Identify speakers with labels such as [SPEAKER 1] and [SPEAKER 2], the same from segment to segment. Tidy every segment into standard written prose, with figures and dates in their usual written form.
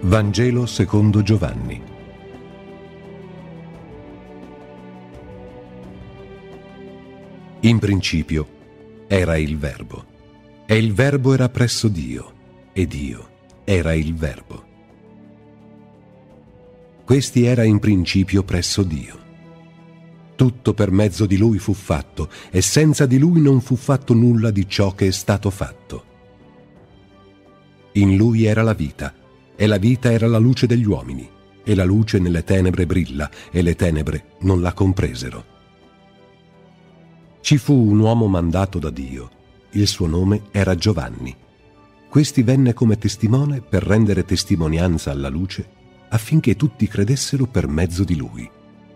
[SPEAKER 1] Vangelo secondo Giovanni. In principio era il Verbo, e il Verbo era presso Dio, e Dio era il Verbo. Questi era in principio presso Dio. Tutto per mezzo di Lui fu fatto, e senza di Lui non fu fatto nulla di ciò che è stato fatto. In Lui era la vita, e la vita era la luce degli uomini, e la luce nelle tenebre brilla, e le tenebre non la compresero. Ci fu un uomo mandato da Dio, il suo nome era Giovanni. Questi venne come testimone per rendere testimonianza alla luce, affinché tutti credessero per mezzo di lui.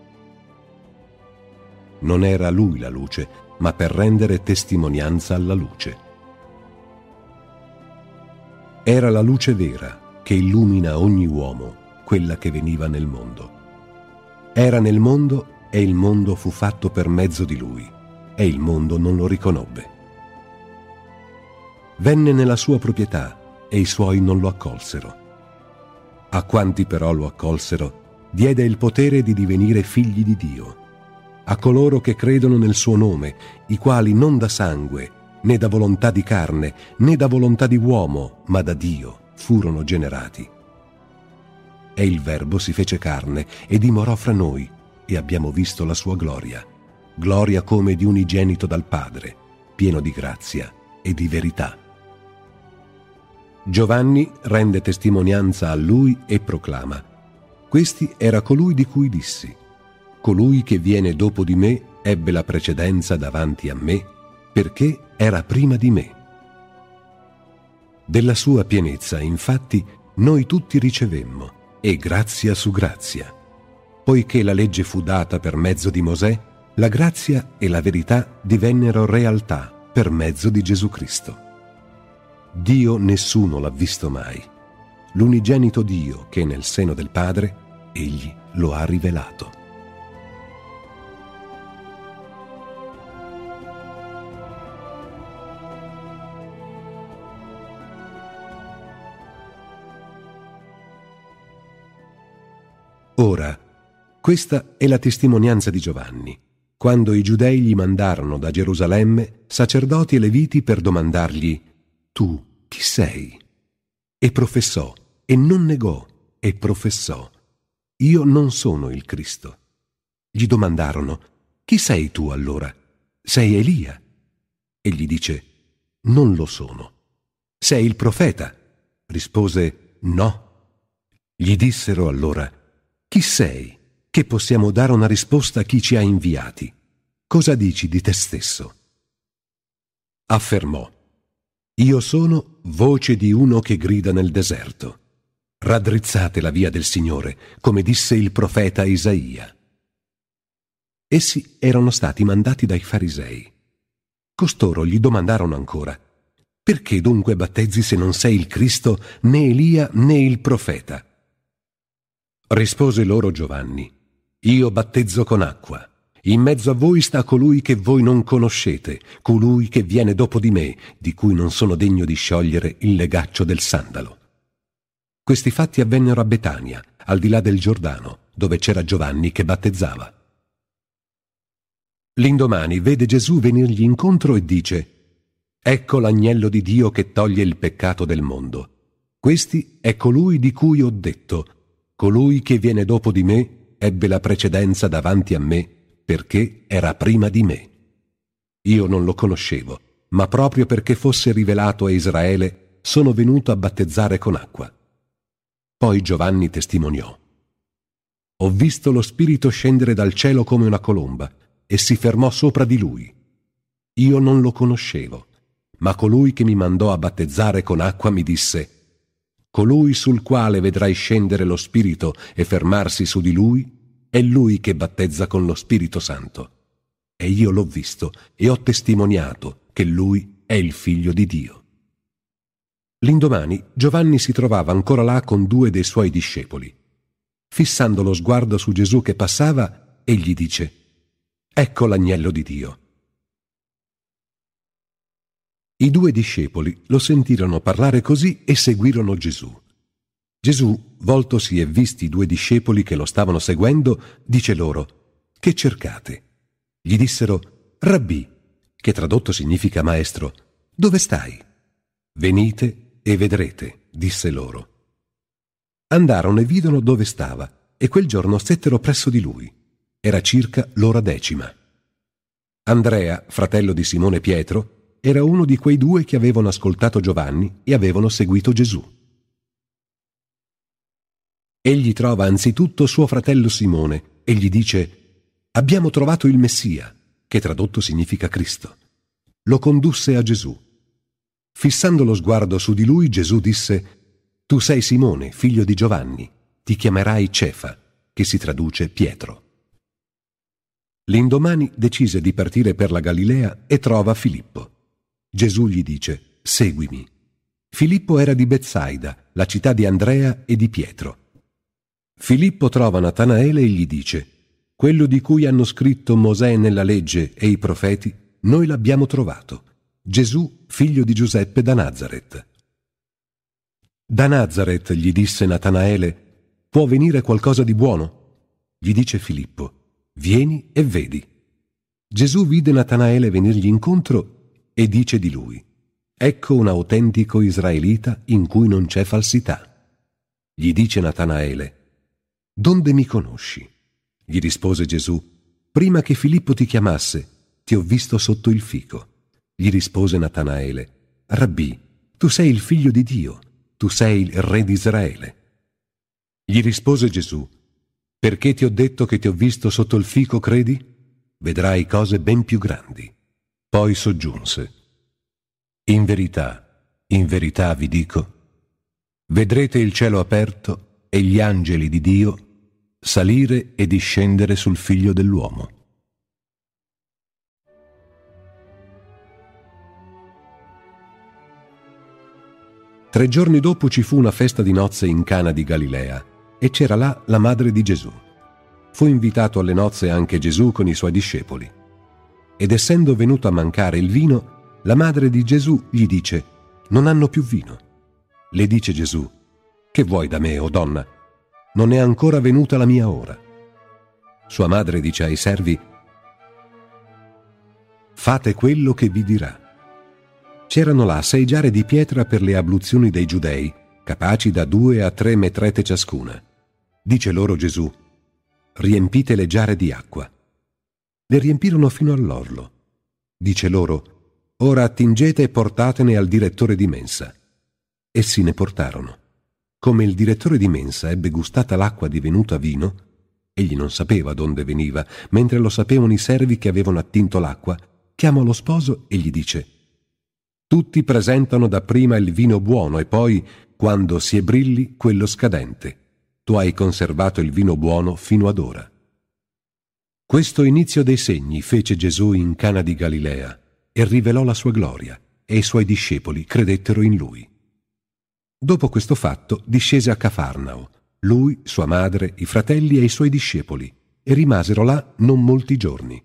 [SPEAKER 1] Non era lui la luce, ma per rendere testimonianza alla luce. Era la luce vera, che illumina ogni uomo, quella che veniva nel mondo. Era nel mondo, e il mondo fu fatto per mezzo di lui, e il mondo non lo riconobbe. Venne nella sua proprietà, e i suoi non lo accolsero. A quanti però lo accolsero, diede il potere di divenire figli di Dio, a coloro che credono nel suo nome, i quali non da sangue, né da volontà di carne, né da volontà di uomo, ma da Dio furono generati. E il Verbo si fece carne e dimorò fra noi, e abbiamo visto la sua gloria, gloria come di unigenito dal Padre, pieno di grazia e di verità. Giovanni rende testimonianza a lui e proclama: questi era colui di cui dissi: colui che viene dopo di me ebbe la precedenza davanti a me, perché era prima di me. Della sua pienezza, infatti, noi tutti ricevemmo, e grazia su grazia. Poiché la legge fu data per mezzo di Mosè, la grazia e la verità divennero realtà per mezzo di Gesù Cristo. Dio nessuno l'ha visto mai. L'unigenito Dio che è nel seno del Padre, egli lo ha rivelato. Ora, questa è la testimonianza di Giovanni, quando i giudei gli mandarono da Gerusalemme sacerdoti e leviti per domandargli: tu chi sei? E professò, e non negò, e professò: io non sono il Cristo. Gli domandarono: chi sei tu allora? Sei Elia? Egli dice: non lo sono. Sei il profeta? Rispose: no. Gli dissero allora: chi sei? Che possiamo dare una risposta a chi ci ha inviati? Cosa dici di te stesso? Affermò: io sono voce di uno che grida nel deserto. Raddrizzate la via del Signore, come disse il profeta Isaia. Essi erano stati mandati dai farisei. Costoro gli domandarono ancora: perché dunque battezzi se non sei il Cristo, né Elia né il profeta? Rispose loro Giovanni: io battezzo con acqua. In mezzo a voi sta colui che voi non conoscete, colui che viene dopo di me, di cui non sono degno di sciogliere il legaccio del sandalo. Questi fatti avvennero a Betania, al di là del Giordano, dove c'era Giovanni che battezzava. L'indomani vede Gesù venirgli incontro e dice: ecco l'agnello di Dio che toglie il peccato del mondo. Questi è colui di cui ho detto: colui che viene dopo di me ebbe la precedenza davanti a me, perché era prima di me. Io non lo conoscevo, ma proprio perché fosse rivelato a Israele, sono venuto a battezzare con acqua. Poi Giovanni testimoniò: ho visto lo Spirito scendere dal cielo come una colomba, e si fermò sopra di lui. Io non lo conoscevo, ma colui che mi mandò a battezzare con acqua mi disse: colui sul quale vedrai scendere lo Spirito e fermarsi su di lui, è lui che battezza con lo Spirito Santo. E io l'ho visto e ho testimoniato che lui è il Figlio di Dio. L'indomani Giovanni si trovava ancora là con 2 dei suoi discepoli. Fissando lo sguardo su Gesù che passava, egli dice: ecco l'agnello di Dio. I 2 discepoli lo sentirono parlare così e seguirono Gesù. Gesù, voltosi e visti i 2 discepoli che lo stavano seguendo, dice loro: «Che cercate?» Gli dissero: «Rabbì», che tradotto significa maestro, «dove stai?» «Venite e vedrete», disse loro. Andarono e vidono dove stava, e quel giorno stettero presso di lui. Era circa l'ora 10. Andrea, fratello di Simone Pietro, era uno di quei 2 che avevano ascoltato Giovanni e avevano seguito Gesù. Egli trova anzitutto suo fratello Simone e gli dice: «Abbiamo trovato il Messia», che tradotto significa Cristo. Lo condusse a Gesù. Fissando lo sguardo su di lui, Gesù disse: «Tu sei Simone, figlio di Giovanni, ti chiamerai Cefa», che si traduce Pietro. L'indomani decise di partire per la Galilea e trova Filippo. Gesù gli dice: «Seguimi». Filippo era di Betsaida, la città di Andrea e di Pietro. Filippo trova Natanaele e gli dice: «Quello di cui hanno scritto Mosè nella legge e i profeti, noi l'abbiamo trovato, Gesù, figlio di Giuseppe da Nazaret». «Da Nazaret», gli disse Natanaele, «può venire qualcosa di buono?» Gli dice Filippo: «Vieni e vedi». Gesù vide Natanaele venirgli incontro e dice di lui: «Ecco un autentico israelita in cui non c'è falsità». Gli dice Natanaele: «Donde mi conosci?» Gli rispose Gesù: «Prima che Filippo ti chiamasse, ti ho visto sotto il fico». Gli rispose Natanaele: «Rabbì, tu sei il figlio di Dio, tu sei il re di Israele». Gli rispose Gesù: «Perché ti ho detto che ti ho visto sotto il fico, credi? Vedrai cose ben più grandi». Poi soggiunse: in verità vi dico, vedrete il cielo aperto e gli angeli di Dio salire e discendere sul Figlio dell'uomo». Tre giorni dopo ci fu una festa di nozze in Cana di Galilea e c'era là la madre di Gesù. Fu invitato alle nozze anche Gesù con i suoi discepoli. Ed essendo venuto a mancare il vino, la madre di Gesù gli dice: «Non hanno più vino». Le dice Gesù: «Che vuoi da me, o donna? Non è ancora venuta la mia ora». Sua madre dice ai servi: «Fate quello che vi dirà». C'erano là 6 giare di pietra per le abluzioni dei giudei, capaci da 2 a 3 metrete ciascuna. Dice loro Gesù: «Riempite le giare di acqua». Le riempirono fino all'orlo. Dice loro: «Ora attingete e portatene al direttore di mensa». Essi ne portarono. Come il direttore di mensa ebbe gustata l'acqua divenuta vino, egli non sapeva donde veniva, mentre lo sapevano i servi che avevano attinto l'acqua, chiama lo sposo e gli dice: «Tutti presentano dapprima il vino buono e poi, quando si ebbrilli, quello scadente. Tu hai conservato il vino buono fino ad ora». Questo inizio dei segni fece Gesù in Cana di Galilea e rivelò la sua gloria, e i suoi discepoli credettero in lui. Dopo questo fatto discese a Cafarnao, lui, sua madre, i fratelli e i suoi discepoli, e rimasero là non molti giorni.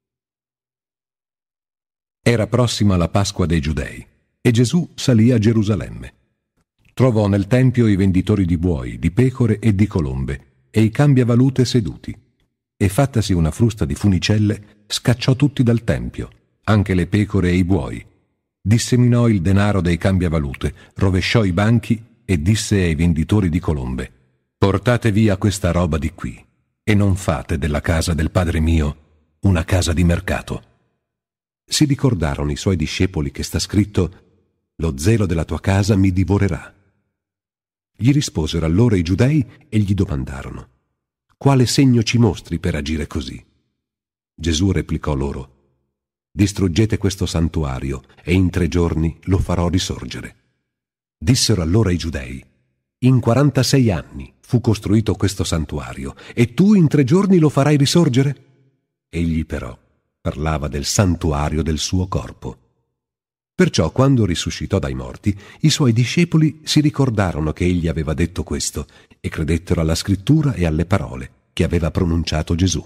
[SPEAKER 1] Era prossima la Pasqua dei Giudei e Gesù salì a Gerusalemme. Trovò nel tempio i venditori di buoi, di pecore e di colombe e i cambiavalute seduti, e fattasi una frusta di funicelle scacciò tutti dal tempio, anche le pecore e i buoi. Disseminò il denaro dei cambiavalute, rovesciò i banchi e disse ai venditori di colombe: «Portate via questa roba di qui e non fate della casa del Padre mio una casa di mercato». Si ricordarono i suoi discepoli che sta scritto: «Lo zelo della tua casa mi divorerà». Gli risposero allora i giudei e gli domandarono: «Quale segno ci mostri per agire così?» Gesù replicò loro: «Distruggete questo santuario e in 3 giorni lo farò risorgere». Dissero allora i giudei: «In 46 anni fu costruito questo santuario e tu in 3 giorni lo farai risorgere?» Egli però parlava del santuario del suo corpo. Perciò, quando risuscitò dai morti, i suoi discepoli si ricordarono che egli aveva detto questo e credettero alla scrittura e alle parole che aveva pronunciato Gesù.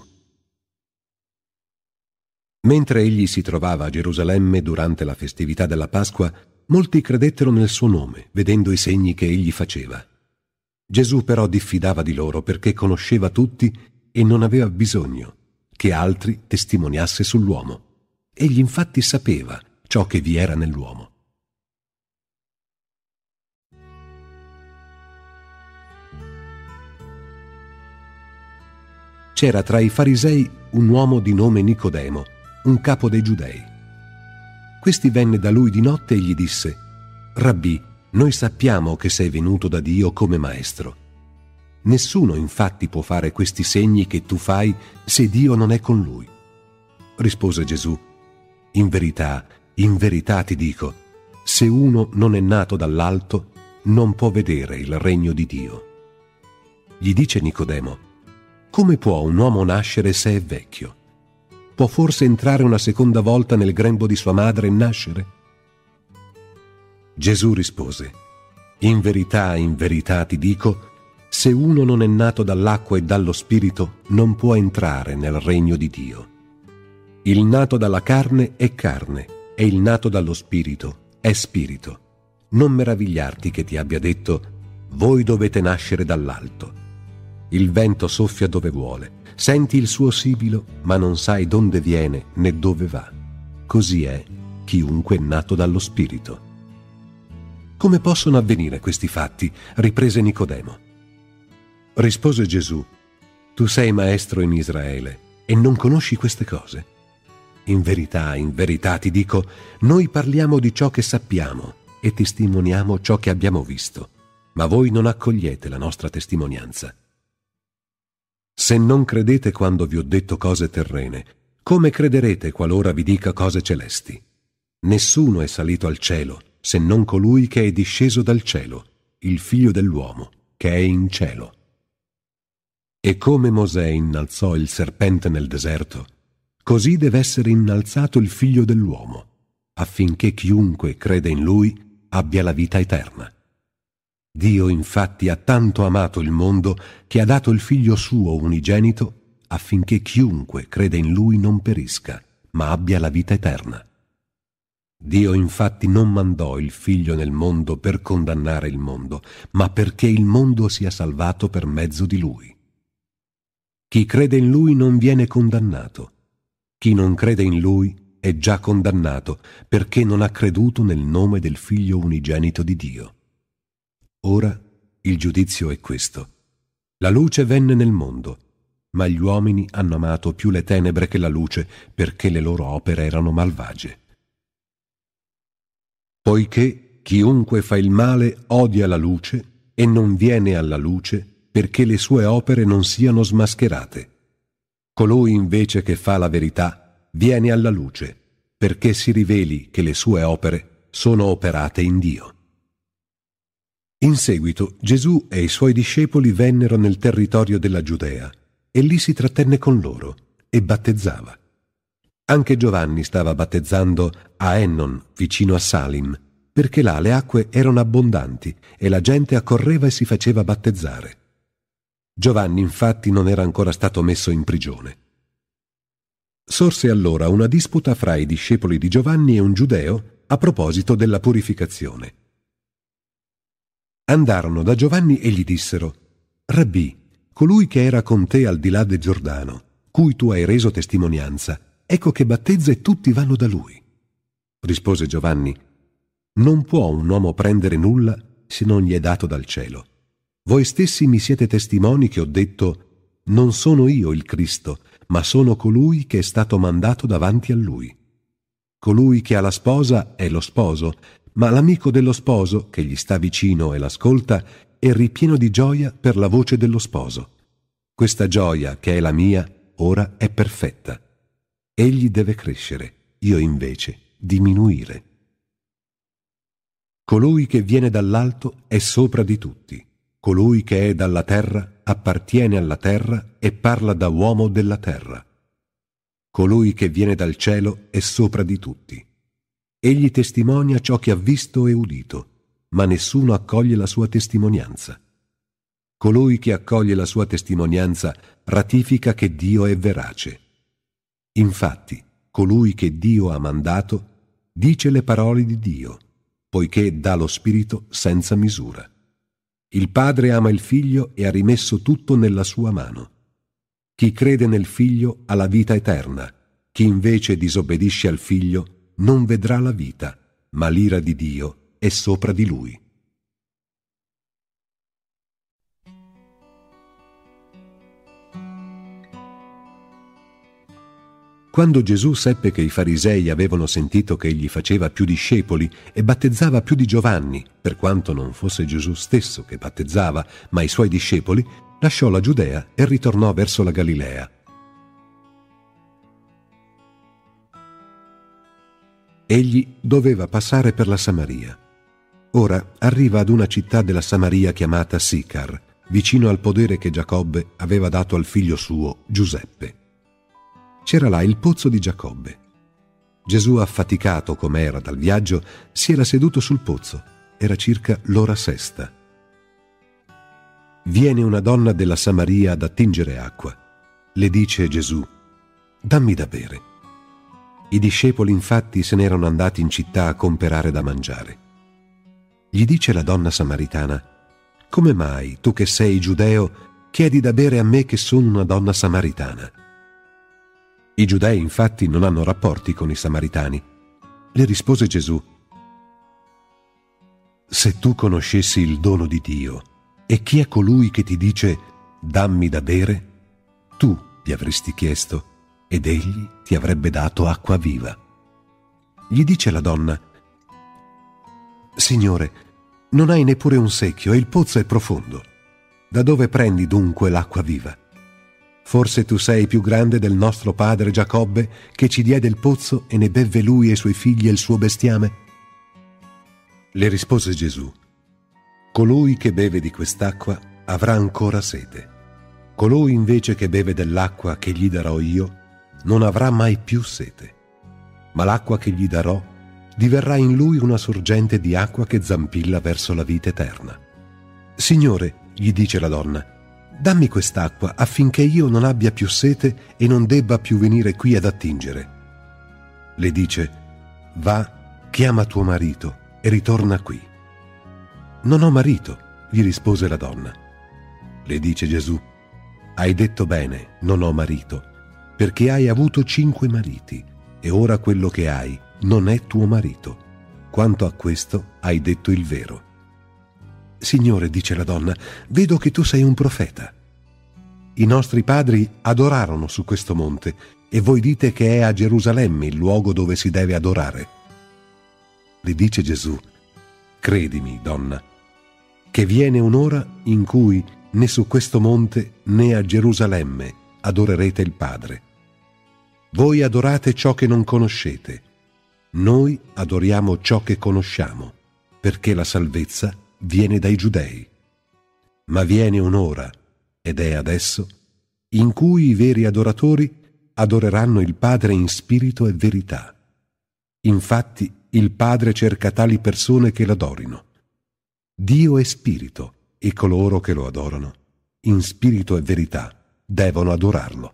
[SPEAKER 1] Mentre egli si trovava a Gerusalemme durante la festività della Pasqua, molti credettero nel suo nome, vedendo i segni che egli faceva. Gesù però diffidava di loro perché conosceva tutti e non aveva bisogno che altri testimoniasse sull'uomo. Egli infatti sapeva ciò che vi era nell'uomo. C'era tra i farisei un uomo di nome Nicodemo, un capo dei Giudei. Questi venne da lui di notte e gli disse: «Rabbì, noi sappiamo che sei venuto da Dio come maestro. Nessuno infatti può fare questi segni che tu fai se Dio non è con lui». Rispose Gesù: in verità ti dico, se uno non è nato dall'alto, non può vedere il regno di Dio». Gli dice Nicodemo: «Come può un uomo nascere se è vecchio? Può forse entrare una seconda volta nel grembo di sua madre e nascere?» Gesù rispose: in verità ti dico, se uno non è nato dall'acqua e dallo Spirito, non può entrare nel regno di Dio. Il nato dalla carne è carne, e il nato dallo Spirito è spirito. Non meravigliarti che ti abbia detto: voi dovete nascere dall'alto. Il vento soffia dove vuole, senti il suo sibilo, ma non sai donde viene né dove va. Così è chiunque è nato dallo Spirito. «Come possono avvenire questi fatti?» riprese Nicodemo. Rispose Gesù: «Tu sei maestro in Israele e non conosci queste cose? In verità ti dico, noi parliamo di ciò che sappiamo e testimoniamo ciò che abbiamo visto, ma voi non accogliete la nostra testimonianza. Se non credete quando vi ho detto cose terrene, come crederete qualora vi dica cose celesti? Nessuno è salito al cielo se non colui che è disceso dal cielo, il Figlio dell'uomo, che è in cielo. E come Mosè innalzò il serpente nel deserto, così deve essere innalzato il Figlio dell'uomo, affinché chiunque crede in lui abbia la vita eterna. Dio infatti ha tanto amato il mondo che ha dato il Figlio suo unigenito affinché chiunque crede in lui non perisca, ma abbia la vita eterna. Dio infatti non mandò il Figlio nel mondo per condannare il mondo, ma perché il mondo sia salvato per mezzo di lui. Chi crede in lui non viene condannato. Chi non crede in lui è già condannato perché non ha creduto nel nome del Figlio unigenito di Dio. Ora il giudizio è questo: la luce venne nel mondo, ma gli uomini hanno amato più le tenebre che la luce, perché le loro opere erano malvagie. Poiché chiunque fa il male odia la luce e non viene alla luce, perché le sue opere non siano smascherate. Colui invece che fa la verità viene alla luce, perché si riveli che le sue opere sono operate in Dio. In seguito Gesù e i suoi discepoli vennero nel territorio della Giudea e lì si trattenne con loro e battezzava. Anche Giovanni stava battezzando a Ennon, vicino a Salim, perché là le acque erano abbondanti e la gente accorreva e si faceva battezzare. Giovanni infatti non era ancora stato messo in prigione. Sorse allora una disputa fra i discepoli di Giovanni e un giudeo a proposito della purificazione. Andarono da Giovanni e gli dissero: «Rabbì, colui che era con te al di là del Giordano, cui tu hai reso testimonianza, ecco che battezza e tutti vanno da lui». Rispose Giovanni: «Non può un uomo prendere nulla se non gli è dato dal cielo. Voi stessi mi siete testimoni che ho detto: non sono io il Cristo, ma sono colui che è stato mandato davanti a lui. Colui che ha la sposa è lo sposo, ma l'amico dello sposo, che gli sta vicino e l'ascolta, è ripieno di gioia per la voce dello sposo. Questa gioia, che è la mia, ora è perfetta. Egli deve crescere, io invece diminuire. Colui che viene dall'alto è sopra di tutti. Colui che è dalla terra appartiene alla terra e parla da uomo della terra. Colui che viene dal cielo è sopra di tutti. Egli testimonia ciò che ha visto e udito, ma nessuno accoglie la sua testimonianza. Colui che accoglie la sua testimonianza ratifica che Dio è verace. Infatti, colui che Dio ha mandato dice le parole di Dio, poiché dà lo Spirito senza misura. Il Padre ama il Figlio e ha rimesso tutto nella sua mano. Chi crede nel Figlio ha la vita eterna. Chi invece disobbedisce al Figlio non vedrà la vita, ma l'ira di Dio è sopra di lui. Quando Gesù seppe che i farisei avevano sentito che egli faceva più discepoli e battezzava più di Giovanni, per quanto non fosse Gesù stesso che battezzava, ma i suoi discepoli, lasciò la Giudea e ritornò verso la Galilea. Egli doveva passare per la Samaria. Ora arriva ad una città della Samaria chiamata Sicar, vicino al podere che Giacobbe aveva dato al figlio suo, Giuseppe. C'era là il pozzo di Giacobbe. Gesù, affaticato com'era dal viaggio, si era seduto sul pozzo. Era circa l'ora sesta. Viene una donna della Samaria ad attingere acqua. Le dice Gesù: «Dammi da bere». I discepoli infatti se n'erano andati in città a comperare da mangiare. Gli dice la donna samaritana: «Come mai, tu che sei giudeo, chiedi da bere a me che sono una donna samaritana?» I giudei infatti non hanno rapporti con i samaritani. Le rispose Gesù: «Se tu conoscessi il dono di Dio e chi è colui che ti dice dammi da bere, tu gli avresti chiesto ed egli ti avrebbe dato acqua viva». Gli dice la donna: «Signore, non hai neppure un secchio e il pozzo è profondo. Da dove prendi dunque l'acqua viva? Forse tu sei più grande del nostro padre Giacobbe, che ci diede il pozzo e ne bevve lui e i suoi figli e il suo bestiame?» Le rispose Gesù: «Colui che beve di quest'acqua avrà ancora sete. Colui invece che beve dell'acqua che gli darò io non avrà mai più sete. Ma l'acqua che gli darò diverrà in lui una sorgente di acqua che zampilla verso la vita eterna». «Signore», gli dice la donna, «dammi quest'acqua affinché io non abbia più sete e non debba più venire qui ad attingere». Le dice: «Va, chiama tuo marito e ritorna qui». «Non ho marito», gli rispose la donna. Le dice Gesù: «Hai detto bene, non ho marito, perché hai avuto 5 mariti e ora quello che hai non è tuo marito. Quanto a questo hai detto il vero». «Signore», dice la donna, «vedo che tu sei un profeta. I nostri padri adorarono su questo monte e voi dite che è a Gerusalemme il luogo dove si deve adorare». Le dice Gesù: «Credimi, donna, che viene un'ora in cui né su questo monte né a Gerusalemme adorerete il Padre. Voi adorate ciò che non conoscete, noi adoriamo ciò che conosciamo, perché la salvezza viene dai giudei. Ma viene un'ora, ed è adesso, in cui i veri adoratori adoreranno il Padre in spirito e verità. Infatti il Padre cerca tali persone che lo adorino. Dio è spirito e coloro che lo adorano, in spirito e verità, devono adorarlo».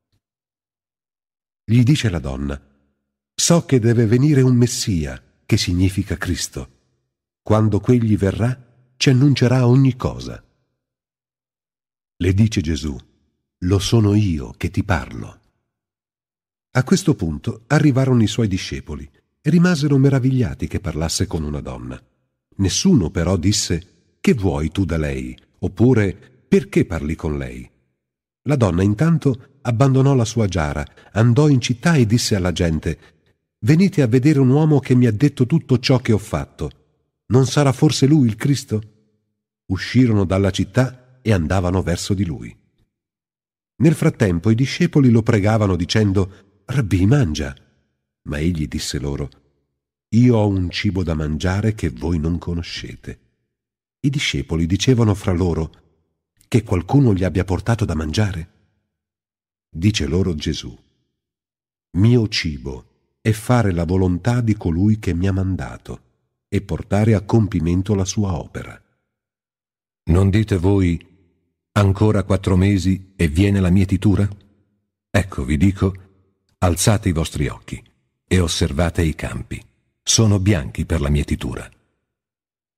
[SPEAKER 1] Gli dice la donna: «So che deve venire un Messia, che significa Cristo. Quando quegli verrà, ci annuncerà ogni cosa». Le dice Gesù: «Lo sono io che ti parlo». A questo punto arrivarono i suoi discepoli e rimasero meravigliati che parlasse con una donna. Nessuno però disse: «Che vuoi tu da lei?» oppure «Perché parli con lei?» La donna intanto abbandonò la sua giara, andò in città e disse alla gente: «Venite a vedere un uomo che mi ha detto tutto ciò che ho fatto. Non sarà forse lui il Cristo?» Uscirono dalla città e andavano verso di lui. Nel frattempo i discepoli lo pregavano dicendo: «Rabbì, mangia». Ma egli disse loro: «Io ho un cibo da mangiare che voi non conoscete». I discepoli dicevano fra loro: «Che qualcuno gli abbia portato da mangiare?» Dice loro Gesù: «Mio cibo è fare la volontà di colui che mi ha mandato e portare a compimento la sua opera. Non dite voi: ancora 4 mesi e viene la mietitura? Ecco, vi dico, alzate i vostri occhi e osservate i campi, sono bianchi per la mietitura».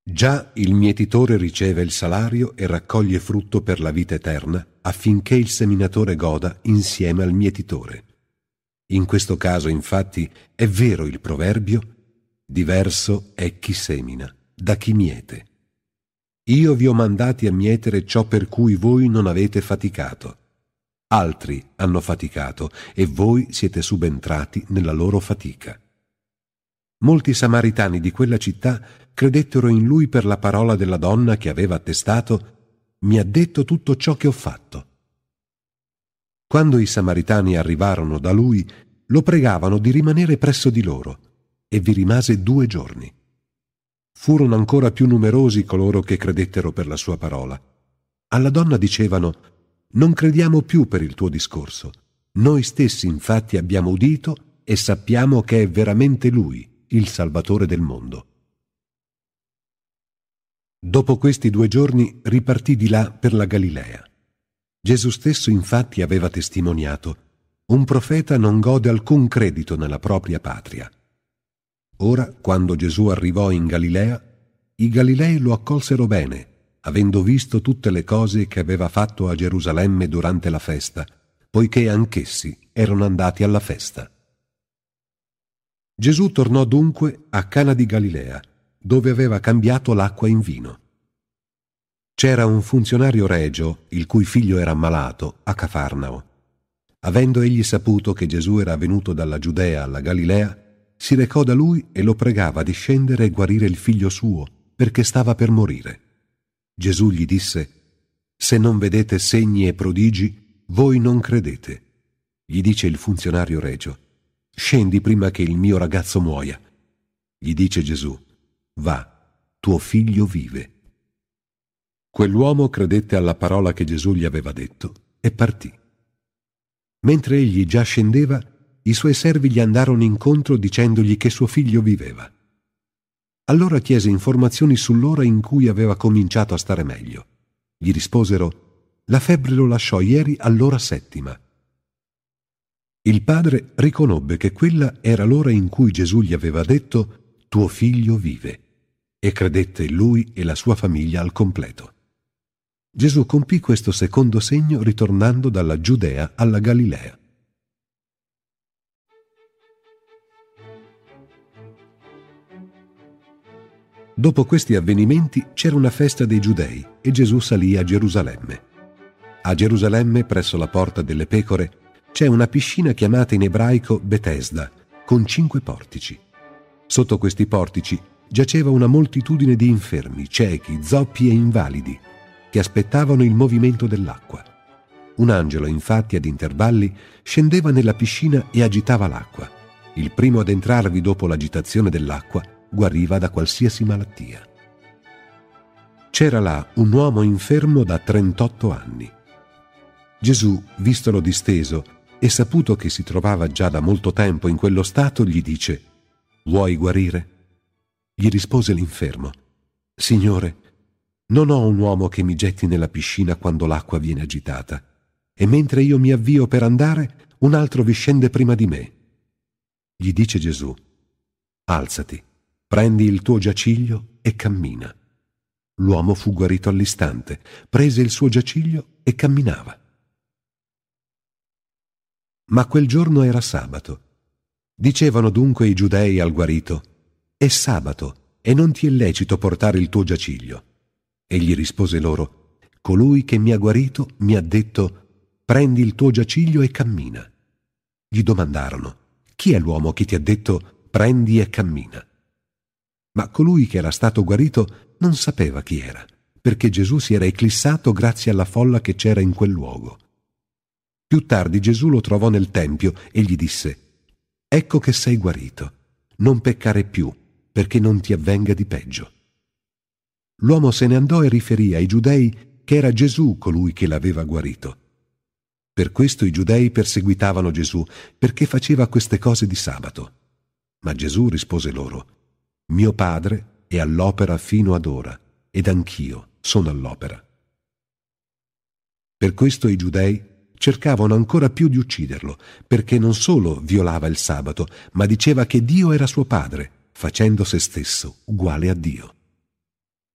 [SPEAKER 1] Già il mietitore riceve il salario e raccoglie frutto per la vita eterna, affinché il seminatore goda insieme al mietitore. In questo caso, infatti, è vero il proverbio: diverso è chi semina da chi miete. Io vi ho mandati a mietere ciò per cui voi non avete faticato. Altri hanno faticato e voi siete subentrati nella loro fatica. Molti samaritani di quella città credettero in lui per la parola della donna che aveva attestato: mi ha detto tutto ciò che ho fatto. Quando i samaritani arrivarono da lui, lo pregavano di rimanere presso di loro, e vi rimase 2 giorni. Furono ancora più numerosi coloro che credettero per la sua parola. Alla donna dicevano: non crediamo più per il tuo discorso. Noi stessi infatti abbiamo udito e sappiamo che è veramente lui, il Salvatore del mondo. Dopo questi 2 giorni ripartì di là per la Galilea. Gesù stesso infatti aveva testimoniato: un profeta non gode alcun credito nella propria patria. Ora, quando Gesù arrivò in Galilea, i Galilei lo accolsero bene, avendo visto tutte le cose che aveva fatto a Gerusalemme durante la festa, poiché anch'essi erano andati alla festa. Gesù tornò dunque a Cana di Galilea, dove aveva cambiato l'acqua in vino. C'era un funzionario regio, il cui figlio era ammalato, a Cafarnao. Avendo egli saputo che Gesù era venuto dalla Giudea alla Galilea, si recò da lui e lo pregava di scendere e guarire il figlio suo, perché stava per morire. Gesù gli disse: se non vedete segni e prodigi, voi non credete. Gli dice il funzionario regio: scendi prima che il mio ragazzo muoia. Gli dice Gesù: va, tuo figlio vive. Quell'uomo credette alla parola che Gesù gli aveva detto e partì. Mentre egli già scendeva, i suoi servi gli andarono incontro dicendogli che suo figlio viveva. Allora chiese informazioni sull'ora in cui aveva cominciato a stare meglio. Gli risposero: la febbre lo lasciò ieri all'ora 7. Il padre riconobbe che quella era l'ora in cui Gesù gli aveva detto: tuo figlio vive, e credette in lui e la sua famiglia al completo. Gesù compì questo secondo segno ritornando dalla Giudea alla Galilea. Dopo questi avvenimenti c'era una festa dei Giudei e Gesù salì a Gerusalemme. A Gerusalemme, presso la Porta delle Pecore, c'è una piscina chiamata in ebraico Betesda, con 5 portici. Sotto questi portici giaceva una moltitudine di infermi, ciechi, zoppi e invalidi, che aspettavano il movimento dell'acqua. Un angelo, infatti, ad intervalli scendeva nella piscina e agitava l'acqua. Il primo ad entrarvi dopo l'agitazione dell'acqua guariva da qualsiasi malattia. C'era là un uomo infermo da 38 anni. Gesù, vistolo disteso e saputo che si trovava già da molto tempo in quello stato, gli dice: vuoi guarire? Gli rispose l'infermo: Signore, non ho un uomo che mi getti nella piscina quando l'acqua viene agitata, e mentre io mi avvio per andare, un altro vi scende prima di me. Gli dice Gesù: alzati, prendi il tuo giaciglio e cammina. L'uomo fu guarito all'istante, prese il suo giaciglio e camminava. Ma quel giorno era sabato. Dicevano dunque i giudei al guarito: è sabato e non ti è lecito portare il tuo giaciglio. Egli rispose loro: colui che mi ha guarito mi ha detto: prendi il tuo giaciglio e cammina. Gli domandarono: chi è l'uomo che ti ha detto: prendi e cammina? Ma colui che era stato guarito non sapeva chi era, perché Gesù si era eclissato grazie alla folla che c'era in quel luogo. Più tardi Gesù lo trovò nel tempio e gli disse: ecco che sei guarito, non peccare più, perché non ti avvenga di peggio. L'uomo se ne andò e riferì ai giudei che era Gesù colui che l'aveva guarito. Per questo i giudei perseguitavano Gesù, perché faceva queste cose di sabato. Ma Gesù rispose loro: mio Padre è all'opera fino ad ora, ed anch'io sono all'opera. Per questo i giudei cercavano ancora più di ucciderlo, perché non solo violava il sabato, ma diceva che Dio era suo Padre, facendo se stesso uguale a Dio.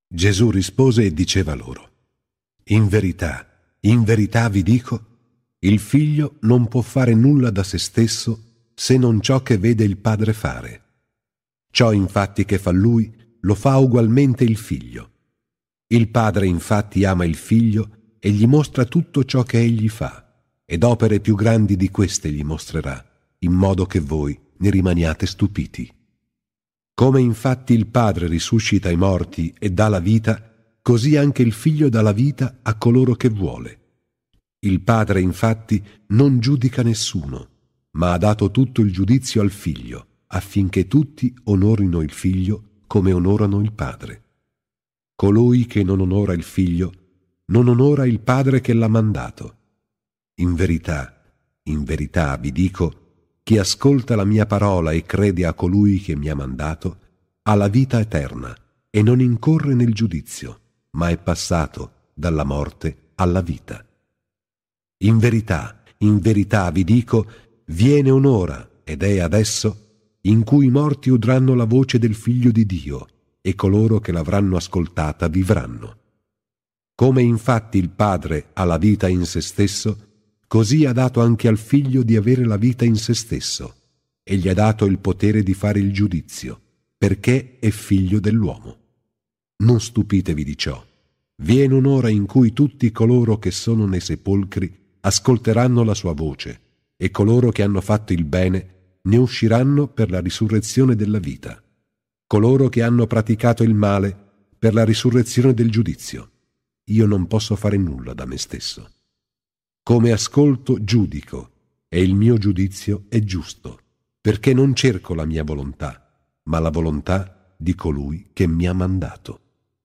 [SPEAKER 1] Gesù rispose e diceva loro: in verità vi dico, il figlio non può fare nulla da se stesso se non ciò che vede il Padre fare. Ciò infatti che fa lui, lo fa ugualmente il figlio. Il Padre infatti ama il figlio e gli mostra tutto ciò che egli fa, ed opere più grandi di queste gli mostrerà, in modo che voi ne rimaniate stupiti. Come infatti il Padre risuscita i morti e dà la vita, così anche il Figlio dà la vita a coloro che vuole. Il Padre infatti non giudica nessuno, ma ha dato tutto il giudizio al Figlio, affinché tutti onorino il Figlio come onorano il Padre. Colui che non onora il Figlio non onora il Padre che l'ha mandato. In verità vi dico, chi ascolta la mia parola e crede a colui che mi ha mandato, ha la vita eterna e non incorre nel giudizio, ma è passato dalla morte alla vita. In verità vi dico, viene un'ora, ed è adesso, in cui i morti udranno la voce del Figlio di Dio, e coloro che l'avranno ascoltata vivranno. Come infatti il Padre ha la vita in se stesso, così ha dato anche al Figlio di avere la vita in se stesso, e gli ha dato il potere di fare il giudizio, perché è figlio dell'uomo. Non stupitevi di ciò. Viene un'ora in cui tutti coloro che sono nei sepolcri ascolteranno la sua voce, e coloro che hanno fatto il bene ne usciranno per la risurrezione della vita. Coloro che hanno praticato il male per la risurrezione del giudizio. Io non posso fare nulla da me stesso. Come ascolto, giudico, e il mio giudizio è giusto, perché non cerco la mia volontà, ma la volontà di colui che mi ha mandato.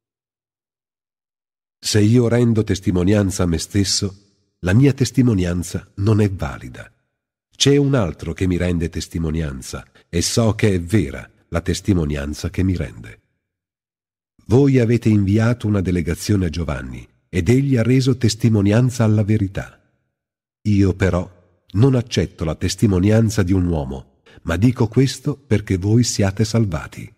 [SPEAKER 1] Se io rendo testimonianza a me stesso, la mia testimonianza non è valida. C'è un altro che mi rende testimonianza, e so che è vera la testimonianza che mi rende. Voi avete inviato una delegazione a Giovanni, ed egli ha reso testimonianza alla verità. Io però non accetto la testimonianza di un uomo, ma dico questo perché voi siate salvati.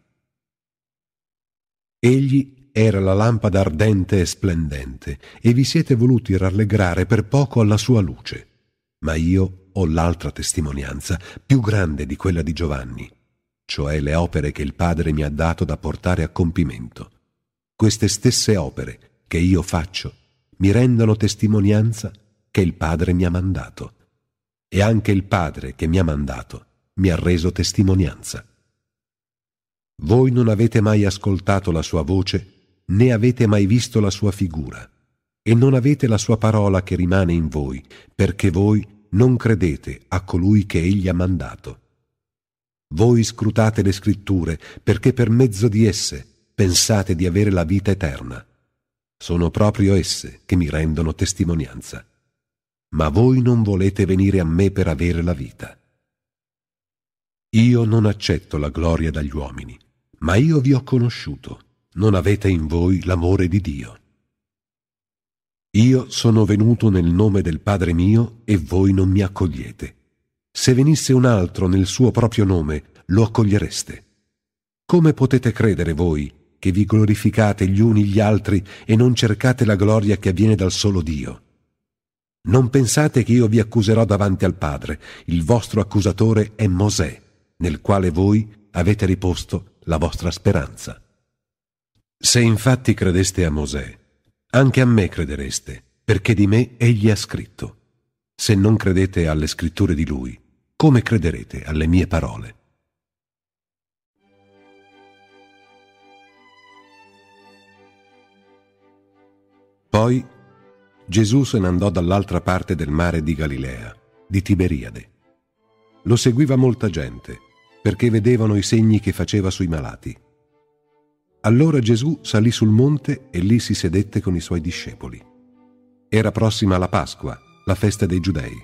[SPEAKER 1] Egli era la lampada ardente e splendente, e vi siete voluti rallegrare per poco alla sua luce. Ma io ho l'altra testimonianza, più grande di quella di Giovanni, cioè le opere che il Padre mi ha dato da portare a compimento. Queste stesse opere che io faccio mi rendono testimonianza che il Padre mi ha mandato, e anche il Padre che mi ha mandato mi ha reso testimonianza. Voi non avete mai ascoltato la sua voce, né avete mai visto la sua figura, e non avete la sua parola che rimane in voi, perché voi non credete a colui che egli ha mandato. Voi scrutate le scritture, perché per mezzo di esse pensate di avere la vita eterna. Sono proprio esse che mi rendono testimonianza. Ma voi non volete venire a me per avere la vita. Io non accetto la gloria dagli uomini, ma io vi ho conosciuto, non avete in voi l'amore di Dio. Io sono venuto nel nome del Padre mio e voi non mi accogliete. Se venisse un altro nel suo proprio nome, lo accogliereste. Come potete credere voi che vi glorificate gli uni gli altri e non cercate la gloria che viene dal solo Dio? Non pensate che io vi accuserò davanti al Padre. Il vostro accusatore è Mosè, nel quale voi avete riposto la vostra speranza. Se infatti credeste a Mosè, anche a me credereste, perché di me egli ha scritto. Se non credete alle scritture di lui, come crederete alle mie parole? Poi Gesù se ne andò dall'altra parte del mare di Galilea, di Tiberiade. Lo seguiva molta gente, perché vedevano i segni che faceva sui malati. Allora Gesù salì sul monte e lì si sedette con i suoi discepoli. Era prossima la Pasqua, la festa dei Giudei.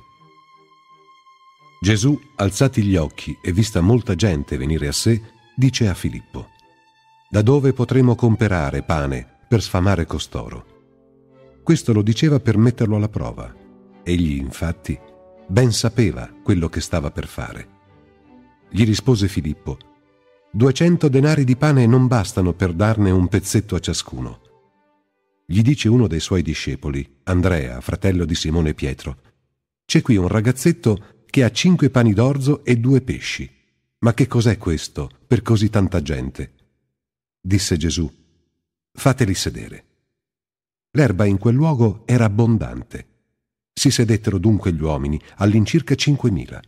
[SPEAKER 1] Gesù, alzati gli occhi e vista molta gente venire a sé, dice a Filippo: «Da dove potremo comperare pane per sfamare costoro?» Questo lo diceva per metterlo alla prova. Egli, infatti, ben sapeva quello che stava per fare. Gli rispose Filippo: 200 denari di pane non bastano per darne un pezzetto a ciascuno. Gli dice uno dei suoi discepoli, Andrea, fratello di Simone Pietro: c'è qui un ragazzetto che ha 5 pani d'orzo e 2 pesci. Ma che cos'è questo per così tanta gente? Disse Gesù: fateli sedere. L'erba in quel luogo era abbondante. Si sedettero dunque gli uomini, all'incirca 5.000.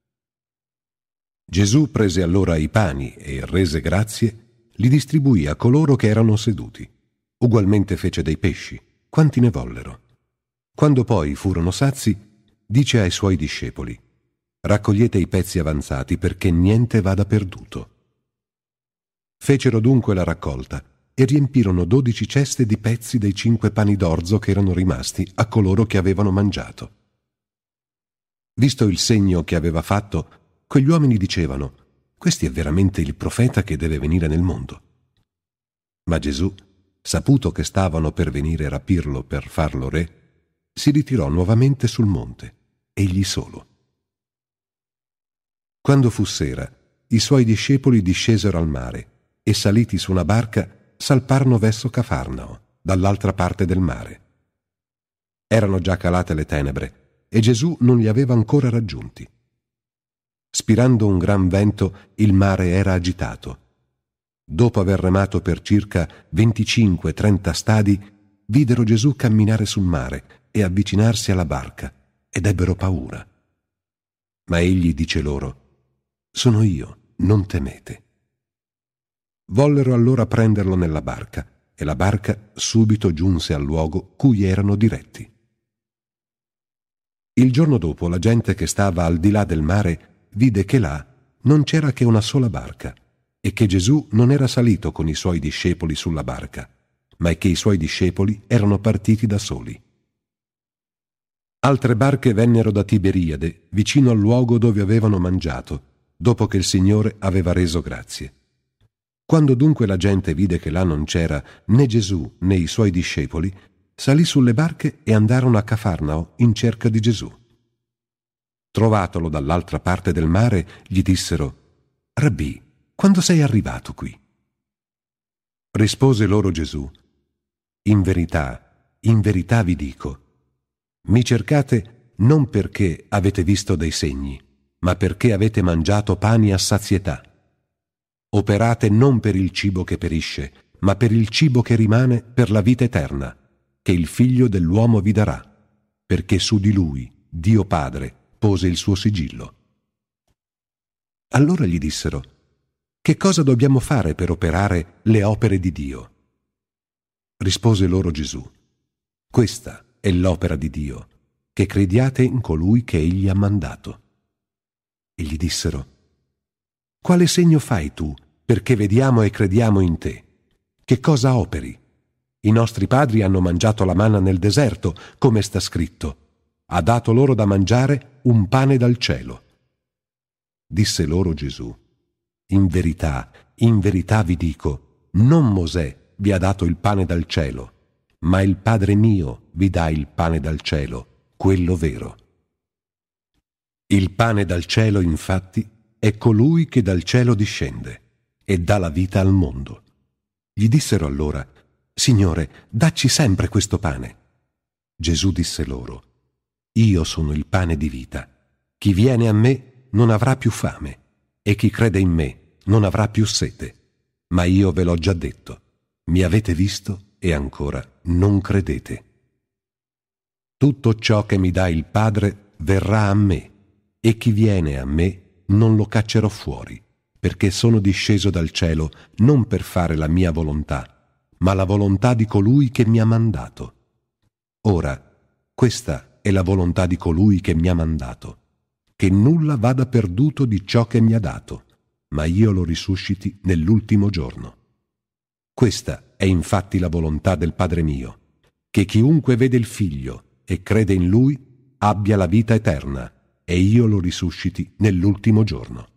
[SPEAKER 1] Gesù prese allora i pani e, rese grazie, li distribuì a coloro che erano seduti. Ugualmente fece dei pesci, quanti ne vollero. Quando poi furono sazi, dice ai suoi discepoli: raccogliete i pezzi avanzati perché niente vada perduto. Fecero dunque la raccolta e riempirono 12 ceste di pezzi dei 5 pani d'orzo che erano rimasti a coloro che avevano mangiato. Visto il segno che aveva fatto, quegli uomini dicevano: questo è veramente il profeta che deve venire nel mondo. Ma Gesù, saputo che stavano per venire a rapirlo per farlo re, si ritirò nuovamente sul monte, egli solo. Quando fu sera, i suoi discepoli discesero al mare e, saliti su una barca, salparono verso Cafarnao, dall'altra parte del mare. Erano già calate le tenebre e Gesù non li aveva ancora raggiunti. Spirando un gran vento, il mare era agitato. Dopo aver remato per circa 25-30 stadi, videro Gesù camminare sul mare e avvicinarsi alla barca ed ebbero paura. Ma egli dice loro: sono io, non temete. Vollero allora prenderlo nella barca e la barca subito giunse al luogo cui erano diretti. Il giorno dopo la gente che stava al di là del mare vide che là non c'era che una sola barca e che Gesù non era salito con i suoi discepoli sulla barca, ma che i suoi discepoli erano partiti da soli. Altre barche vennero da Tiberiade, vicino al luogo dove avevano mangiato, dopo che il Signore aveva reso grazie. Quando dunque la gente vide che là non c'era né Gesù né i suoi discepoli, salì sulle barche e andarono a Cafarnao in cerca di Gesù. Trovatolo dall'altra parte del mare, gli dissero: Rabbì, quando sei arrivato qui? Rispose loro Gesù: in verità vi dico, mi cercate non perché avete visto dei segni, ma perché avete mangiato pani a sazietà. Operate non per il cibo che perisce, ma per il cibo che rimane per la vita eterna, che il Figlio dell'uomo vi darà, perché su di lui, Dio Padre, pose il suo sigillo. Allora gli dissero: che cosa dobbiamo fare per operare le opere di Dio? Rispose loro Gesù: questa è l'opera di Dio, che crediate in colui che egli ha mandato. E gli dissero: quale segno fai tu perché vediamo e crediamo in te? Che cosa operi? I nostri padri hanno mangiato la manna nel deserto, come sta scritto: ha dato loro da mangiare un pane dal cielo. Disse loro Gesù: in verità vi dico, non Mosè vi ha dato il pane dal cielo, ma il Padre mio vi dà il pane dal cielo, quello vero. Il pane dal cielo, infatti, è colui che dal cielo discende e dà la vita al mondo. Gli dissero allora: Signore, dacci sempre questo pane. Gesù disse loro: io sono il pane di vita. Chi viene a me non avrà più fame, e chi crede in me non avrà più sete. Ma io ve l'ho già detto, mi avete visto e ancora non credete. Tutto ciò che mi dà il Padre verrà a me, e chi viene a me non lo caccerò fuori, perché sono disceso dal cielo non per fare la mia volontà, ma la volontà di colui che mi ha mandato. Ora, questa è la volontà di colui che mi ha mandato, che nulla vada perduto di ciò che mi ha dato, ma io lo risusciti nell'ultimo giorno. Questa è infatti la volontà del Padre mio, che chiunque vede il Figlio e crede in Lui abbia la vita eterna, e io lo risusciti nell'ultimo giorno.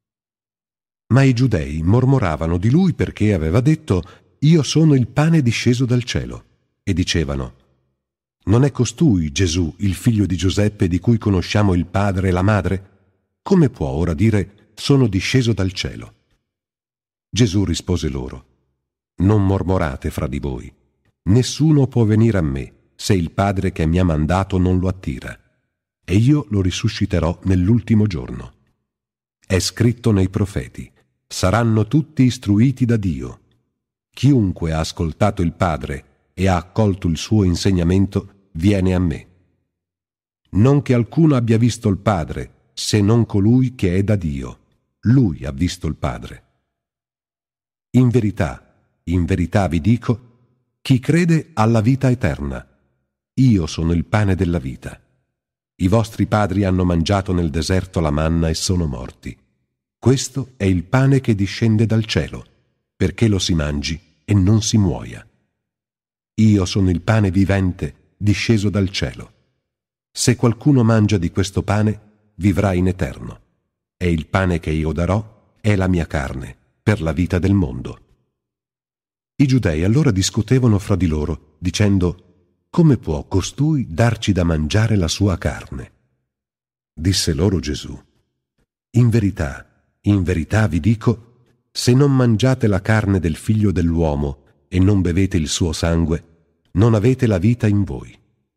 [SPEAKER 1] Ma i giudei mormoravano di lui perché aveva detto: io sono il pane disceso dal cielo, e dicevano: non è costui Gesù, il figlio di Giuseppe, di cui conosciamo il padre e la madre? Come può ora dire: sono disceso dal cielo? Gesù rispose loro: non mormorate fra di voi. Nessuno può venire a me se il Padre che mi ha mandato non lo attira, e io lo risusciterò nell'ultimo giorno. È scritto nei profeti: saranno tutti istruiti da Dio. Chiunque ha ascoltato il Padre e ha accolto il suo insegnamento viene a me. Non che alcuno abbia visto il Padre, se non colui che è da Dio. Lui ha visto il Padre. In verità vi dico, chi crede ha la vita eterna. Io sono il pane della vita. I vostri padri hanno mangiato nel deserto la manna e sono morti. Questo è il pane che discende dal cielo, perché lo si mangi e non si muoia. Io sono il pane vivente disceso dal cielo. Se qualcuno mangia di questo pane, vivrà in eterno. E il pane che io darò è la mia carne, per la vita del mondo. I giudei allora discutevano fra di loro, dicendo: come può costui darci da mangiare la sua carne? Disse loro Gesù: in verità vi dico, se non mangiate la carne del Figlio dell'uomo e non bevete il suo sangue, non avete la vita in voi.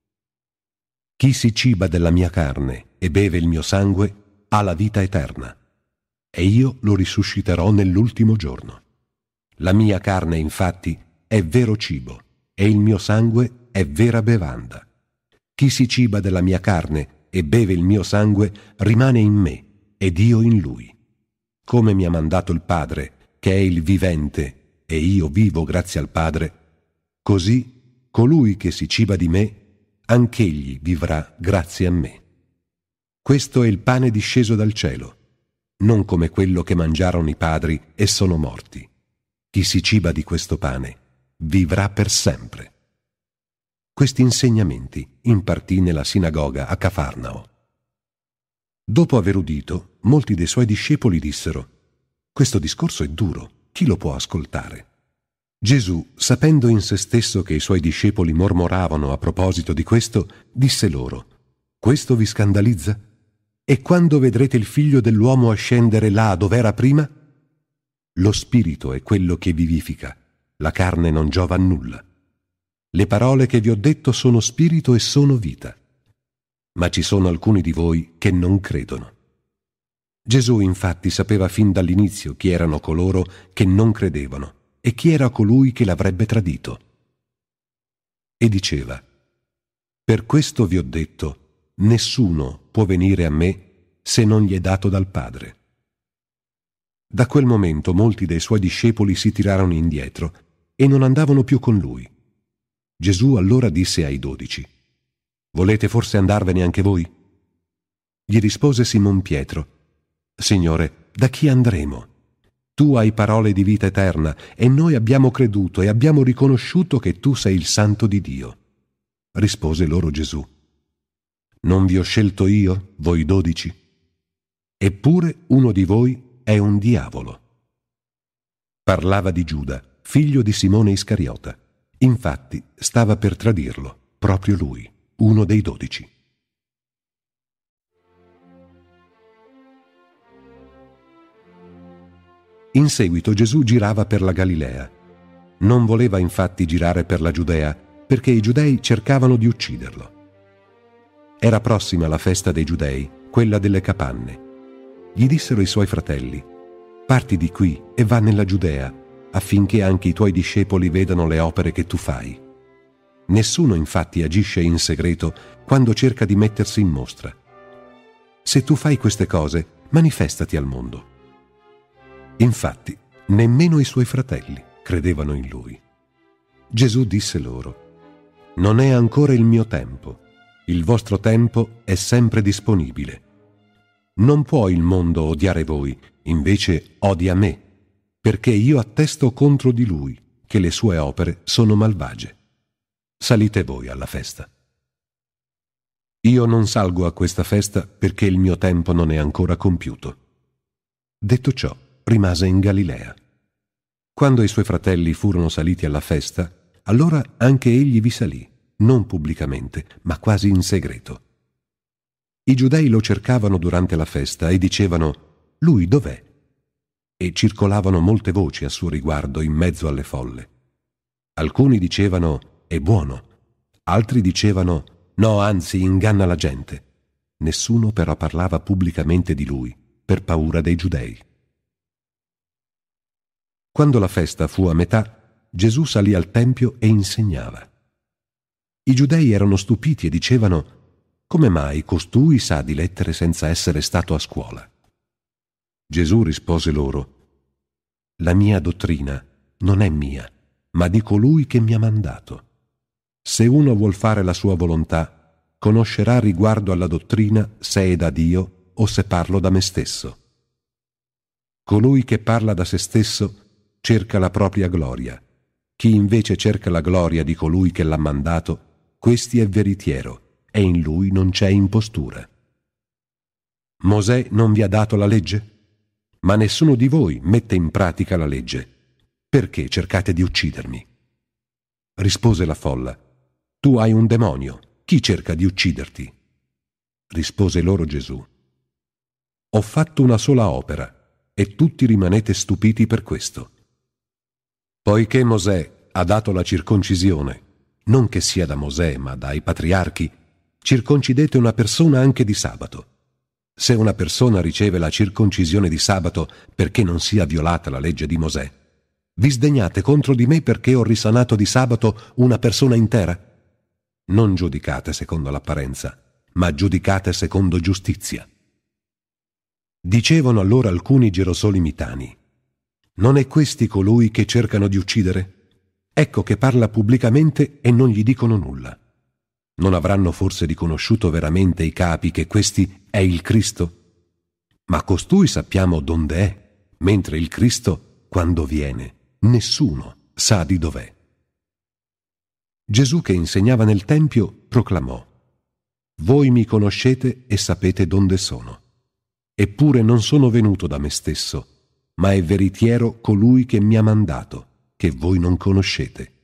[SPEAKER 1] Chi si ciba della mia carne e beve il mio sangue ha la vita eterna, e io lo risusciterò nell'ultimo giorno. La mia carne, infatti, è vero cibo, e il mio sangue è vera bevanda. Chi si ciba della mia carne e beve il mio sangue rimane in me, ed io in lui. Come mi ha mandato il Padre, che è il vivente, e io vivo grazie al Padre, così colui che si ciba di me, anch'egli vivrà grazie a me. Questo è il pane disceso dal cielo, non come quello che mangiarono i padri e sono morti. Chi si ciba di questo pane vivrà per sempre. Questi insegnamenti impartì nella sinagoga a Cafarnao. Dopo aver udito, molti dei suoi discepoli dissero: questo discorso è duro, chi lo può ascoltare? Gesù, sapendo in se stesso che i suoi discepoli mormoravano a proposito di questo, disse loro: questo vi scandalizza? E quando vedrete il Figlio dell'uomo ascendere là dove era prima? Lo spirito è quello che vivifica, la carne non giova a nulla. Le parole che vi ho detto sono spirito e sono vita. Ma ci sono alcuni di voi che non credono. Gesù infatti sapeva fin dall'inizio chi erano coloro che non credevano e chi era colui che l'avrebbe tradito. E diceva: per questo vi ho detto, nessuno può venire a me se non gli è dato dal Padre. Da quel momento molti dei suoi discepoli si tirarono indietro e non andavano più con lui. Gesù allora disse ai 12: volete forse andarvene anche voi? Gli rispose Simon Pietro: Signore, da chi andremo? Tu hai parole di vita eterna e noi abbiamo creduto e abbiamo riconosciuto che tu sei il Santo di Dio. Rispose loro Gesù: non vi ho scelto io, voi 12? Eppure uno di voi è un diavolo. Parlava di Giuda, figlio di Simone Iscariota. Infatti stava per tradirlo, proprio lui, uno dei 12. In seguito Gesù girava per la Galilea. Non voleva infatti girare per la Giudea, perché i giudei cercavano di ucciderlo. Era prossima la festa dei giudei, quella delle capanne. Gli dissero i suoi fratelli: parti di qui e va nella Giudea, affinché anche i tuoi discepoli vedano le opere che tu fai. Nessuno infatti agisce in segreto quando cerca di mettersi in mostra. Se tu fai queste cose, manifestati al mondo. Infatti, nemmeno i suoi fratelli credevano in lui. Gesù disse loro: non è ancora il mio tempo, il vostro tempo è sempre disponibile. Non può il mondo odiare voi, invece odia me, perché io attesto contro di lui che le sue opere sono malvagie. Salite voi alla festa. Io non salgo a questa festa perché il mio tempo non è ancora compiuto. Detto ciò, rimase in Galilea. Quando i suoi fratelli furono saliti alla festa, allora anche egli vi salì, non pubblicamente, ma quasi in segreto. I giudei lo cercavano durante la festa e dicevano: lui dov'è? e circolavano molte voci a suo riguardo in mezzo alle folle. Alcuni dicevano: è buono, altri dicevano: no, anzi, inganna la gente. Nessuno però parlava pubblicamente di lui, per paura dei giudei. Quando la festa fu a metà, Gesù salì al tempio e insegnava. I giudei erano stupiti e dicevano: come mai costui sa di lettere senza essere stato a scuola? Gesù rispose loro: la mia dottrina non è mia, ma di colui che mi ha mandato. Se uno vuol fare la sua volontà, conoscerà riguardo alla dottrina se è da Dio o se parlo da me stesso. Colui che parla da se stesso cerca la propria gloria. Chi invece cerca la gloria di colui che l'ha mandato, questi è veritiero, e in lui non c'è impostura. Mosè non vi ha dato la legge? Ma nessuno di voi mette in pratica la legge. Perché cercate di uccidermi? Rispose la folla: tu hai un demonio, chi cerca di ucciderti? Rispose loro Gesù: ho fatto una sola opera, e tutti rimanete stupiti per questo. Poiché Mosè ha dato la circoncisione, non che sia da Mosè, ma dai patriarchi, circoncidete una persona anche di sabato. Se una persona riceve la circoncisione di sabato perché non sia violata la legge di Mosè, vi sdegnate contro di me perché ho risanato di sabato una persona intera? Non giudicate secondo l'apparenza, ma giudicate secondo giustizia. Dicevano allora alcuni gerosolimitani: non è questi colui che cercano di uccidere? Ecco che parla pubblicamente e non gli dicono nulla. Non avranno forse riconosciuto veramente i capi che questi è il Cristo? Ma costui sappiamo donde è, mentre il Cristo, quando viene, nessuno sa di dov'è. Gesù, che insegnava nel Tempio, proclamò: voi mi conoscete e sapete donde sono. Eppure non sono venuto da me stesso, ma è veritiero colui che mi ha mandato, che voi non conoscete.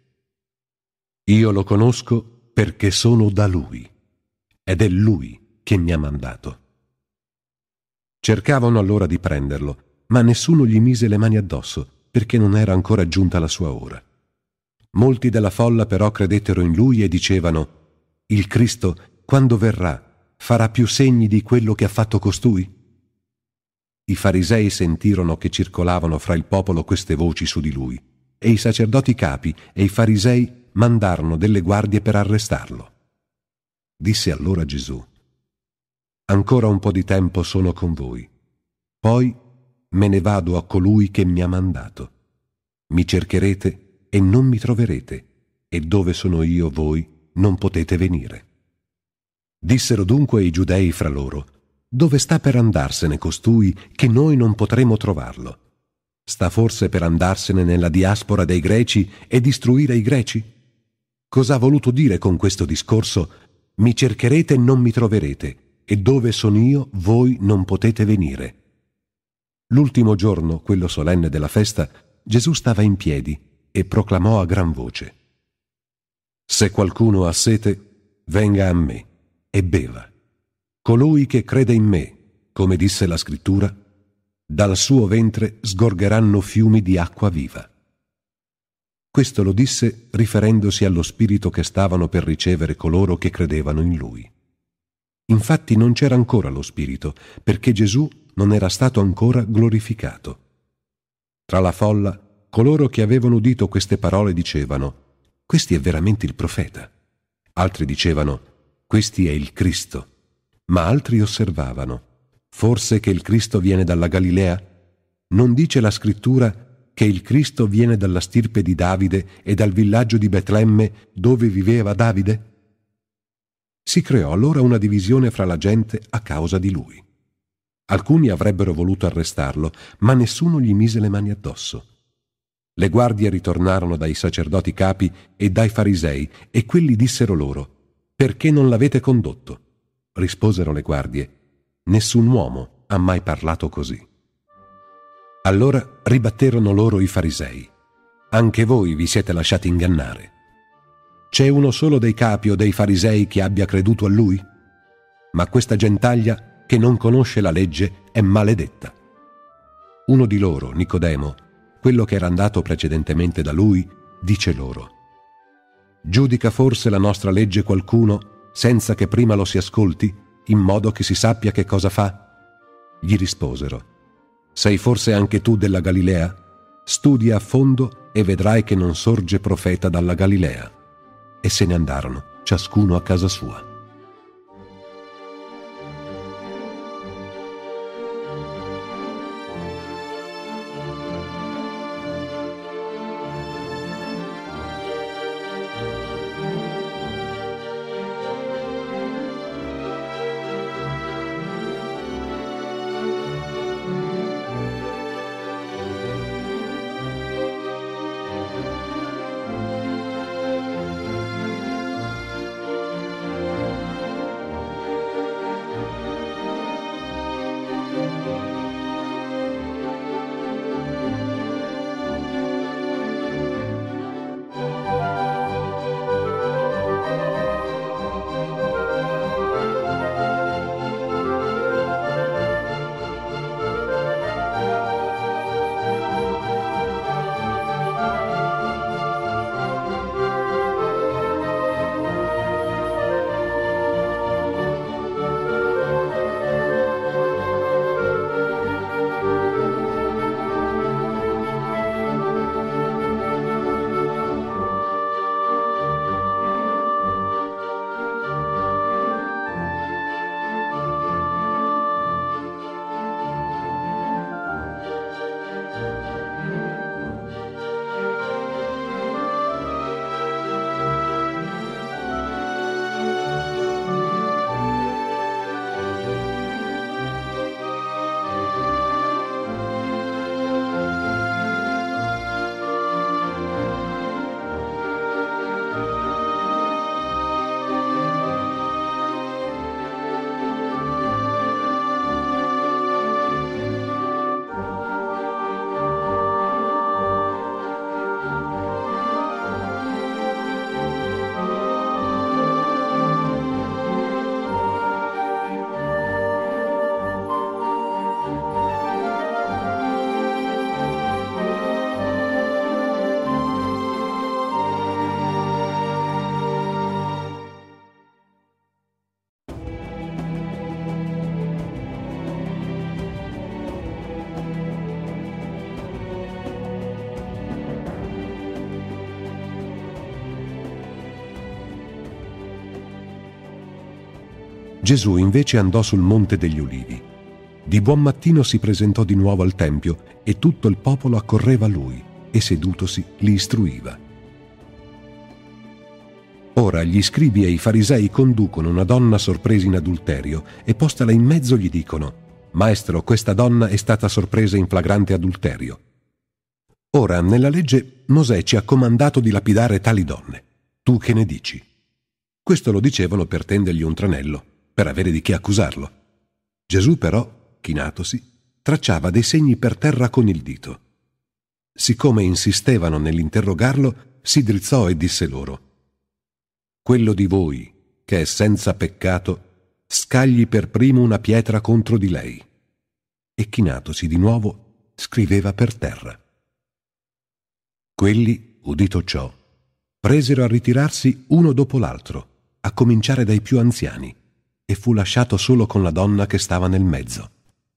[SPEAKER 1] Io lo conosco perché sono da Lui, ed è Lui che mi ha mandato. Cercavano allora di prenderlo, ma nessuno gli mise le mani addosso, perché non era ancora giunta la sua ora. Molti della folla però credettero in Lui e dicevano: il Cristo, quando verrà, farà più segni di quello che ha fatto costui? I farisei sentirono che circolavano fra il popolo queste voci su di Lui, e i sacerdoti capi e i farisei mandarono delle guardie per arrestarlo. Disse allora Gesù: ancora un po' di tempo sono con voi, poi me ne vado a colui che mi ha mandato. Mi cercherete e non mi troverete, e dove sono io voi non potete venire. Dissero dunque i giudei fra loro: dove sta per andarsene costui che noi non potremo trovarlo? Sta forse per andarsene nella diaspora dei Greci e distruire i Greci? Cosa ha voluto dire con questo discorso: mi cercherete e non mi troverete, e dove sono io voi non potete venire? L'ultimo giorno, quello solenne della festa, Gesù stava in piedi e proclamò a gran voce: se qualcuno ha sete, venga a me e beva. Colui che crede in me, come disse la Scrittura, dal suo ventre sgorgeranno fiumi di acqua viva. Questo lo disse riferendosi allo Spirito che stavano per ricevere coloro che credevano in Lui. Infatti non c'era ancora lo Spirito, perché Gesù non era stato ancora glorificato. Tra la folla, coloro che avevano udito queste parole dicevano: questi è veramente il profeta. Altri dicevano: questi è il Cristo. Ma altri osservavano: forse che il Cristo viene dalla Galilea? Non dice la Scrittura che il Cristo viene dalla stirpe di Davide e dal villaggio di Betlemme dove viveva Davide? Si creò allora una divisione fra la gente a causa di lui. Alcuni avrebbero voluto arrestarlo, ma nessuno gli mise le mani addosso. Le guardie ritornarono dai sacerdoti capi e dai farisei, e quelli dissero loro: perché non l'avete condotto? Risposero le guardie: nessun uomo ha mai parlato così. Allora ribatterono loro i farisei: anche voi vi siete lasciati ingannare. C'è uno solo dei capi o dei farisei che abbia creduto a lui? Ma questa gentaglia che non conosce la legge è maledetta. Uno di loro, Nicodemo, quello che era andato precedentemente da lui, dice loro: «Giudica forse la nostra legge qualcuno senza che prima lo si ascolti, in modo che si sappia che cosa fa?» Gli risposero: «Sei forse anche tu della Galilea? Studia a fondo e vedrai che non sorge profeta dalla Galilea». E se ne andarono, ciascuno a casa sua. Gesù invece andò sul Monte degli Ulivi. Di buon mattino si presentò di nuovo al Tempio e tutto il popolo accorreva a lui e sedutosi li istruiva. Ora gli scribi e i farisei conducono una donna sorpresa in adulterio e postala in mezzo gli dicono: «Maestro, questa donna è stata sorpresa in flagrante adulterio. Ora, nella legge, Mosè ci ha comandato di lapidare tali donne. Tu che ne dici?» Questo lo dicevano per tendergli un tranello, per avere di che accusarlo. Gesù però, chinatosi, tracciava dei segni per terra con il dito. Siccome insistevano nell'interrogarlo, si drizzò e disse loro: «Quello di voi, che è senza peccato, scagli per primo una pietra contro di lei». E chinatosi di nuovo, scriveva per terra. Quelli, udito ciò, presero a ritirarsi uno dopo l'altro, a cominciare dai più anziani, e fu lasciato solo con la donna che stava nel mezzo.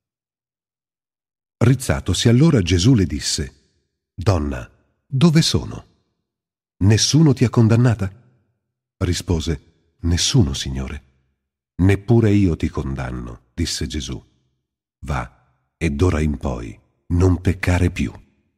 [SPEAKER 1] Rizzatosi allora Gesù le disse: «Donna, dove sono? Nessuno ti ha condannata?» Rispose: «Nessuno, Signore». «Neppure io ti condanno», disse Gesù. «Va, e d'ora in poi non peccare più».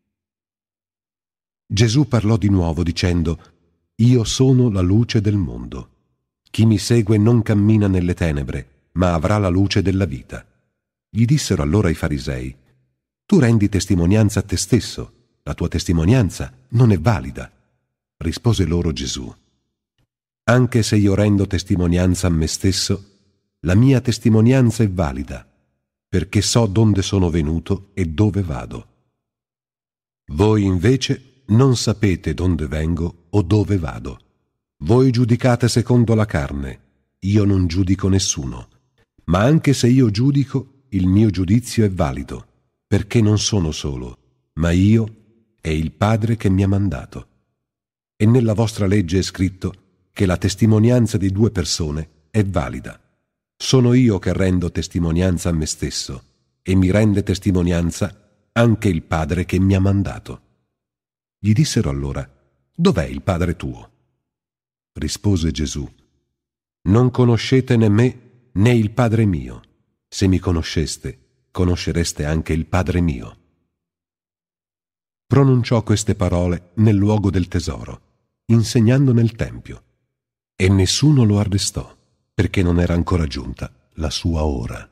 [SPEAKER 1] Gesù parlò di nuovo dicendo: «Io sono la luce del mondo. Chi mi segue non cammina nelle tenebre, ma avrà la luce della vita». Gli dissero allora i farisei: «Tu rendi testimonianza a te stesso, la tua testimonianza non è valida». Rispose loro Gesù: «Anche se io rendo testimonianza a me stesso, la mia testimonianza è valida, perché so donde sono venuto e dove vado. Voi invece non sapete donde vengo o dove vado. Voi giudicate secondo la carne, io non giudico nessuno. Ma anche se io giudico, il mio giudizio è valido, perché non sono solo, ma io e il Padre che mi ha mandato. E nella vostra legge è scritto che la testimonianza di 2 persone è valida. Sono io che rendo testimonianza a me stesso, e mi rende testimonianza anche il Padre che mi ha mandato. Gli dissero allora: dov'è il Padre tuo? Rispose Gesù: non conoscete né me né il Padre mio. Se mi conosceste, conoscereste anche il Padre mio. Pronunciò queste parole nel luogo del tesoro, insegnando nel Tempio, e nessuno lo arrestò, perché non era ancora giunta la sua ora.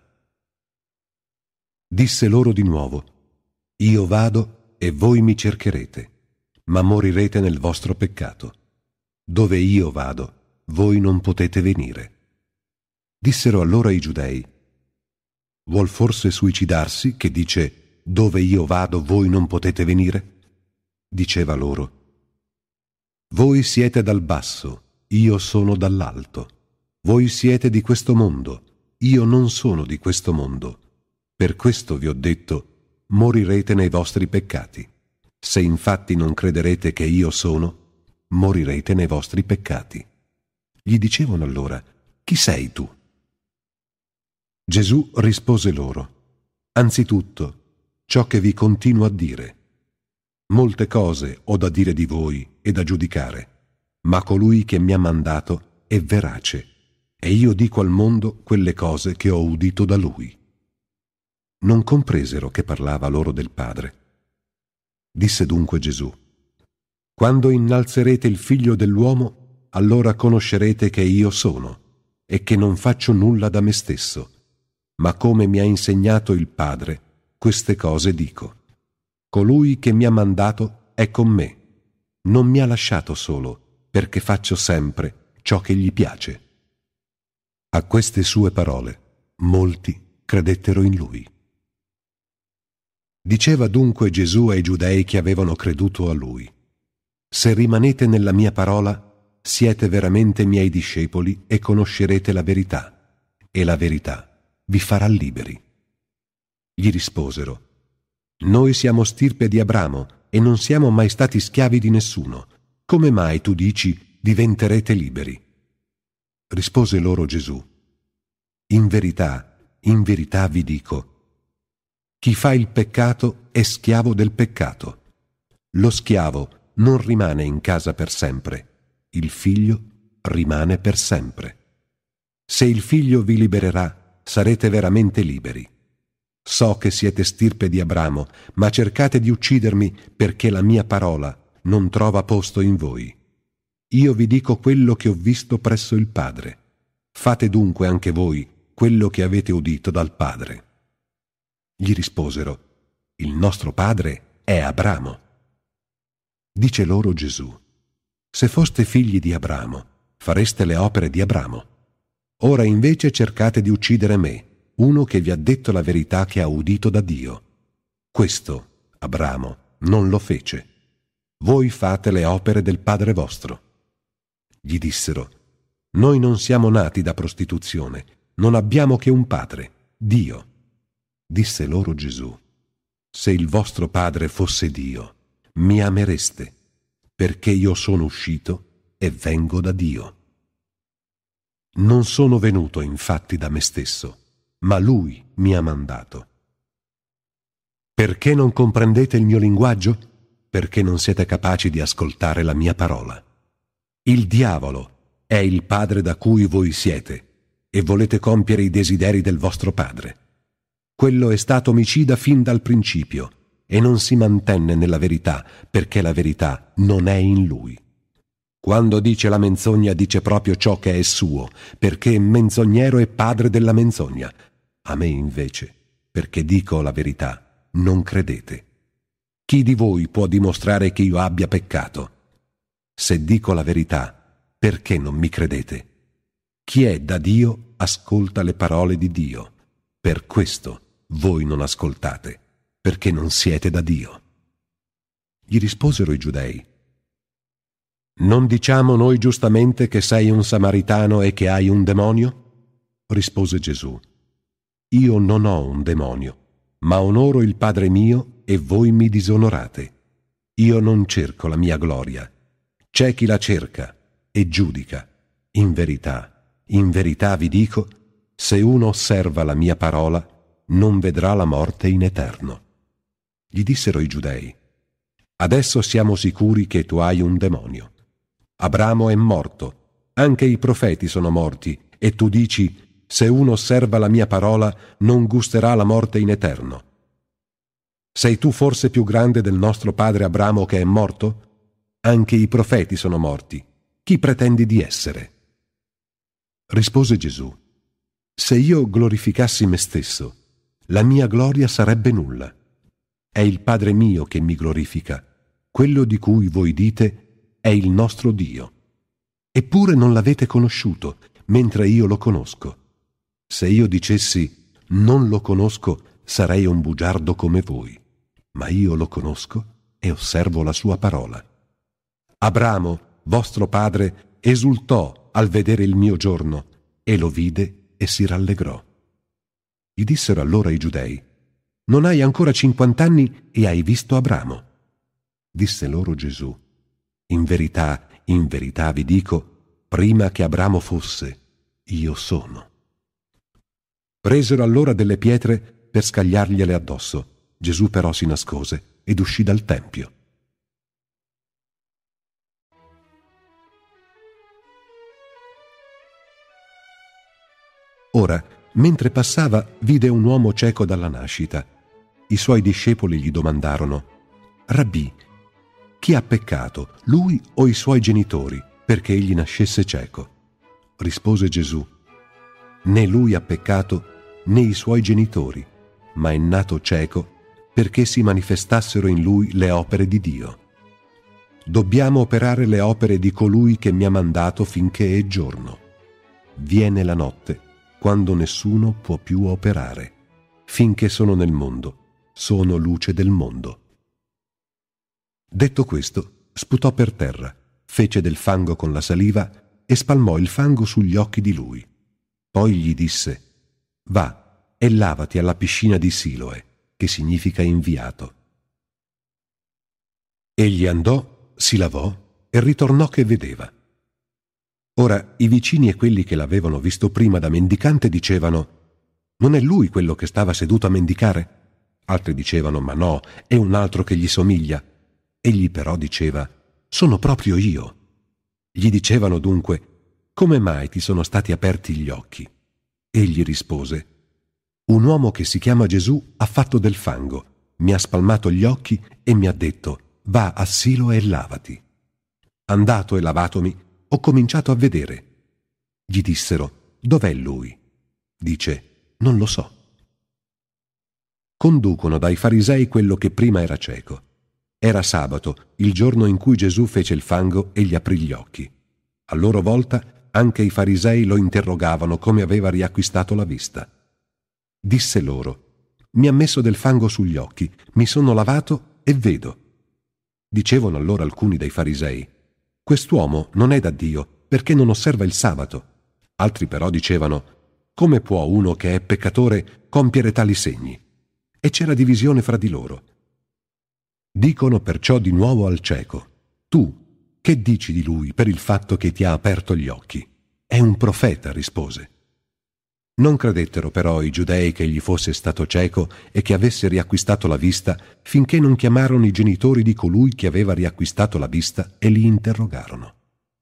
[SPEAKER 1] Disse loro di nuovo: io vado e voi mi cercherete, ma morirete nel vostro peccato. Dove io vado, voi non potete venire. Dissero allora i giudei: vuol forse suicidarsi che dice: dove io vado, voi non potete venire? Diceva loro: voi siete dal basso, io sono dall'alto. Voi siete di questo mondo, io non sono di questo mondo. Per questo vi ho detto: morirete nei vostri peccati. Se infatti non crederete che io sono, morirete nei vostri peccati. Gli dicevano allora: chi sei tu? Gesù rispose loro: anzitutto, ciò che vi continuo a dire. Molte cose ho da dire di voi e da giudicare, ma colui che mi ha mandato è verace, e io dico al mondo quelle cose che ho udito da lui. Non compresero che parlava loro del Padre. Disse dunque Gesù: quando innalzerete il Figlio dell'uomo, allora conoscerete che io sono, e che non faccio nulla da me stesso, ma come mi ha insegnato il Padre, queste cose dico. Colui che mi ha mandato è con me. Non mi ha lasciato solo, perché faccio sempre ciò che gli piace. A queste sue parole, molti credettero in lui. Diceva dunque Gesù ai giudei che avevano creduto a lui: se rimanete nella mia parola, siete veramente miei discepoli e conoscerete la verità, e la verità vi farà liberi. Gli risposero: noi siamo stirpe di Abramo e non siamo mai stati schiavi di nessuno. Come mai tu dici: diventerete liberi? Rispose loro Gesù: in verità vi dico, chi fa il peccato è schiavo del peccato. Lo schiavo non rimane in casa per sempre, il figlio rimane per sempre. Se il figlio vi libererà, sarete veramente liberi. So che siete stirpe di Abramo, ma cercate di uccidermi perché la mia parola non trova posto in voi. Io vi dico quello che ho visto presso il Padre. Fate dunque anche voi quello che avete udito dal Padre. Gli risposero: il nostro padre è Abramo. Dice loro Gesù: se foste figli di Abramo, fareste le opere di Abramo. Ora invece cercate di uccidere me, uno che vi ha detto la verità che ha udito da Dio. Questo Abramo non lo fece. Voi fate le opere del padre vostro. Gli dissero: noi non siamo nati da prostituzione, non abbiamo che un padre, Dio. Disse loro Gesù: se il vostro padre fosse Dio, mi amereste, perché io sono uscito e vengo da Dio. Non sono venuto infatti da me stesso, ma Lui mi ha mandato. Perché non comprendete il mio linguaggio? Perché non siete capaci di ascoltare la mia parola. Il diavolo è il padre da cui voi siete, e volete compiere i desideri del vostro padre. Quello è stato omicida fin dal principio, e non si mantenne nella verità, perché la verità non è in lui. Quando dice la menzogna, dice proprio ciò che è suo, perché menzognero è padre della menzogna. A me invece, perché dico la verità, non credete. Chi di voi può dimostrare che io abbia peccato? Se dico la verità, perché non mi credete? Chi è da Dio ascolta le parole di Dio. Per questo voi non ascoltate, perché non siete da Dio. Gli risposero i giudei: non diciamo noi giustamente che sei un samaritano e che hai un demonio? Rispose Gesù: io non ho un demonio, ma onoro il Padre mio e voi mi disonorate. Io non cerco la mia gloria. C'è chi la cerca e giudica. In verità vi dico, se uno osserva la mia parola, non vedrà la morte in eterno. Gli dissero i giudei: adesso siamo sicuri che tu hai un demonio. Abramo è morto, anche i profeti sono morti, e tu dici: se uno osserva la mia parola, non gusterà la morte in eterno. Sei tu forse più grande del nostro padre Abramo che è morto? Anche i profeti sono morti. Chi pretendi di essere? Rispose Gesù: se io glorificassi me stesso, la mia gloria sarebbe nulla. È il Padre mio che mi glorifica, quello di cui voi dite è il nostro Dio. Eppure non l'avete conosciuto, mentre io lo conosco. Se io dicessi non lo conosco, sarei un bugiardo come voi, ma io lo conosco e osservo la sua parola. Abramo, vostro padre, esultò al vedere il mio giorno, e lo vide e si rallegrò. Gli dissero allora i giudei: non hai ancora 50 anni e hai visto Abramo? Disse loro Gesù: in verità vi dico, prima che Abramo fosse, io sono. Presero allora delle pietre per scagliargliele addosso. Gesù però si nascose ed uscì dal tempio. Ora, mentre passava, vide un uomo cieco dalla nascita. I suoi discepoli gli domandarono: Rabbì, chi ha peccato, lui o i suoi genitori, perché egli nascesse cieco? Rispose Gesù: né lui ha peccato, né i suoi genitori, ma è nato cieco perché si manifestassero in lui le opere di Dio. Dobbiamo operare le opere di colui che mi ha mandato finché è giorno. Viene la notte, quando nessuno può più operare. Finché sono nel mondo, sono luce del mondo. Detto questo, sputò per terra, fece del fango con la saliva e spalmò il fango sugli occhi di lui. Poi gli disse: va e lavati alla piscina di Siloe, che significa inviato. Egli andò, si lavò e ritornò che vedeva. Ora i vicini e quelli che l'avevano visto prima da mendicante dicevano: non è lui quello che stava seduto a mendicare? Altri dicevano: ma no, è un altro che gli somiglia. Egli però diceva: sono proprio io. Gli dicevano dunque: come mai ti sono stati aperti gli occhi? Egli rispose: un uomo che si chiama Gesù ha fatto del fango, mi ha spalmato gli occhi e mi ha detto: va a Siloe e lavati. Andato e lavatomi, ho cominciato a vedere. Gli dissero: dov'è lui? Dice: non lo so. Conducono dai farisei quello che prima era cieco. Era sabato, il giorno in cui Gesù fece il fango e gli aprì gli occhi. A loro volta anche i farisei lo interrogavano come aveva riacquistato la vista. Disse loro: mi ha messo del fango sugli occhi, mi sono lavato e vedo. Dicevano allora alcuni dei farisei: quest'uomo non è da Dio, perché non osserva il sabato. Altri però dicevano: come può uno che è peccatore compiere tali segni? E c'era divisione fra di loro. Dicono perciò di nuovo al cieco: tu, che dici di lui per il fatto che ti ha aperto gli occhi? È un profeta, rispose. Non credettero però i giudei che egli fosse stato cieco e che avesse riacquistato la vista, finché non chiamarono i genitori di colui che aveva riacquistato la vista e li interrogarono.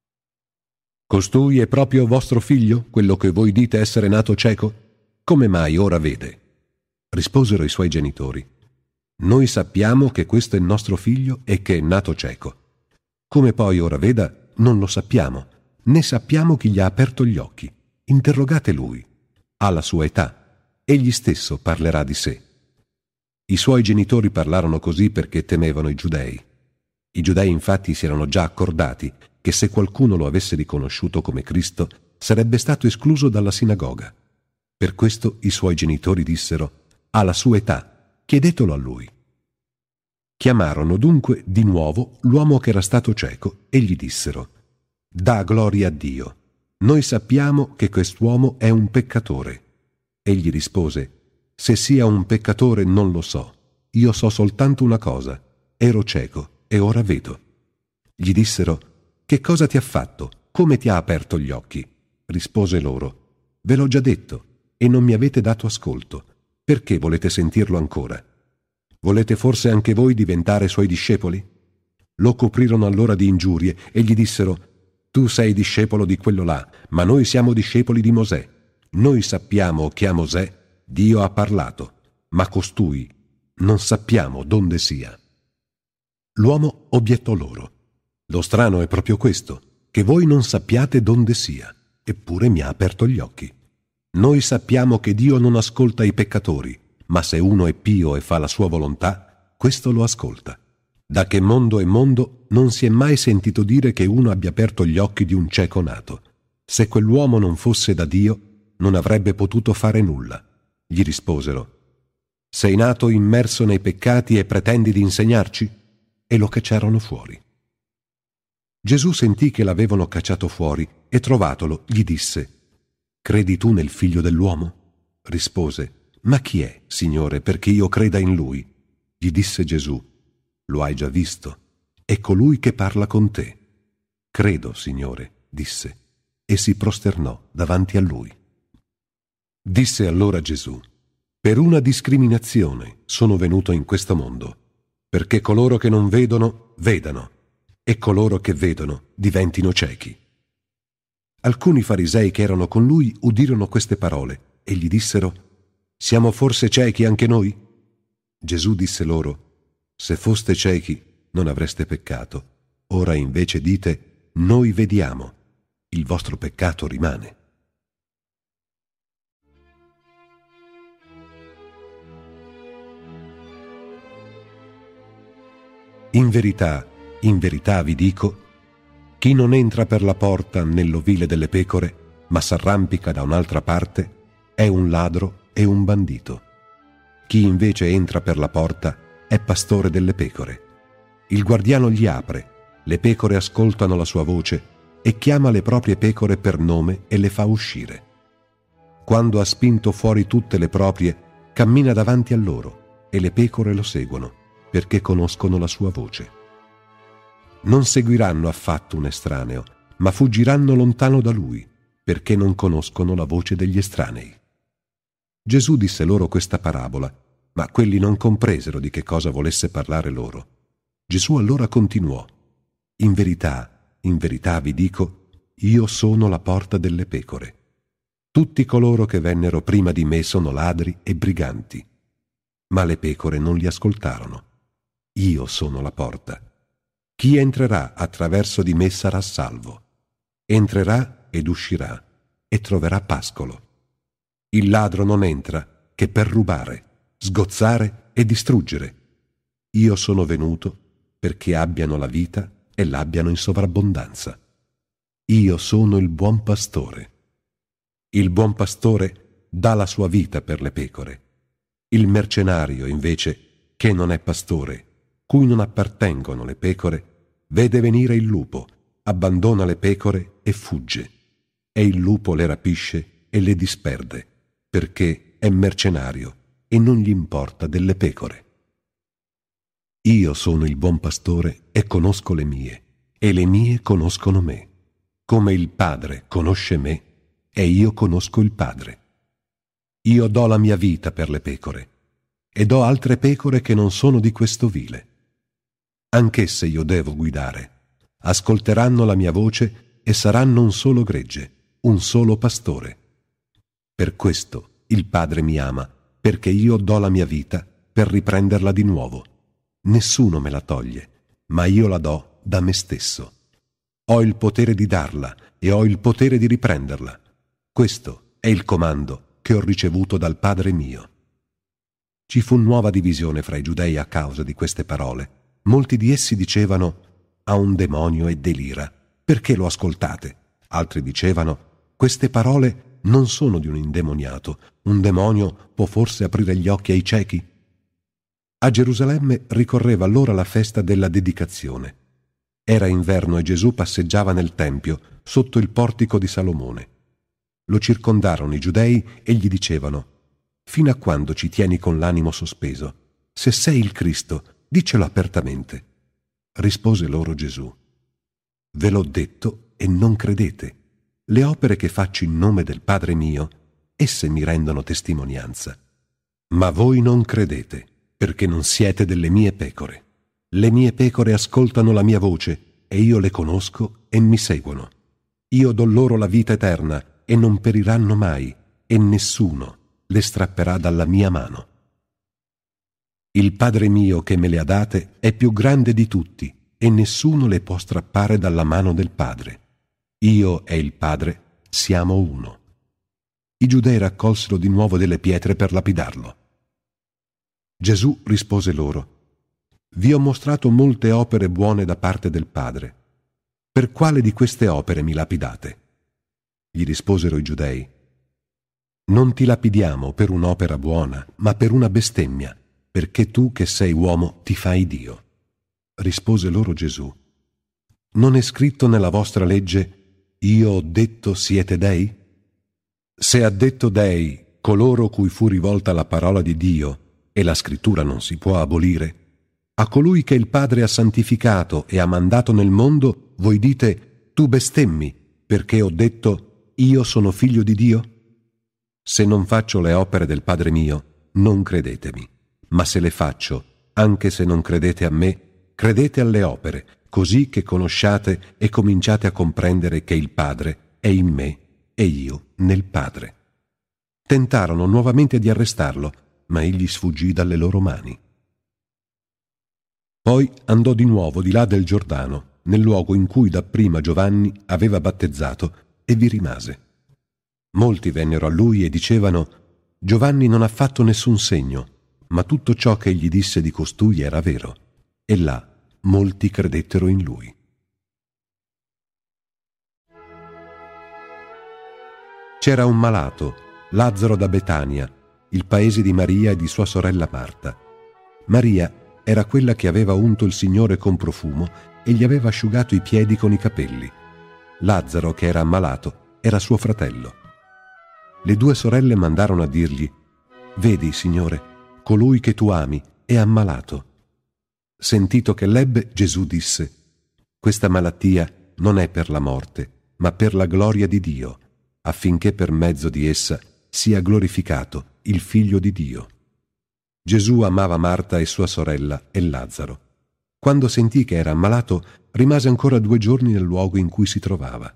[SPEAKER 1] Costui è proprio vostro figlio, quello che voi dite essere nato cieco? Come mai ora vede? Risposero i suoi genitori: noi sappiamo che questo è il nostro figlio e che è nato cieco. Come poi ora veda, non lo sappiamo, né sappiamo chi gli ha aperto gli occhi. Interrogate lui. Ha la sua età, egli stesso parlerà di sé. I suoi genitori parlarono così perché temevano i giudei. I giudei infatti si erano già accordati che se qualcuno lo avesse riconosciuto come Cristo, sarebbe stato escluso dalla sinagoga. Per questo i suoi genitori dissero: ha la sua età, chiedetelo a lui. Chiamarono dunque di nuovo l'uomo che era stato cieco e gli dissero: dà gloria a Dio. Noi sappiamo che quest'uomo è un peccatore. Egli rispose: Se sia un peccatore non lo so. Io so soltanto una cosa: ero cieco e ora vedo. Gli dissero: che cosa ti ha fatto? Come ti ha aperto gli occhi? Rispose loro: ve l'ho già detto e non mi avete dato ascolto. Perché volete sentirlo ancora? Volete forse anche voi diventare suoi discepoli? Lo coprirono allora di ingiurie e gli dissero: tu sei discepolo di quello là, ma noi siamo discepoli di Mosè. Noi sappiamo che a Mosè Dio ha parlato, ma costui non sappiamo donde sia. L'uomo obiettò loro: lo strano è proprio questo, che voi non sappiate donde sia, eppure mi ha aperto gli occhi. Noi sappiamo che Dio non ascolta i peccatori, ma se uno è pio e fa la sua volontà, questo lo ascolta. Da che mondo è mondo non si è mai sentito dire che uno abbia aperto gli occhi di un cieco nato. Se quell'uomo non fosse da Dio, non avrebbe potuto fare nulla. Gli risposero: sei nato immerso nei peccati e pretendi di insegnarci? E lo cacciarono fuori. Gesù sentì che l'avevano cacciato fuori e trovatolo gli disse: credi tu nel Figlio dell'uomo? Rispose: ma chi è, Signore, perché io creda in lui? Gli disse Gesù: lo hai già visto, è colui che parla con te. Credo, Signore, disse, e si prosternò davanti a lui. Disse allora Gesù: per una discriminazione sono venuto in questo mondo, perché coloro che non vedono vedano, e coloro che vedono diventino ciechi. Alcuni farisei che erano con lui udirono queste parole e gli dissero: siamo forse ciechi anche noi? Gesù disse loro: se foste ciechi non avreste peccato, ora invece dite: noi vediamo, il vostro peccato rimane. In verità vi dico, chi non entra per la porta nell'ovile delle pecore, ma s'arrampica da un'altra parte, è un ladro e un bandito. Chi invece entra per la porta è pastore delle pecore. Il guardiano gli apre, le pecore ascoltano la sua voce e chiama le proprie pecore per nome e le fa uscire. Quando ha spinto fuori tutte le proprie, cammina davanti a loro e le pecore lo seguono, perché conoscono la sua voce. Non seguiranno affatto un estraneo, ma fuggiranno lontano da lui, perché non conoscono la voce degli estranei. Gesù disse loro questa parabola, ma quelli non compresero di che cosa volesse parlare loro. Gesù allora continuò: in verità vi dico, io sono la porta delle pecore. Tutti coloro che vennero prima di me sono ladri e briganti, ma le pecore non li ascoltarono. Io sono la porta. Chi entrerà attraverso di me sarà salvo. Entrerà ed uscirà e troverà pascolo. Il ladro non entra che per rubare, sgozzare e distruggere. Io sono venuto perché abbiano la vita e l'abbiano in sovrabbondanza. Io sono il buon pastore. Il buon pastore dà la sua vita per le pecore. Il mercenario, invece, che non è pastore, cui non appartengono le pecore, vede venire il lupo, abbandona le pecore e fugge. E il lupo le rapisce e le disperde, perché è mercenario e non gli importa delle pecore. Io sono il buon pastore e conosco le mie, e le mie conoscono me, come il Padre conosce me e io conosco il Padre. Io do la mia vita per le pecore, e do altre pecore che non sono di questo vile. Anch'esse io devo guidare. Ascolteranno la mia voce e saranno un solo gregge, un solo pastore. Per questo il Padre mi ama, perché io do la mia vita per riprenderla di nuovo. Nessuno me la toglie, ma io la do da me stesso. Ho il potere di darla e ho il potere di riprenderla. Questo è il comando che ho ricevuto dal Padre mio. Ci fu nuova divisione fra i giudei a causa di queste parole. Molti di essi dicevano: ha un demonio e delira, perché lo ascoltate? Altri dicevano: queste parole non sono di un indemoniato, un demonio può forse aprire gli occhi ai ciechi? A Gerusalemme ricorreva allora la festa della dedicazione. Era inverno e Gesù passeggiava nel Tempio, sotto il portico di Salomone. Lo circondarono i giudei e gli dicevano: fino a quando ci tieni con l'animo sospeso? Se sei il Cristo, diccelo apertamente. Rispose loro Gesù: ve l'ho detto e non credete. Le opere che faccio in nome del Padre mio, esse mi rendono testimonianza. Ma voi non credete, perché non siete delle mie pecore. Le mie pecore ascoltano la mia voce, e io le conosco e mi seguono. Io do loro la vita eterna, e non periranno mai, e nessuno le strapperà dalla mia mano. Il Padre mio che me le ha date è più grande di tutti, e nessuno le può strappare dalla mano del Padre. Io e il Padre siamo uno. I giudei raccolsero di nuovo delle pietre per lapidarlo. Gesù rispose loro: vi ho mostrato molte opere buone da parte del Padre. Per quale di queste opere mi lapidate? Gli risposero i giudei: non ti lapidiamo per un'opera buona, ma per una bestemmia, perché tu che sei uomo ti fai Dio. Rispose loro Gesù: non è scritto nella vostra legge: io ho detto siete dei? Se ha detto dei coloro cui fu rivolta la parola di Dio, e la scrittura non si può abolire, a colui che il Padre ha santificato e ha mandato nel mondo, voi dite: tu bestemmi, perché ho detto: io sono figlio di Dio? Se non faccio le opere del Padre mio, non credetemi. Ma se le faccio, anche se non credete a me, credete alle opere, così che conosciate e cominciate a comprendere che il Padre è in me e io nel Padre. Tentarono nuovamente di arrestarlo, ma egli sfuggì dalle loro mani. Poi andò di nuovo di là del Giordano, nel luogo in cui dapprima Giovanni aveva battezzato, e vi rimase. Molti vennero a lui e dicevano: Giovanni non ha fatto nessun segno, ma tutto ciò che egli disse di costui era vero. E là molti credettero in lui. C'era un malato, Lazzaro da Betania, il paese di Maria e di sua sorella Marta. Maria era quella che aveva unto il Signore con profumo e gli aveva asciugato i piedi con i capelli. Lazzaro, che era ammalato, era suo fratello. Le due sorelle mandarono a dirgli: vedi, Signore, colui che tu ami è ammalato. Sentito che l'ebbe, Gesù disse: questa malattia non è per la morte, ma per la gloria di Dio, affinché per mezzo di essa sia glorificato il Figlio di Dio. Gesù amava Marta e sua sorella e Lazzaro. Quando sentì che era ammalato, rimase ancora 2 giorni nel luogo in cui si trovava.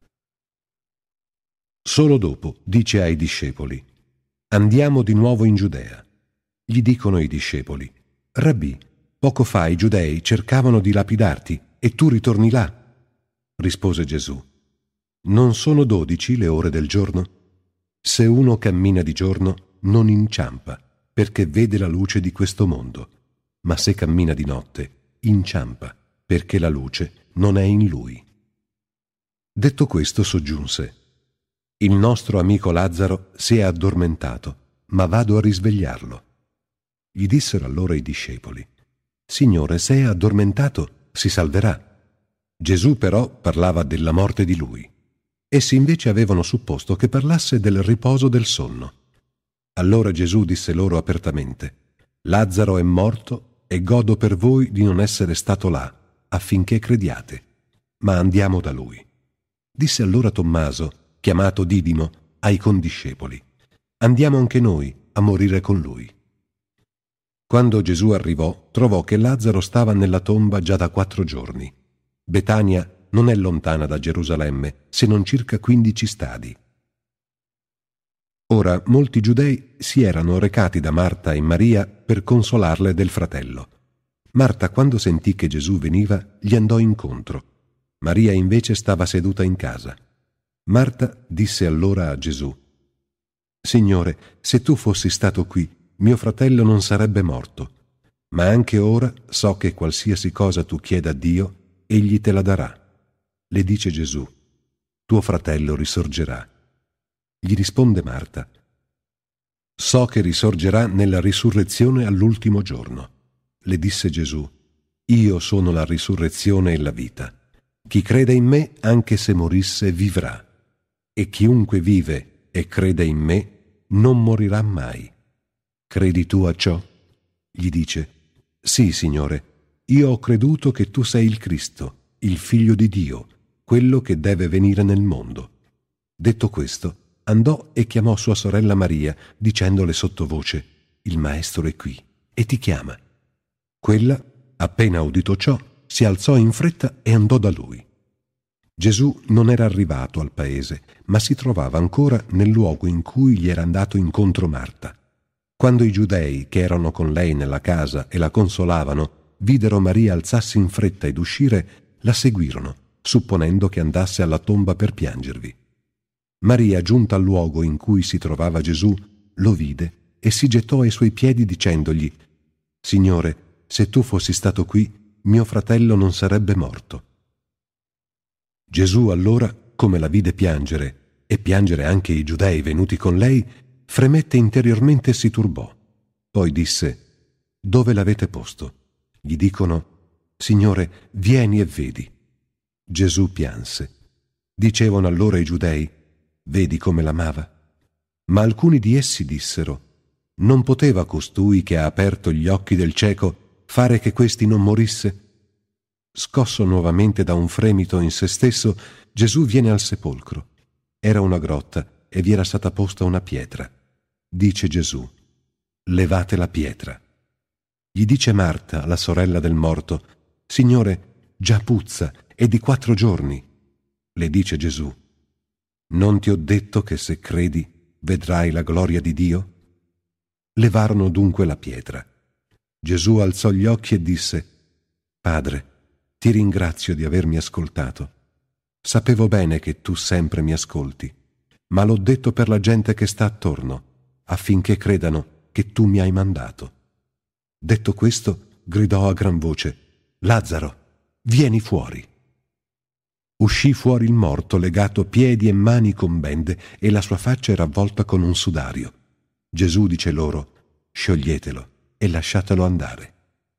[SPEAKER 1] Solo dopo dice ai discepoli: andiamo di nuovo in Giudea. Gli dicono i discepoli: Rabbì, poco fa i giudei cercavano di lapidarti e tu ritorni là. Rispose Gesù: non sono 12 le ore del giorno? Se uno cammina di giorno non inciampa, perché vede la luce di questo mondo, ma se cammina di notte inciampa, perché la luce non è in lui. Detto questo soggiunse: il nostro amico Lazzaro si è addormentato, ma vado a risvegliarlo. Gli dissero allora i discepoli: Signore, se è addormentato si salverà. Gesù però parlava della morte di lui. Essi invece avevano supposto che parlasse del riposo del sonno. Allora Gesù disse loro apertamente: Lazzaro è morto e godo per voi di non essere stato là, affinché crediate. Ma andiamo da lui. Disse allora Tommaso, chiamato Didimo, ai condiscepoli: andiamo anche noi a morire con lui. Quando Gesù arrivò, trovò che Lazzaro stava nella tomba già da 4 giorni. Betania non è lontana da Gerusalemme, se non circa 15 stadi. Ora molti giudei si erano recati da Marta e Maria per consolarle del fratello. Marta, quando sentì che Gesù veniva, gli andò incontro. Maria invece stava seduta in casa. Marta disse allora a Gesù: Signore, se tu fossi stato qui, mio fratello non sarebbe morto. Ma anche ora so che qualsiasi cosa tu chieda a Dio, egli te la darà. Le dice Gesù: tuo fratello risorgerà. Gli risponde Marta: so che risorgerà nella risurrezione all'ultimo giorno. Le disse Gesù: io sono la risurrezione e la vita. Chi crede in me, anche se morisse, vivrà. E chiunque vive e crede in me, non morirà mai. credi tu a ciò? Gli dice: sì, Signore, io ho creduto che tu sei il Cristo, il Figlio di Dio, quello che deve venire nel mondo. Detto questo, andò e chiamò sua sorella Maria, dicendole sottovoce: il Maestro è qui e ti chiama. Quella, appena udito ciò, si alzò in fretta e andò da lui. Gesù non era arrivato al paese, ma si trovava ancora nel luogo in cui gli era andato incontro Marta. Quando i giudei che erano con lei nella casa e la consolavano videro Maria alzarsi in fretta ed uscire, la seguirono, supponendo che andasse alla tomba per piangervi. Maria, giunta al luogo in cui si trovava Gesù, lo vide e si gettò ai suoi piedi dicendogli: Signore, se tu fossi stato qui, mio fratello non sarebbe morto. Gesù allora, come la vide piangere, e piangere anche i giudei venuti con lei, fremette interiormente e si turbò. Poi disse: dove l'avete posto? Gli dicono: Signore, vieni e vedi. Gesù pianse. Dicevano allora i giudei: vedi come l'amava? Ma alcuni di essi dissero: non poteva costui che ha aperto gli occhi del cieco fare che questi non morisse? Scosso nuovamente da un fremito in se stesso, Gesù viene al sepolcro. Era una grotta e vi era stata posta una pietra. Dice Gesù: levate la pietra. Gli dice Marta, la sorella del morto: Signore, già puzza, è di 4 giorni. Le dice Gesù: non ti ho detto che se credi vedrai la gloria di Dio? Levarono dunque la pietra. Gesù alzò gli occhi e disse: Padre, ti ringrazio di avermi ascoltato. Sapevo bene che tu sempre mi ascolti, ma l'ho detto per la gente che sta attorno, affinché credano che tu mi hai mandato. Detto questo, gridò a gran voce: Lazzaro, vieni fuori. Uscì fuori il morto, legato piedi e mani con bende, e la sua faccia era avvolta con un sudario. Gesù dice loro: scioglietelo e lasciatelo andare.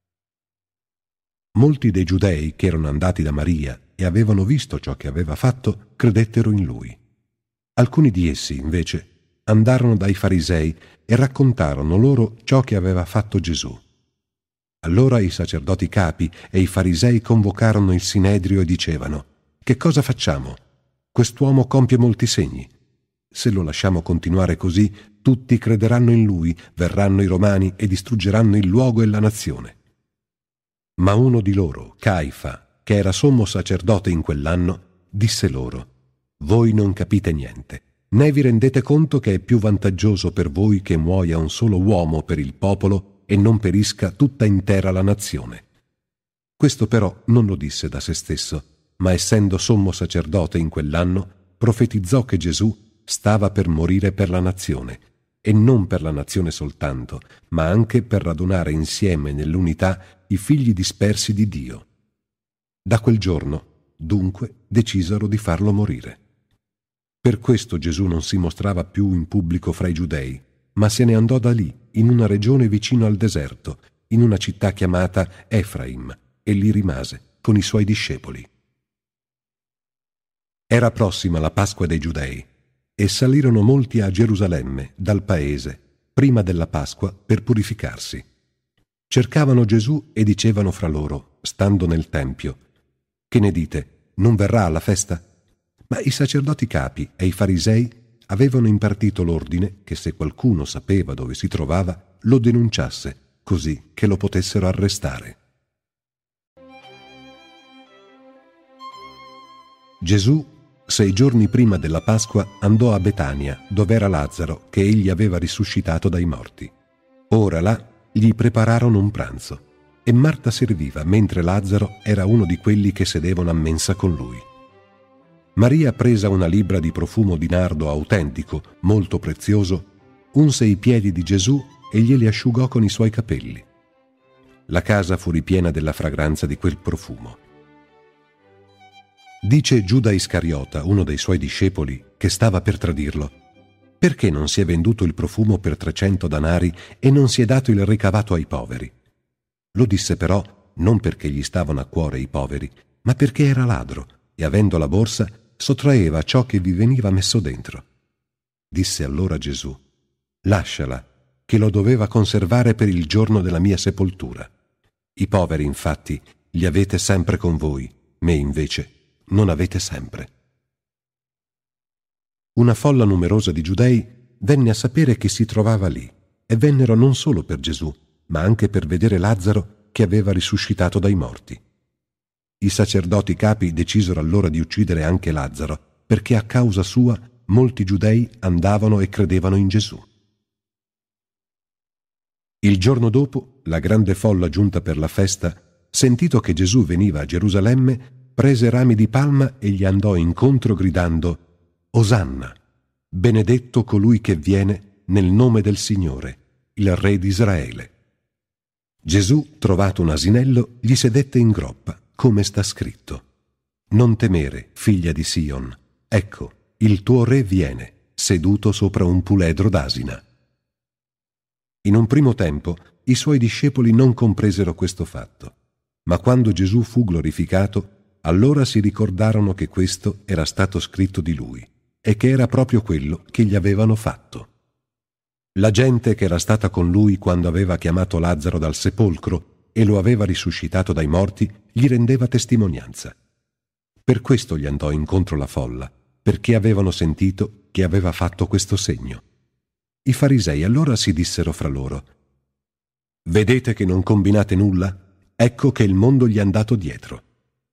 [SPEAKER 1] Molti dei giudei che erano andati da Maria e avevano visto ciò che aveva fatto, credettero in lui. Alcuni di essi, invece, andarono dai farisei e raccontarono loro ciò che aveva fatto Gesù. Allora i sacerdoti capi e i farisei convocarono il sinedrio e dicevano: che cosa facciamo? Quest'uomo compie molti segni. Se lo lasciamo continuare così, tutti crederanno in lui, verranno i romani e distruggeranno il luogo e la nazione. Ma uno di loro, Caifa, che era sommo sacerdote in quell'anno, disse loro: voi non capite niente, né vi rendete conto che è più vantaggioso per voi che muoia un solo uomo per il popolo e non perisca tutta intera la nazione. Questo però non lo disse da se stesso, ma essendo sommo sacerdote in quell'anno, profetizzò che Gesù stava per morire per la nazione, e non per la nazione soltanto, ma anche per radunare insieme nell'unità i figli dispersi di Dio. Da quel giorno, dunque, decisero di farlo morire. Per questo Gesù non si mostrava più in pubblico fra i giudei, ma se ne andò da lì, in una regione vicino al deserto, in una città chiamata Efraim, e lì rimase con i suoi discepoli. Era prossima la Pasqua dei Giudei, e salirono molti a Gerusalemme, dal paese, prima della Pasqua, per purificarsi. Cercavano Gesù e dicevano fra loro, stando nel Tempio: che ne dite, non verrà alla festa? Ma i sacerdoti capi e i farisei avevano impartito l'ordine che se qualcuno sapeva dove si trovava, lo denunciasse, così che lo potessero arrestare. Gesù, 6 giorni prima della Pasqua, andò a Betania, dove era Lazzaro, che egli aveva risuscitato dai morti. Ora là gli prepararono un pranzo, e Marta serviva, mentre Lazzaro era uno di quelli che sedevano a mensa con lui. Maria, presa una libbra di profumo di nardo autentico, molto prezioso, unse i piedi di Gesù e glieli asciugò con i suoi capelli. La casa fu ripiena della fragranza di quel profumo. Dice Giuda Iscariota, uno dei suoi discepoli, che stava per tradirlo: perché non si è venduto il profumo per 300 danari e non si è dato il ricavato ai poveri? Lo disse però non perché gli stavano a cuore i poveri, ma perché era ladro e, avendo la borsa, sottraeva ciò che vi veniva messo dentro. Disse allora Gesù: lasciala, che lo doveva conservare per il giorno della mia sepoltura. I poveri, infatti, li avete sempre con voi, me invece non avete sempre. Una folla numerosa di giudei venne a sapere che si trovava lì e vennero non solo per Gesù, ma anche per vedere Lazzaro che aveva risuscitato dai morti. I sacerdoti capi decisero allora di uccidere anche Lazzaro, perché a causa sua molti giudei andavano e credevano in Gesù. Il giorno dopo, la grande folla giunta per la festa, sentito che Gesù veniva a Gerusalemme, prese rami di palma e gli andò incontro gridando: Osanna! Benedetto colui che viene nel nome del Signore, il Re di Israele. Gesù, trovato un asinello, gli sedette in groppa, come sta scritto: Non temere, figlia di Sion, ecco, il tuo Re viene, seduto sopra un puledro d'asina. In un primo tempo i suoi discepoli non compresero questo fatto, ma quando Gesù fu glorificato, allora si ricordarono che questo era stato scritto di lui e che era proprio quello che gli avevano fatto. La gente che era stata con lui quando aveva chiamato Lazzaro dal sepolcro e lo aveva risuscitato dai morti gli rendeva testimonianza. Per questo gli andò incontro la folla, perché avevano sentito che aveva fatto questo segno. I farisei allora si dissero fra loro: Vedete che non combinate nulla? Ecco che il mondo gli è andato dietro.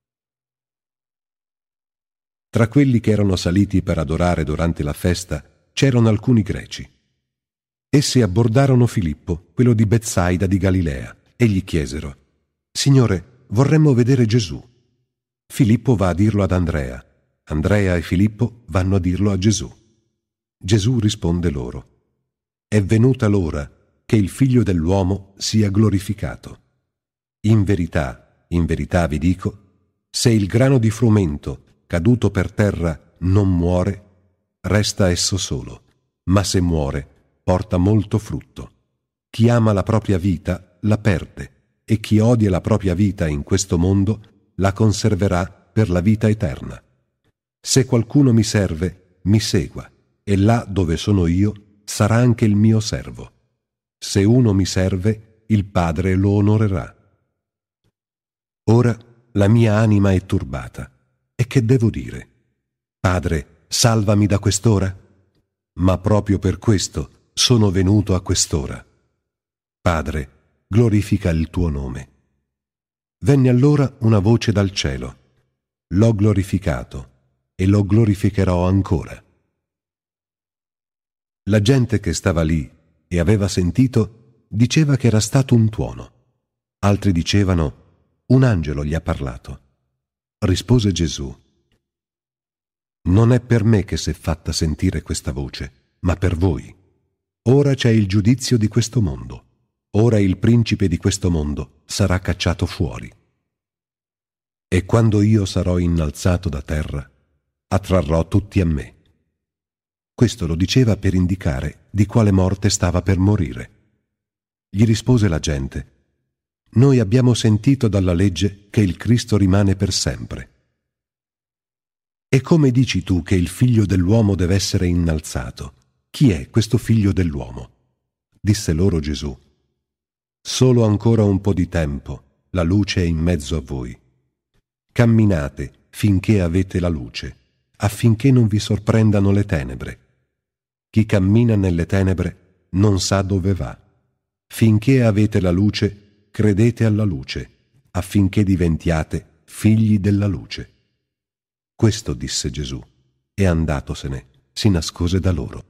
[SPEAKER 1] Tra quelli che erano saliti per adorare durante la festa c'erano alcuni greci. Essi abbordarono Filippo, quello di Betsaida di Galilea, e gli chiesero: Signore, vorremmo vedere Gesù. Filippo va a dirlo ad Andrea. Andrea e Filippo vanno a dirlo a Gesù. Gesù risponde loro: È venuta l'ora che il Figlio dell'uomo sia glorificato. In verità vi dico, se il grano di frumento caduto per terra non muore, resta esso solo, ma se muore, porta molto frutto. Chi ama la propria vita la perde, e chi odia la propria vita in questo mondo la conserverà per la vita eterna. Se qualcuno mi serve, mi segua, e là dove sono io sarà anche il mio servo. Se uno mi serve, il Padre lo onorerà. Ora la mia anima è turbata, e che devo dire? Padre, salvami da quest'ora? Ma proprio per questo sono venuto a quest'ora. Padre, glorifica il tuo nome. Venne allora una voce dal cielo: L'ho glorificato e lo glorificherò ancora. La gente che stava lì e aveva sentito diceva che era stato un tuono. Altri dicevano: un angelo gli ha parlato. Rispose Gesù: Non è per me che s'è fatta sentire questa voce, ma per voi. Ora c'è il giudizio di questo mondo. Ora il principe di questo mondo sarà cacciato fuori. E quando io sarò innalzato da terra, attrarrò tutti a me. Questo lo diceva per indicare di quale morte stava per morire. Gli rispose la gente: Noi abbiamo sentito dalla legge che il Cristo rimane per sempre. E come dici tu che il Figlio dell'uomo deve essere innalzato? Chi è questo Figlio dell'uomo? Disse loro Gesù: Solo ancora un po' di tempo, la luce è in mezzo a voi. Camminate finché avete la luce, affinché non vi sorprendano le tenebre. Chi cammina nelle tenebre non sa dove va. Finché avete la luce, credete alla luce, affinché diventiate figli della luce. Questo disse Gesù, e andatosene, si nascose da loro.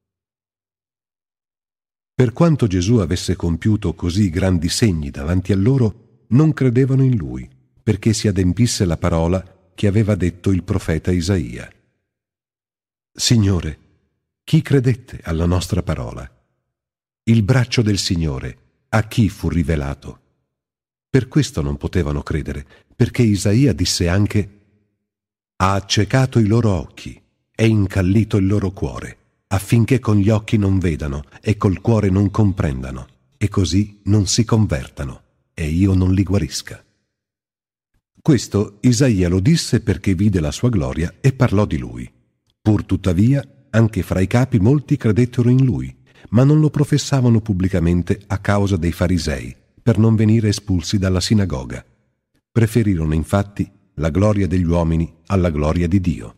[SPEAKER 1] Per quanto Gesù avesse compiuto così grandi segni davanti a loro, non credevano in lui, perché si adempisse la parola che aveva detto il profeta Isaia. Signore, chi credette alla nostra parola? Il braccio del Signore a chi fu rivelato? Per questo non potevano credere, perché Isaia disse anche: Ha accecato i loro occhi e incallito il loro cuore, affinché con gli occhi non vedano e col cuore non comprendano, e così non si convertano, e io non li guarisca. Questo Isaia lo disse perché vide la sua gloria e parlò di lui. Pur tuttavia, anche fra i capi molti credettero in lui, ma non lo professavano pubblicamente a causa dei farisei, per non venire espulsi dalla sinagoga. Preferirono infatti la gloria degli uomini alla gloria di Dio.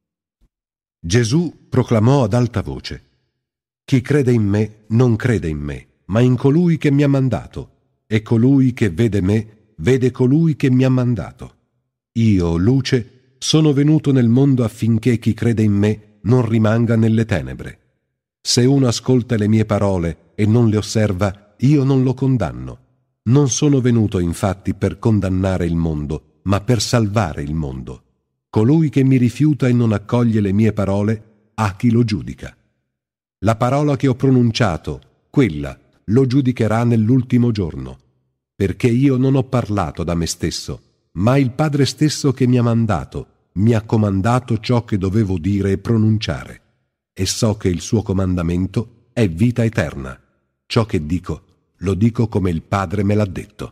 [SPEAKER 1] Gesù proclamò ad alta voce: «Chi crede in me non crede in me, ma in colui che mi ha mandato, e colui che vede me vede colui che mi ha mandato. Io, luce, sono venuto nel mondo affinché chi crede in me non rimanga nelle tenebre. Se uno ascolta le mie parole e non le osserva, io non lo condanno. Non sono venuto infatti per condannare il mondo, ma per salvare il mondo. Colui che mi rifiuta e non accoglie le mie parole ha chi lo giudica. La parola che ho pronunciato, quella lo giudicherà nell'ultimo giorno, perché io non ho parlato da me stesso, ma il Padre stesso che mi ha mandato mi ha comandato ciò che dovevo dire e pronunciare, e so che il suo comandamento è vita eterna. Ciò che dico, lo dico come il Padre me l'ha detto».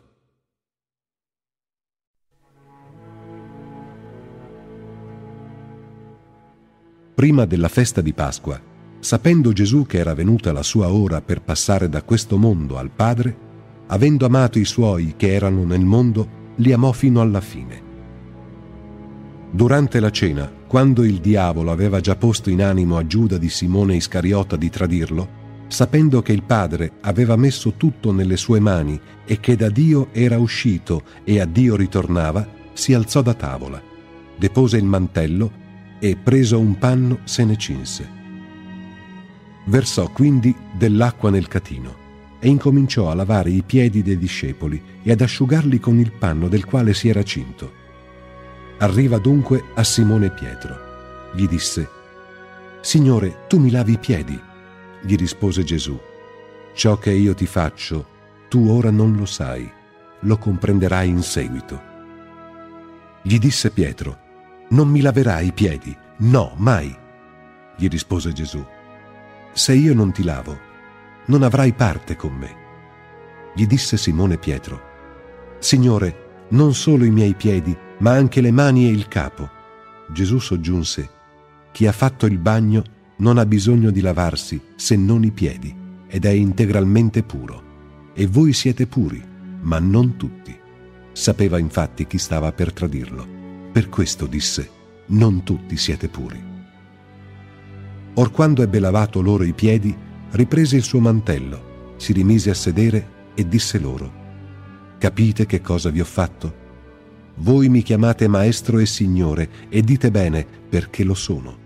[SPEAKER 1] Prima della festa di Pasqua, sapendo Gesù che era venuta la sua ora per passare da questo mondo al Padre, avendo amato i suoi che erano nel mondo, li amò fino alla fine. Durante la cena, quando il diavolo aveva già posto in animo a Giuda di Simone Iscariota di tradirlo, sapendo che il Padre aveva messo tutto nelle sue mani e che da Dio era uscito e a Dio ritornava, si alzò da tavola, depose il mantello e, preso un panno, se ne cinse. Versò quindi dell'acqua nel catino e incominciò a lavare i piedi dei discepoli e ad asciugarli con il panno del quale si era cinto. Arriva dunque a Simone Pietro. Gli disse: «Signore, tu mi lavi i piedi?» Gli rispose Gesù: «Ciò che io ti faccio, tu ora non lo sai, lo comprenderai in seguito». Gli disse Pietro: «Non mi laverai i piedi? No, mai!» Gli rispose Gesù: «Se io non ti lavo, non avrai parte con me». Gli disse Simone Pietro: «Signore, non solo i miei piedi, ma anche le mani e il capo». Gesù soggiunse: «Chi ha fatto il bagno non ha bisogno di lavarsi se non i piedi, ed è integralmente puro. E voi siete puri, ma non tutti». Sapeva infatti chi stava per tradirlo. Per questo disse: «Non tutti siete puri». Or quando ebbe lavato loro i piedi, riprese il suo mantello, si rimise a sedere e disse loro: «Capite che cosa vi ho fatto? Voi mi chiamate Maestro e Signore, e dite bene, perché lo sono.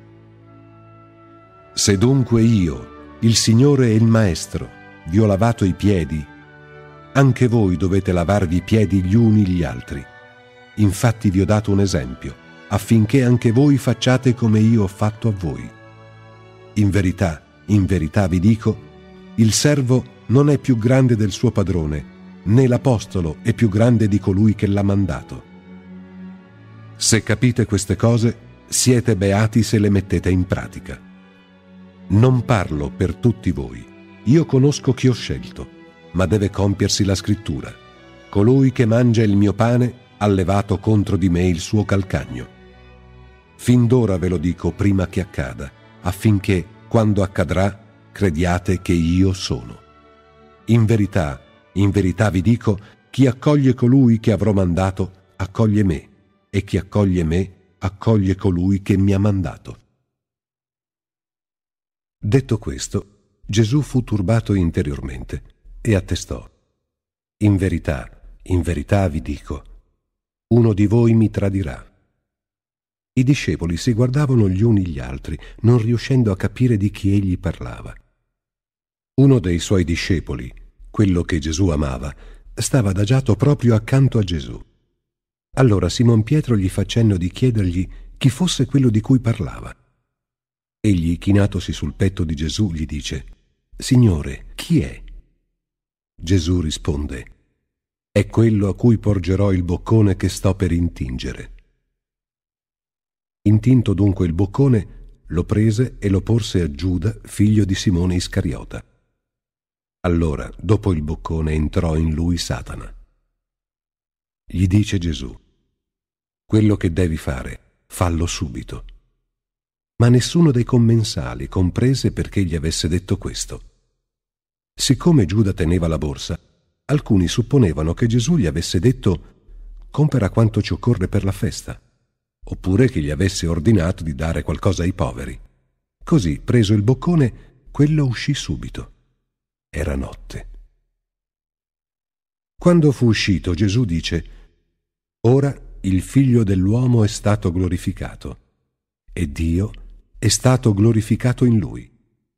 [SPEAKER 1] Se dunque io, il Signore e il Maestro, vi ho lavato i piedi, anche voi dovete lavarvi i piedi gli uni gli altri. Infatti vi ho dato un esempio, affinché anche voi facciate come io ho fatto a voi. In verità vi dico, il servo non è più grande del suo padrone, né l'apostolo è più grande di colui che l'ha mandato. Se capite queste cose, siete beati se le mettete in pratica. Non parlo per tutti voi, io conosco chi ho scelto, ma deve compiersi la scrittura. Colui che mangia il mio pane ha levato contro di me il suo calcagno. Fin d'ora ve lo dico prima che accada, affinché, quando accadrà, crediate che io sono. In verità vi dico, chi accoglie colui che avrò mandato, accoglie me, e chi accoglie me, accoglie colui che mi ha mandato». Detto questo, Gesù fu turbato interiormente e attestò: in verità vi dico, uno di voi mi tradirà». I discepoli si guardavano gli uni gli altri, non riuscendo a capire di chi egli parlava. Uno dei suoi discepoli, quello che Gesù amava, stava adagiato proprio accanto a Gesù. Allora Simon Pietro gli fa cenno di chiedergli chi fosse quello di cui parlava. Egli, chinatosi sul petto di Gesù, gli dice: «Signore, chi è?» Gesù risponde: «È quello a cui porgerò il boccone che sto per intingere». Intinto dunque il boccone, lo prese e lo porse a Giuda, figlio di Simone Iscariota. Allora, dopo il boccone, entrò in lui Satana. Gli dice Gesù: «Quello che devi fare, fallo subito». Ma nessuno dei commensali comprese perché gli avesse detto questo. Siccome Giuda teneva la borsa, alcuni supponevano che Gesù gli avesse detto: «Compera quanto ci occorre per la festa», oppure che gli avesse ordinato di dare qualcosa ai poveri. Così, preso il boccone, quello uscì subito. Era notte. Quando fu uscito, Gesù dice: «Ora il Figlio dell'uomo è stato glorificato, e Dio è stato glorificato in Lui.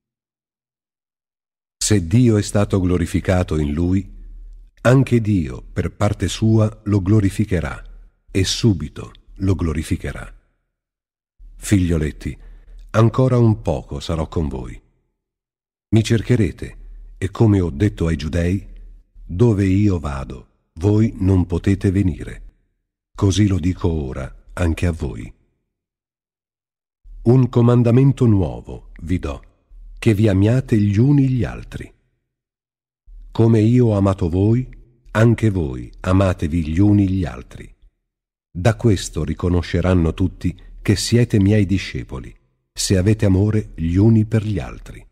[SPEAKER 1] Se Dio è stato glorificato in Lui, anche Dio, per parte sua, lo glorificherà, e subito lo glorificherà. Figlioletti, ancora un poco sarò con voi. Mi cercherete, e come ho detto ai Giudei, dove io vado, voi non potete venire. Così lo dico ora anche a voi. Un comandamento nuovo vi do, che vi amiate gli uni gli altri. Come io ho amato voi, anche voi amatevi gli uni gli altri. Da questo riconosceranno tutti che siete miei discepoli, se avete amore gli uni per gli altri».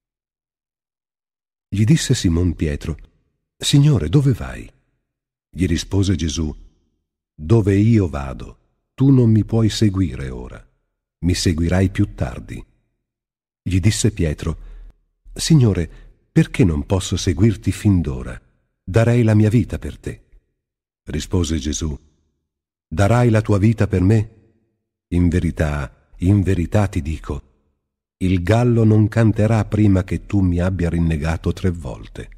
[SPEAKER 1] Gli disse Simon Pietro: «Signore, dove vai?» Gli rispose Gesù: «Dove io vado, tu non mi puoi seguire ora, mi seguirai più tardi». Gli disse Pietro: «Signore, perché non posso seguirti fin d'ora? Darei la mia vita per te». Rispose Gesù: «Darai la tua vita per me? In verità ti dico, il gallo non canterà prima che tu mi abbia rinnegato 3 volte».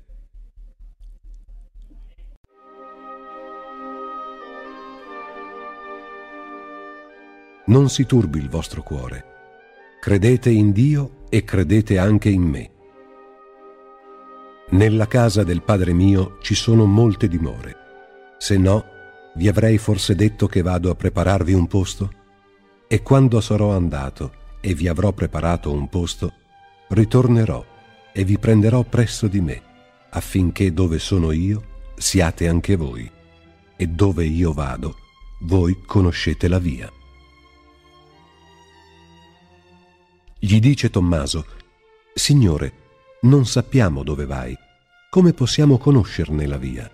[SPEAKER 1] Non si turbi il vostro cuore. Credete in Dio e credete anche in me. Nella casa del Padre mio ci sono molte dimore. Se no, vi avrei forse detto che vado a prepararvi un posto? E quando sarò andato e vi avrò preparato un posto, ritornerò e vi prenderò presso di me, affinché dove sono io siate anche voi, e dove io vado, voi conoscete la via. Gli dice Tommaso: «Signore, non sappiamo dove vai. Come possiamo conoscerne la via?»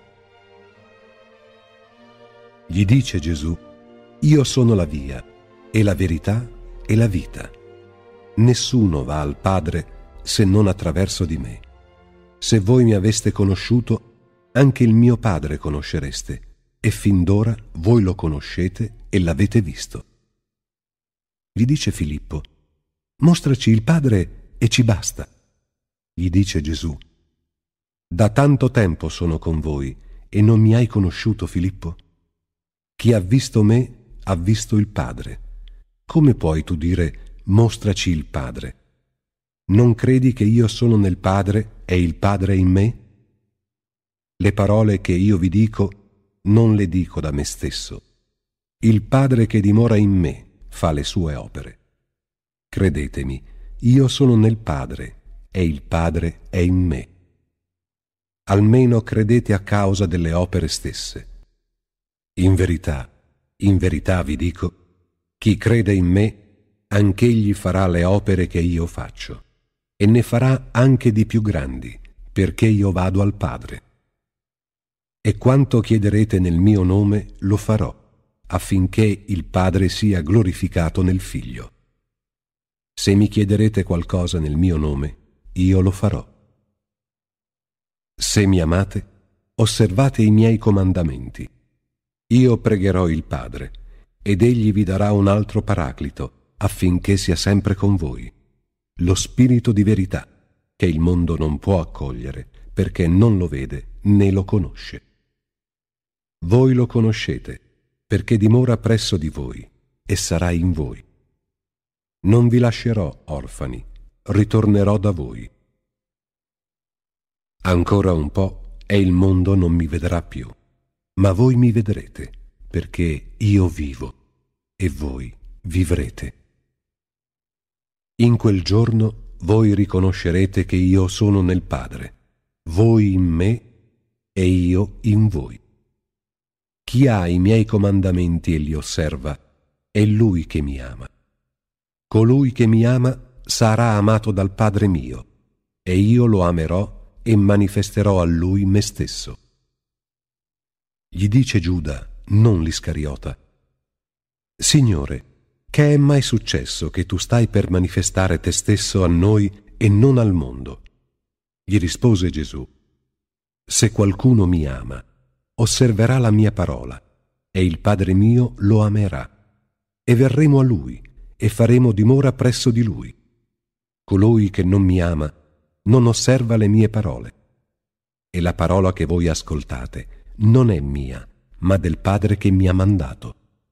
[SPEAKER 1] Gli dice Gesù: «Io sono la via, e la verità, e la vita. Nessuno va al Padre se non attraverso di me. Se voi mi aveste conosciuto, anche il mio Padre conoscereste, e fin d'ora voi lo conoscete e l'avete visto». Gli dice Filippo: «Mostraci il Padre e ci basta». Gli dice Gesù: «Da tanto tempo sono con voi e non mi hai conosciuto, Filippo? Chi ha visto me ha visto il Padre. Come puoi tu dire: mostraci il Padre? Non credi che io sono nel Padre e il Padre in me? Le parole che io vi dico non le dico da me stesso. Il Padre che dimora in me fa le sue opere. Credetemi, io sono nel Padre e il Padre è in me. Almeno credete a causa delle opere stesse. In verità vi dico, chi crede in me, anch'egli farà le opere che io faccio, e ne farà anche di più grandi, perché io vado al Padre. E quanto chiederete nel mio nome lo farò, affinché il Padre sia glorificato nel Figlio. Se mi chiederete qualcosa nel mio nome, io lo farò. Se mi amate, osservate i miei comandamenti. Io pregherò il Padre, ed egli vi darà un altro Paraclito, affinché sia sempre con voi, lo Spirito di verità, che il mondo non può accogliere, perché non lo vede né lo conosce. Voi lo conoscete, perché dimora presso di voi, e sarà in voi. Non vi lascerò orfani, ritornerò da voi. Ancora un po' e il mondo non mi vedrà più, ma voi mi vedrete, perché io vivo e voi vivrete. In quel giorno voi riconoscerete che io sono nel Padre, voi in me e io in voi. Chi ha i miei comandamenti e li osserva, è lui che mi ama. Colui che mi ama sarà amato dal Padre mio, e io lo amerò e manifesterò a lui me stesso. Gli dice Giuda, non l'Iscariota: Signore, che è mai successo che tu stai per manifestare te stesso a noi e non al mondo? Gli rispose Gesù: Se qualcuno mi ama, osserverà la mia parola, e il Padre mio lo amerà, e verremo a lui, e faremo dimora presso di lui. Colui che non mi ama non osserva le mie parole, e la parola che voi ascoltate non è mia, ma del Padre che mi ha mandato.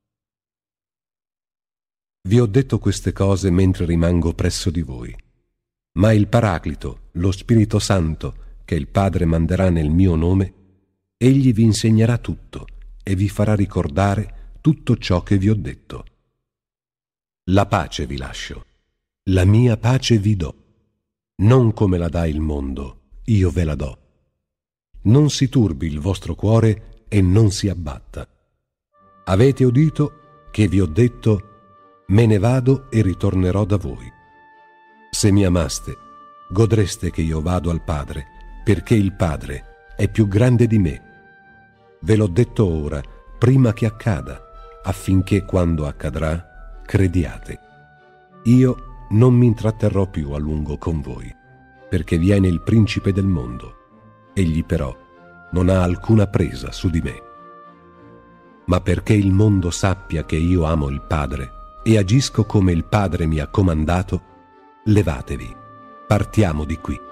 [SPEAKER 1] Vi ho detto queste cose mentre rimango presso di voi. Ma il Paraclito, lo Spirito Santo, che il Padre manderà nel mio nome, egli vi insegnerà tutto e vi farà ricordare tutto ciò che vi ho detto. La pace vi lascio, la mia pace vi do. Non come la dà il mondo, io ve la do. Non si turbi il vostro cuore e non si abbatta. Avete udito che vi ho detto: me ne vado e ritornerò da voi. Se mi amaste, godreste che io vado al Padre, perché il Padre è più grande di me. Ve l'ho detto ora, prima che accada, affinché quando accadrà, crediate. Io non mi intratterrò più a lungo con voi, perché viene il principe del mondo. Egli però non ha alcuna presa su di me. Ma perché il mondo sappia che io amo il Padre e agisco come il Padre mi ha comandato, levatevi, partiamo di qui.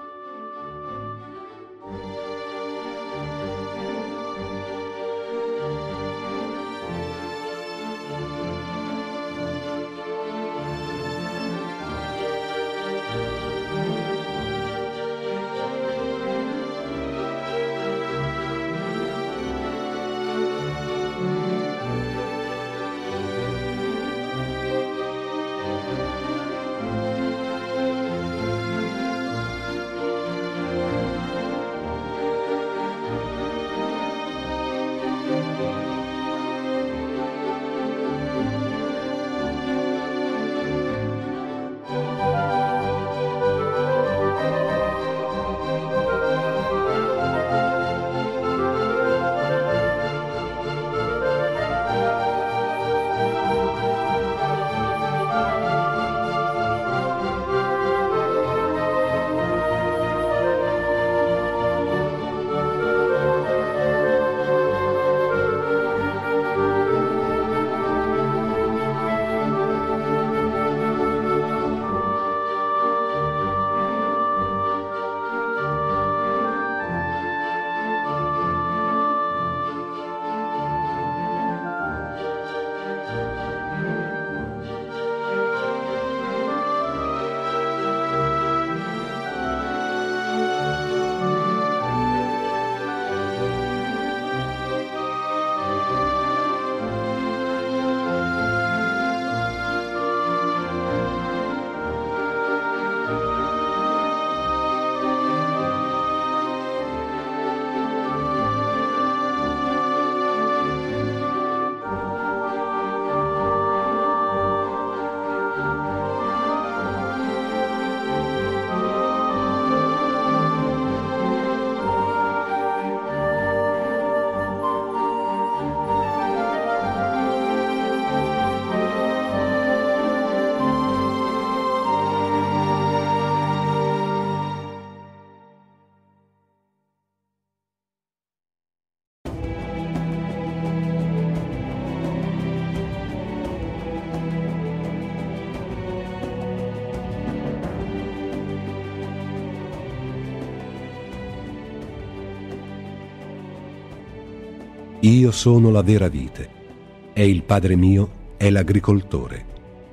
[SPEAKER 1] Io sono la vera vite, e il Padre mio è l'agricoltore.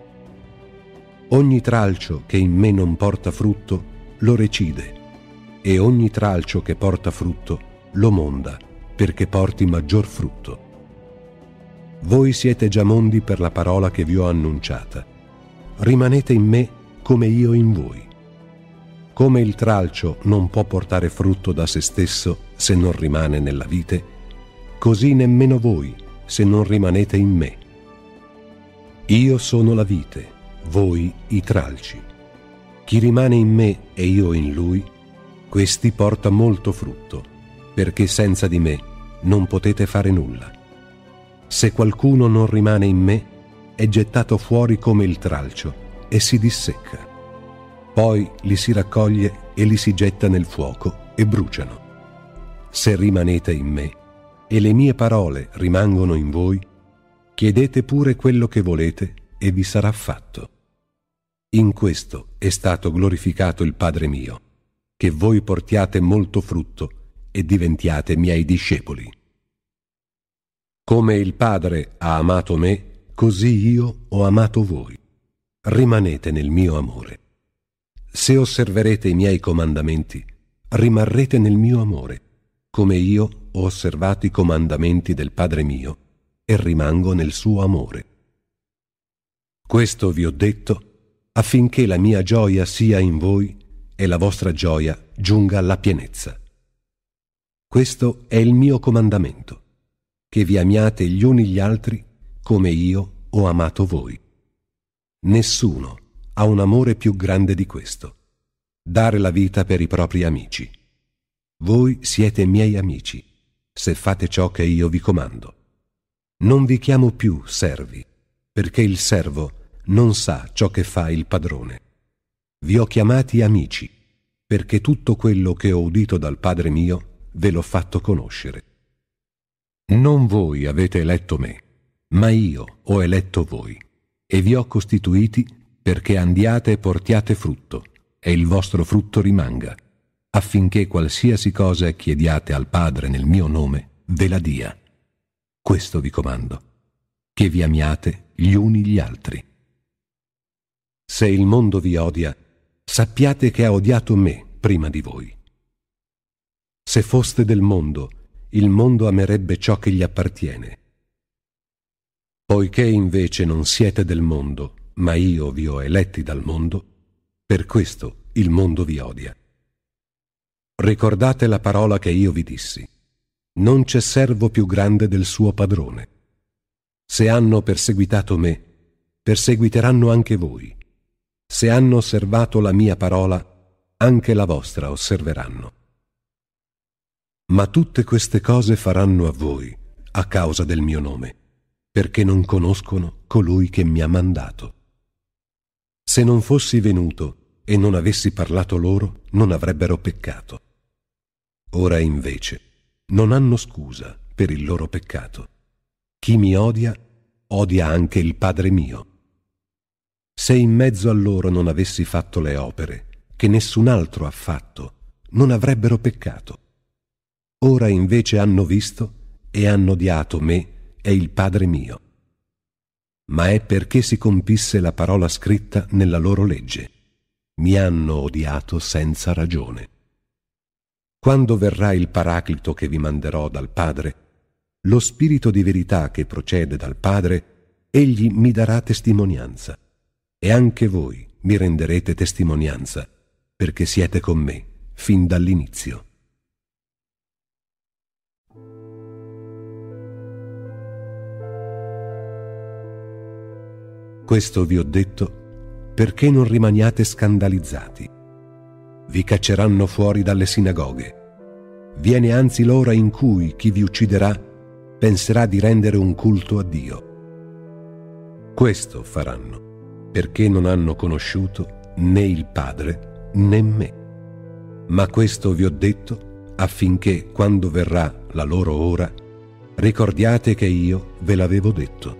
[SPEAKER 1] Ogni tralcio che in me non porta frutto lo recide, e ogni tralcio che porta frutto lo monda, perché porti maggior frutto. Voi siete già mondi per la parola che vi ho annunciata. Rimanete in me come io in voi. Come il tralcio non può portare frutto da se stesso se non rimane nella vite, così nemmeno voi se non rimanete in me. Io sono la vite, voi i tralci. Chi rimane in me e io in lui, Questi porta molto frutto, perché senza di me non potete fare nulla. Se qualcuno non rimane in me, è gettato fuori come il tralcio e si dissecca. Poi li si raccoglie e li si getta nel fuoco e bruciano. Se rimanete in me e le mie parole rimangono in voi, chiedete pure quello che volete e vi sarà fatto. In questo è stato glorificato il Padre mio, che voi portiate molto frutto e diventiate miei discepoli. Come il Padre ha amato me, così io ho amato voi. Rimanete nel mio amore. Se osserverete i miei comandamenti, rimarrete nel mio amore, come io ho osservato i comandamenti del Padre mio e rimango nel suo amore. Questo vi ho detto affinché la mia gioia sia in voi e la vostra gioia giunga alla pienezza. Questo è il mio comandamento, che vi amiate gli uni gli altri come io ho amato voi. Nessuno ha un amore più grande di questo, dare la vita per i propri amici. Voi siete miei amici, se fate ciò che io vi comando. Non vi chiamo più servi, perché il servo non sa ciò che fa il padrone. Vi ho chiamati amici, perché tutto quello che ho udito dal Padre mio ve l'ho fatto conoscere. Non voi avete eletto me, ma io ho eletto voi, e vi ho costituiti perché andiate e portiate frutto, e il vostro frutto rimanga, affinché qualsiasi cosa chiediate al Padre nel mio nome ve la dia. Questo vi comando, che vi amiate gli uni gli altri. Se il mondo vi odia, sappiate che ha odiato me prima di voi. Se foste del mondo, il mondo amerebbe ciò che gli appartiene. Poiché invece non siete del mondo, ma io vi ho eletti dal mondo, per questo il mondo vi odia. Ricordate la parola che io vi dissi: non c'è servo più grande del suo padrone. Se hanno perseguitato me, perseguiteranno anche voi. Se hanno osservato la mia parola, anche la vostra osserveranno. Ma tutte queste cose faranno a voi, a causa del mio nome, perché non conoscono colui che mi ha mandato. Se non fossi venuto e non avessi parlato loro, non avrebbero peccato. Ora invece non hanno scusa per il loro peccato. Chi mi odia, odia anche il Padre mio. Se in mezzo a loro non avessi fatto le opere che nessun altro ha fatto, non avrebbero peccato. Ora invece hanno visto e hanno odiato me e il Padre mio. Ma è perché si compisse la parola scritta nella loro legge. Mi hanno odiato senza ragione. Quando verrà il Paraclito che vi manderò dal Padre, lo Spirito di verità che procede dal Padre, egli mi darà testimonianza. E anche voi mi renderete testimonianza, perché siete con me fin dall'inizio. Questo vi ho detto perché non rimaniate scandalizzati. Vi cacceranno fuori dalle sinagoghe. Viene anzi l'ora in cui chi vi ucciderà penserà di rendere un culto a Dio. Questo faranno, perché non hanno conosciuto né il Padre né me. Ma questo vi ho detto affinché, quando verrà la loro ora, ricordiate che io ve l'avevo detto.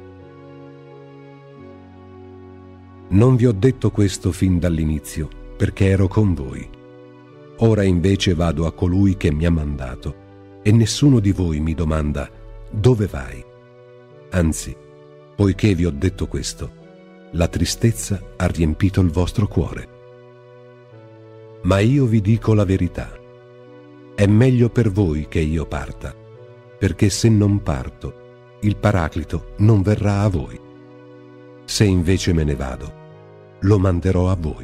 [SPEAKER 1] Non vi ho detto questo fin dall'inizio, perché ero con voi. Ora invece vado a colui che mi ha mandato, e nessuno di voi mi domanda: dove vai? Anzi, poiché vi ho detto questo, la tristezza ha riempito il vostro cuore. Ma io vi dico la verità. È meglio per voi che io parta, perché se non parto, il Paraclito non verrà a voi. Se invece me ne vado, lo manderò a voi.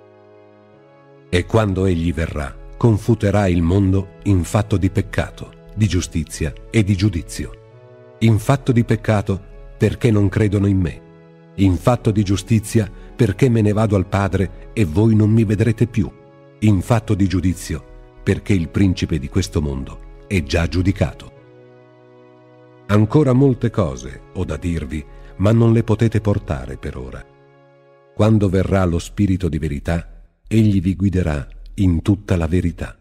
[SPEAKER 1] E quando egli verrà, confuterà il mondo in fatto di peccato, di giustizia e di giudizio. In fatto di peccato, perché non credono in me. In fatto di giustizia, perché me ne vado al Padre e voi non mi vedrete più. In fatto di giudizio, perché il principe di questo mondo è già giudicato. Ancora molte cose ho da dirvi, ma non le potete portare per ora. Quando verrà lo Spirito di verità, egli vi guiderà in tutta la verità.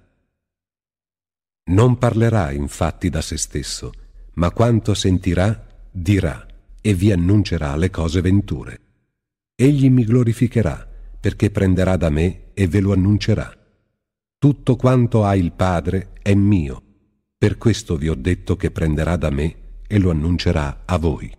[SPEAKER 1] Non parlerà infatti da se stesso, ma quanto sentirà, dirà e vi annuncerà le cose venture. Egli mi glorificherà, perché prenderà da me e ve lo annuncerà. Tutto quanto ha il Padre è mio. Per questo vi ho detto che prenderà da me e lo annuncerà a voi.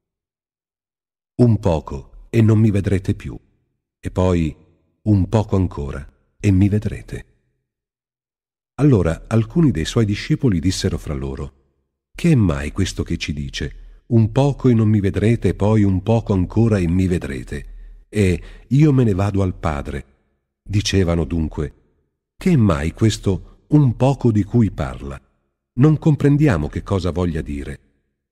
[SPEAKER 1] Un poco e non mi vedrete più, e poi un poco ancora e mi vedrete. Allora alcuni dei suoi discepoli dissero fra loro: che è mai questo che ci dice? Un poco e non mi vedrete, e poi un poco ancora e mi vedrete. E io me ne vado al Padre. Dicevano dunque: che è mai questo un poco di cui parla? Non comprendiamo che cosa voglia dire.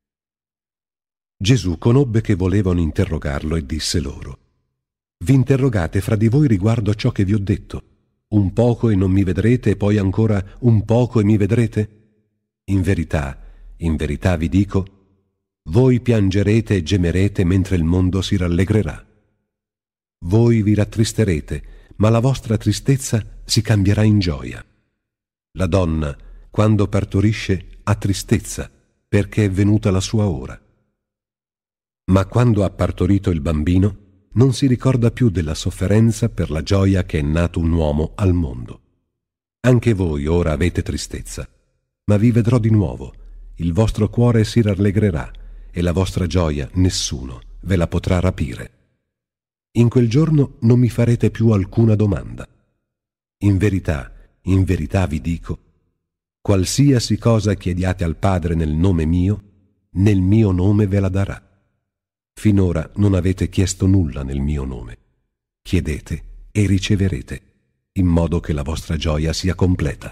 [SPEAKER 1] Gesù conobbe che volevano interrogarlo e disse loro: vi interrogate fra di voi riguardo a ciò che vi ho detto. Un poco e non mi vedrete, e poi ancora un poco e mi vedrete? In verità vi dico, voi piangerete e gemerete mentre il mondo si rallegrerà. Voi vi rattristerete, ma la vostra tristezza si cambierà in gioia. La donna, quando partorisce, ha tristezza, perché è venuta la sua ora. Ma quando ha partorito il bambino, non si ricorda più della sofferenza per la gioia che è nato un uomo al mondo. Anche voi ora avete tristezza, ma vi vedrò di nuovo, il vostro cuore si rallegrerà e la vostra gioia nessuno ve la potrà rapire. In quel giorno non mi farete più alcuna domanda. In verità vi dico, qualsiasi cosa chiediate al Padre nel nome mio, nel mio nome ve la darà. Finora non avete chiesto nulla nel mio nome. Chiedete e riceverete, in modo che la vostra gioia sia completa.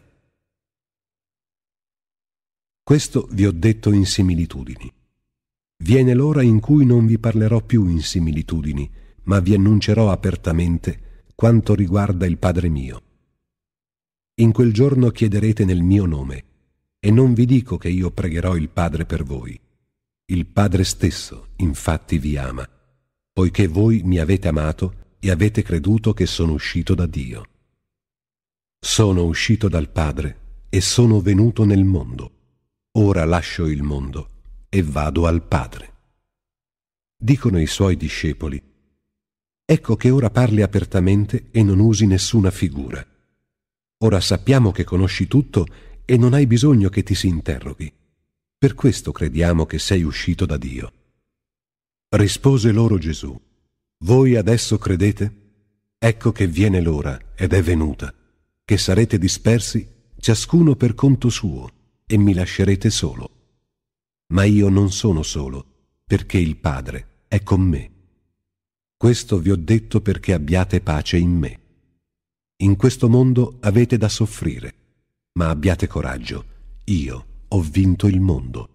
[SPEAKER 1] Questo vi ho detto in similitudini. Viene l'ora in cui non vi parlerò più in similitudini, ma vi annuncerò apertamente quanto riguarda il Padre mio. In quel giorno chiederete nel mio nome, e non vi dico che io pregherò il Padre per voi. Il Padre stesso, infatti, vi ama, poiché voi mi avete amato e avete creduto che sono uscito da Dio. Sono uscito dal Padre e sono venuto nel mondo. Ora lascio il mondo e vado al Padre. Dicono i suoi discepoli: ecco che ora parli apertamente e non usi nessuna figura. Ora sappiamo che conosci tutto e non hai bisogno che ti si interroghi. Per questo crediamo che sei uscito da Dio. Rispose loro Gesù: voi adesso credete? Ecco che viene l'ora, ed è venuta, che sarete dispersi, ciascuno per conto suo, e mi lascerete solo. Ma io non sono solo, perché il Padre è con me. Questo vi ho detto perché abbiate pace in me. In questo mondo avete da soffrire, ma abbiate coraggio, io ho vinto il mondo.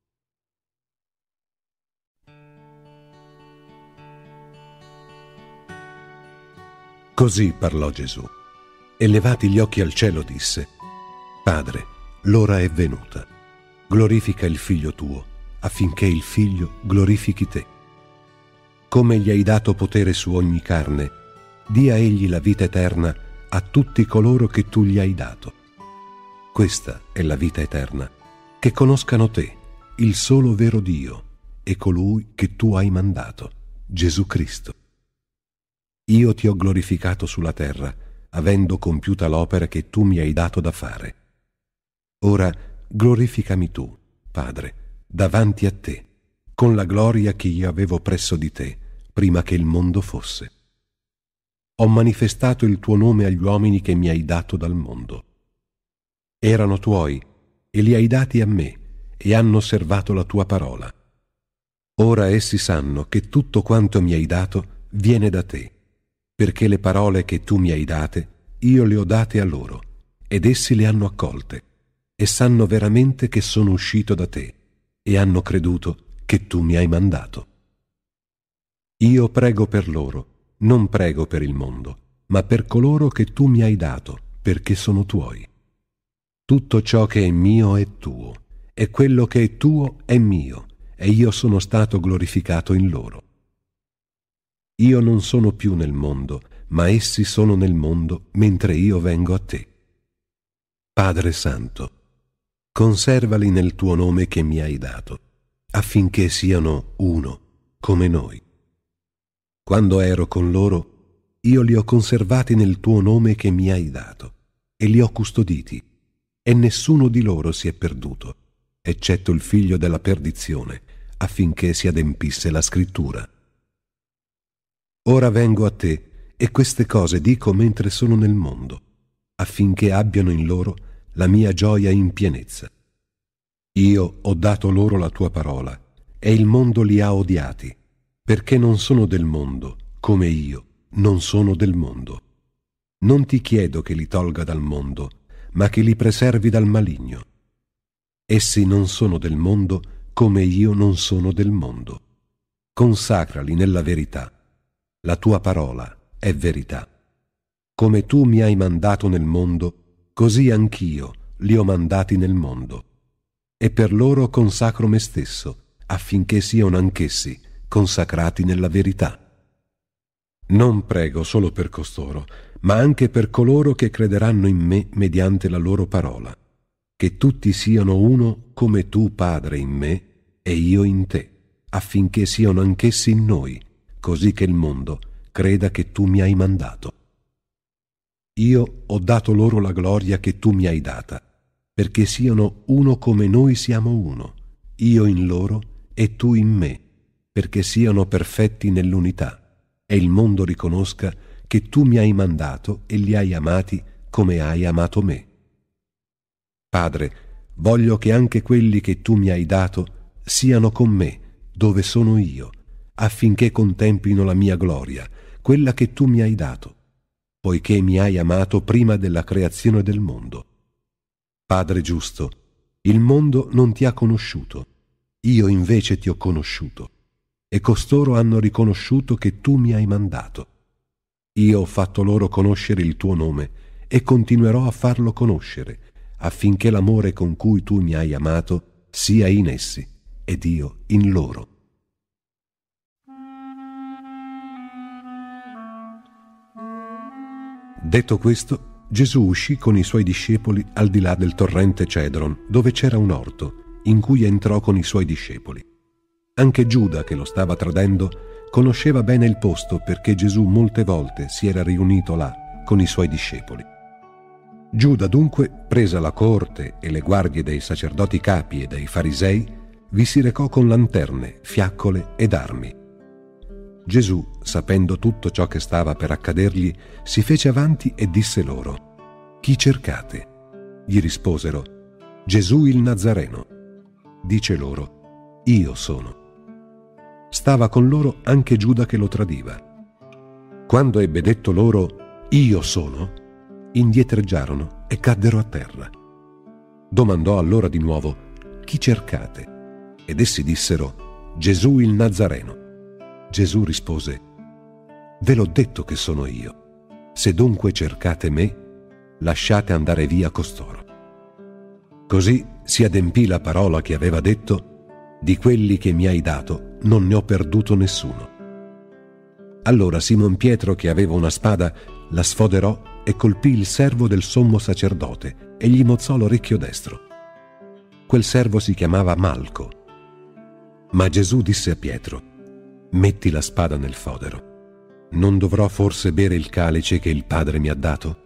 [SPEAKER 1] Così parlò Gesù, e levati gli occhi al cielo disse: Padre, l'ora è venuta. Glorifica il Figlio tuo, affinché il Figlio glorifichi te. Come gli hai dato potere su ogni carne, dia egli la vita eterna a tutti coloro che tu gli hai dato. Questa è la vita eterna, che conoscano te, il solo vero Dio, e colui che tu hai mandato, Gesù Cristo. Io ti ho glorificato sulla terra, avendo compiuta l'opera che tu mi hai dato da fare. Ora glorificami tu, Padre, davanti a te, con la gloria che io avevo presso di te, prima che il mondo fosse. Ho manifestato il tuo nome agli uomini che mi hai dato dal mondo. Erano tuoi, e li hai dati a me, e hanno osservato la tua parola. Ora essi sanno che tutto quanto mi hai dato viene da te, perché le parole che tu mi hai date, io le ho date a loro, ed essi le hanno accolte, e sanno veramente che sono uscito da te, e hanno creduto che tu mi hai mandato. Io prego per loro, non prego per il mondo, ma per coloro che tu mi hai dato, perché sono tuoi. Tutto ciò che è mio è tuo, e quello che è tuo è mio, e io sono stato glorificato in loro. Io non sono più nel mondo, ma essi sono nel mondo, mentre io vengo a te. Padre Santo, conservali nel tuo nome che mi hai dato, affinché siano uno, come noi. Quando ero con loro, io li ho conservati nel tuo nome che mi hai dato, e li ho custoditi, e nessuno di loro si è perduto, eccetto il figlio della perdizione, affinché si adempisse la scrittura. Ora vengo a te, e queste cose dico mentre sono nel mondo, affinché abbiano in loro la mia gioia in pienezza. Io ho dato loro la tua parola, e il mondo li ha odiati, perché non sono del mondo, come io non sono del mondo. Non ti chiedo che li tolga dal mondo, ma che li preservi dal maligno. Essi non sono del mondo, come io non sono del mondo. Consacrali nella verità. La tua parola è verità. Come tu mi hai mandato nel mondo, così anch'io li ho mandati nel mondo. E per loro consacro me stesso, affinché siano anch'essi consacrati nella verità. Non prego solo per costoro, ma anche per coloro che crederanno in me mediante la loro parola, che tutti siano uno come tu, Padre, in me e io in te, affinché siano anch'essi in noi, così che il mondo creda che tu mi hai mandato. Io ho dato loro la gloria che tu mi hai data, perché siano uno come noi siamo uno, io in loro e tu in me, perché siano perfetti nell'unità, e il mondo riconosca che tu mi hai mandato e li hai amati come hai amato me. Padre, voglio che anche quelli che tu mi hai dato siano con me, dove sono io, affinché contemplino la mia gloria, quella che tu mi hai dato, poiché mi hai amato prima della creazione del mondo. Padre giusto, il mondo non ti ha conosciuto, io invece ti ho conosciuto, e costoro hanno riconosciuto che tu mi hai mandato. Io ho fatto loro conoscere il tuo nome e continuerò a farlo conoscere, affinché l'amore con cui tu mi hai amato sia in essi ed io in loro. Detto questo, Gesù uscì con i suoi discepoli al di là del torrente Cedron, dove c'era un orto, in cui entrò con i suoi discepoli. Anche Giuda, che lo stava tradendo, conosceva bene il posto perché Gesù molte volte si era riunito là con i suoi discepoli. Giuda dunque, presa la coorte e le guardie dei sacerdoti capi e dei farisei, vi si recò con lanterne, fiaccole ed armi. Gesù, sapendo tutto ciò che stava per accadergli, si fece avanti e disse loro: «Chi cercate?» Gli risposero: «Gesù il Nazareno». Dice loro: «Io sono». Stava con loro anche Giuda che lo tradiva. Quando ebbe detto loro «Io sono», indietreggiarono e caddero a terra. Domandò allora di nuovo: «Chi cercate?» Ed essi dissero: «Gesù il Nazareno». Gesù rispose: «Ve l'ho detto che sono io. Se dunque cercate me, lasciate andare via costoro». Così si adempì la parola che aveva detto: «Di quelli che mi hai dato non ne ho perduto nessuno». Allora Simon Pietro, che aveva una spada, la sfoderò e colpì il servo del sommo sacerdote e gli mozzò l'orecchio destro. Quel servo si chiamava Malco. Ma Gesù disse a Pietro: «Metti la spada nel fodero. Non dovrò forse bere il calice che il Padre mi ha dato?»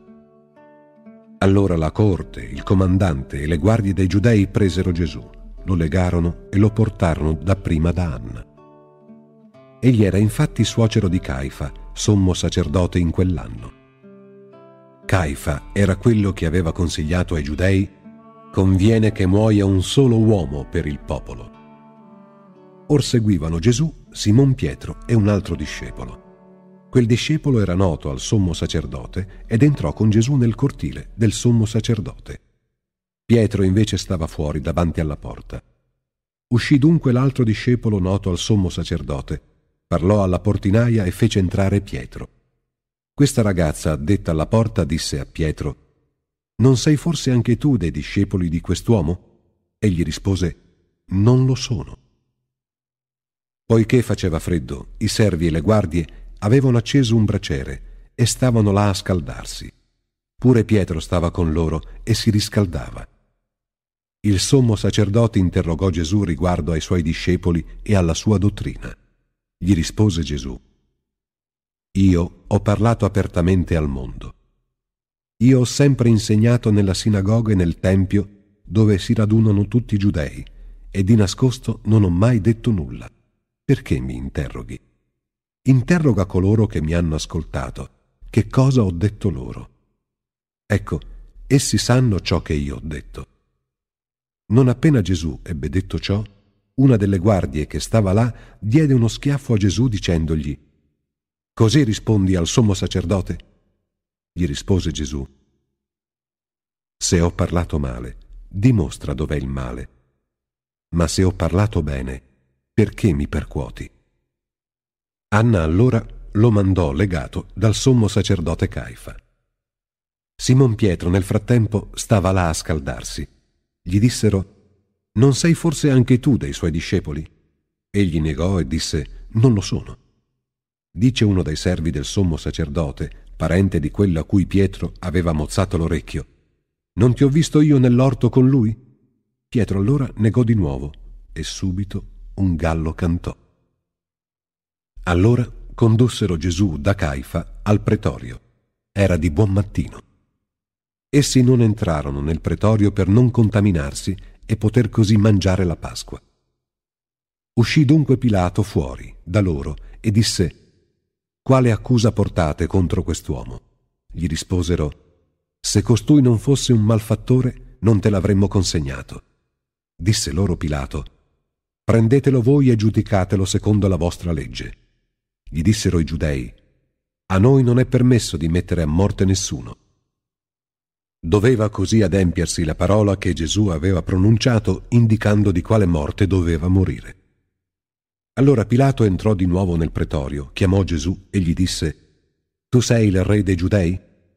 [SPEAKER 1] Allora la coorte, il comandante e le guardie dei giudei presero Gesù, lo legarono e lo portarono dapprima da Anna. Egli era infatti suocero di Caifa, sommo sacerdote in quell'anno. Caifa era quello che aveva consigliato ai giudei: «Conviene che muoia un solo uomo per il popolo». Or seguivano Gesù, Simon Pietro e un altro discepolo. Quel discepolo era noto al sommo sacerdote ed entrò con Gesù nel cortile del sommo sacerdote. Pietro invece stava fuori davanti alla porta. Uscì dunque l'altro discepolo noto al sommo sacerdote, parlò alla portinaia e fece entrare Pietro. Questa ragazza, addetta alla porta, disse a Pietro: non sei forse anche tu dei discepoli di quest'uomo? Egli rispose: non lo sono. Poiché faceva freddo, i servi e le guardie avevano acceso un braciere e stavano là a scaldarsi. Pure Pietro stava con loro e si riscaldava. Il sommo sacerdote interrogò Gesù riguardo ai suoi discepoli e alla sua dottrina. Gli rispose Gesù: io ho parlato apertamente al mondo. Io ho sempre insegnato nella sinagoga e nel tempio dove si radunano tutti i giudei, e di nascosto non ho mai detto nulla. Perché mi interroghi? Interroga coloro che mi hanno ascoltato. Che cosa ho detto loro? Ecco, essi sanno ciò che io ho detto. Non appena Gesù ebbe detto ciò, una delle guardie che stava là diede uno schiaffo a Gesù dicendogli: così rispondi al sommo sacerdote? Gli rispose Gesù: se ho parlato male, dimostra dov'è il male. Ma se ho parlato bene, perché mi percuoti? Anna allora lo mandò legato dal sommo sacerdote Caifa. Simon Pietro nel frattempo stava là a scaldarsi. Gli dissero: non sei forse anche tu dei suoi discepoli? Egli negò e disse: non lo sono. Dice uno dei servi del sommo sacerdote, parente di quello a cui Pietro aveva mozzato l'orecchio: non ti ho visto io nell'orto con lui? Pietro allora negò di nuovo e subito un gallo cantò. Allora condussero Gesù da Caifa al pretorio. Era di buon mattino. Essi non entrarono nel pretorio per non contaminarsi e poter così mangiare la Pasqua. Uscì dunque Pilato fuori da loro e disse: quale accusa portate contro quest'uomo? Gli risposero: se costui non fosse un malfattore, non te l'avremmo consegnato. Disse loro Pilato: prendetelo voi e giudicatelo secondo la vostra legge. Gli dissero i giudei: a noi non è permesso di mettere a morte nessuno. Doveva così adempiersi la parola che Gesù aveva pronunciato, indicando di quale morte doveva morire. Allora Pilato entrò di nuovo nel pretorio, chiamò Gesù e gli disse: tu sei il re dei giudei?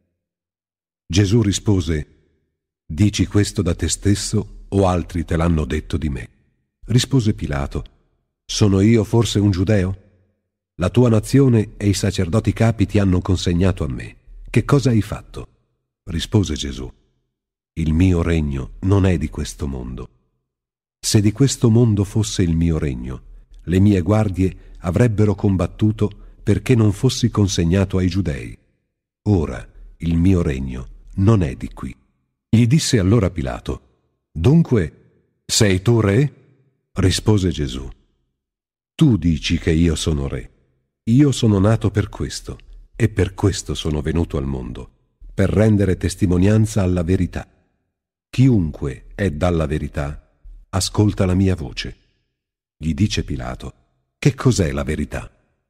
[SPEAKER 1] Gesù rispose: dici questo da te stesso o altri te l'hanno detto di me? Rispose Pilato: sono io forse un giudeo? La tua nazione e i sacerdoti capi ti hanno consegnato a me. Che cosa hai fatto? Rispose Gesù: il mio regno non è di questo mondo. Se di questo mondo fosse il mio regno, le mie guardie avrebbero combattuto perché non fossi consegnato ai giudei. Ora il mio regno non è di qui. Gli disse allora Pilato: dunque sei tu re? Rispose Gesù: tu dici che io sono re. Io sono nato per questo e per questo sono venuto al mondo, per rendere testimonianza alla verità. Chiunque è dalla verità ascolta la mia voce. Gli dice Pilato: che cos'è la verità?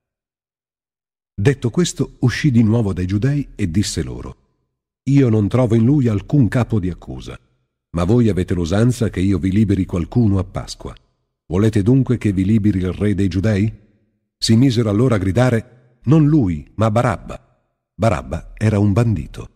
[SPEAKER 1] Detto questo, uscì di nuovo dai giudei e disse loro: io non trovo in lui alcun capo di accusa, ma voi avete l'usanza che io vi liberi qualcuno a Pasqua. Volete dunque che vi liberi il re dei giudei? Si misero allora a gridare: non lui, ma Barabba. Barabba era un bandito.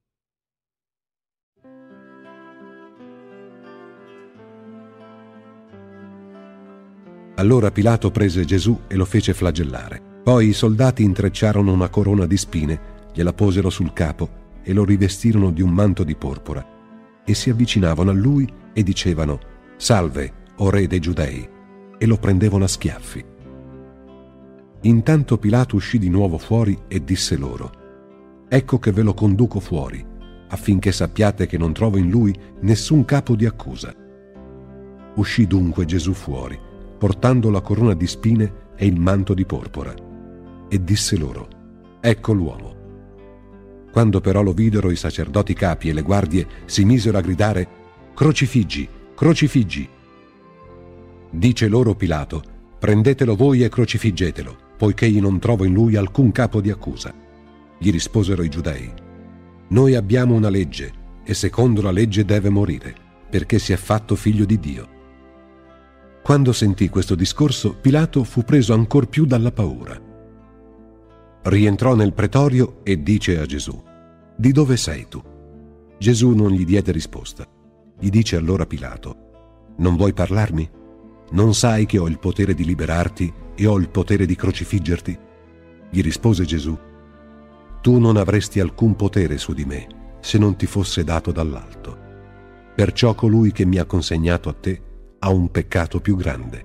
[SPEAKER 1] Allora Pilato prese Gesù e lo fece flagellare. Poi i soldati intrecciarono una corona di spine, gliela posero sul capo e lo rivestirono di un manto di porpora. E si avvicinavano a lui e dicevano: salve, o re dei Giudei, e lo prendevano a schiaffi. Intanto Pilato uscì di nuovo fuori e disse loro: ecco che ve lo conduco fuori, affinché sappiate che non trovo in lui nessun capo di accusa. Uscì dunque Gesù fuori, portando la corona di spine e il manto di porpora, e disse loro: ecco l'uomo. Quando però lo videro, i sacerdoti capi e le guardie si misero a gridare: crocifiggi, crocifiggi. Dice loro Pilato: prendetelo voi e crocifiggetelo, poiché io non trovo in lui alcun capo di accusa. Gli risposero i giudei: noi abbiamo una legge, e secondo la legge deve morire, perché si è fatto figlio di Dio. Quando sentì questo discorso, Pilato fu preso ancor più dalla paura. Rientrò nel pretorio e dice a Gesù: di dove sei tu? Gesù non gli diede risposta. Gli dice allora Pilato: non vuoi parlarmi? Non sai che ho il potere di liberarti e ho il potere di crocifiggerti? Gli rispose Gesù: tu non avresti alcun potere su di me se non ti fosse dato dall'alto. Perciò colui che mi ha consegnato a te ha un peccato più grande.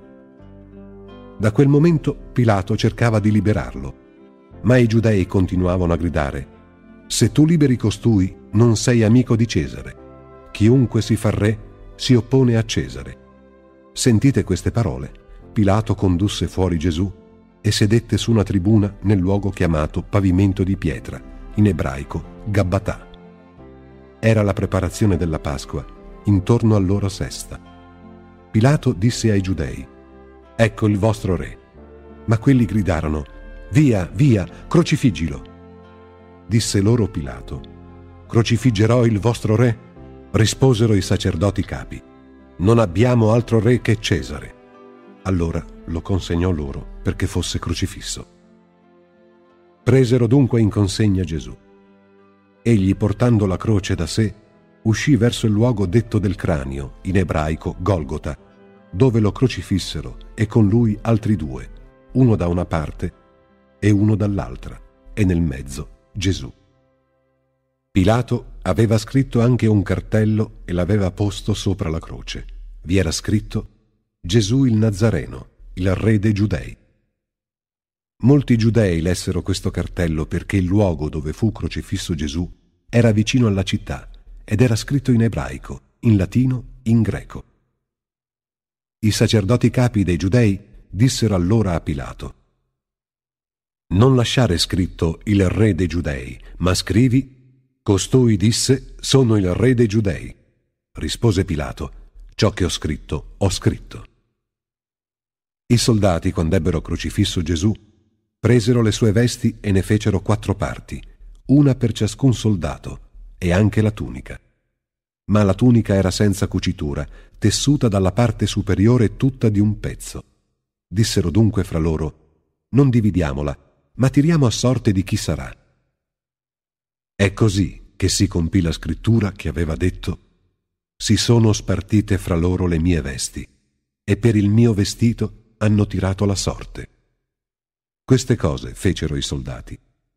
[SPEAKER 1] Da quel momento Pilato cercava di liberarlo, ma i giudei continuavano a gridare: se tu liberi costui, non sei amico di Cesare. Chiunque si fa re si oppone a Cesare. Sentite queste parole, Pilato condusse fuori Gesù e sedette su una tribuna nel luogo chiamato Pavimento di Pietra, in ebraico Gabbatà. Era la preparazione della Pasqua, intorno all'ora sesta. Pilato disse ai giudei: ecco il vostro re. Ma quelli gridarono: via, via, crocifiggilo. Disse loro Pilato: crocifiggerò il vostro re? Risposero i sacerdoti capi: non abbiamo altro re che Cesare. Allora lo consegnò loro perché fosse crocifisso. Presero dunque in consegna Gesù. Egli, portando la croce da sé, uscì verso il luogo detto del cranio, in ebraico Golgota, dove lo crocifissero, e con lui altri due, uno da una parte e uno dall'altra, e nel mezzo Gesù. Pilato aveva scritto anche un cartello e l'aveva posto sopra la croce. Vi era scritto: Gesù il Nazareno, il re dei Giudei. Molti giudei lessero questo cartello perché il luogo dove fu crocifisso Gesù era vicino alla città ed era scritto in ebraico, in latino, in greco. I sacerdoti capi dei giudei dissero allora a Pilato: non lasciare scritto il re dei Giudei, ma scrivi: costui disse: sono il re dei Giudei. Rispose Pilato: ciò che ho scritto, ho scritto. I soldati, quando ebbero crocifisso Gesù, presero le sue vesti e ne fecero 4 parti, una per ciascun soldato, e anche la tunica. Ma la tunica era senza cucitura, tessuta dalla parte superiore tutta di un pezzo. Dissero dunque fra loro: non dividiamola, ma tiriamo a sorte di chi sarà. È così che si compì la scrittura che aveva detto: si sono spartite fra loro le mie vesti, e per il mio vestito hanno tirato la sorte. Queste cose fecero i soldati.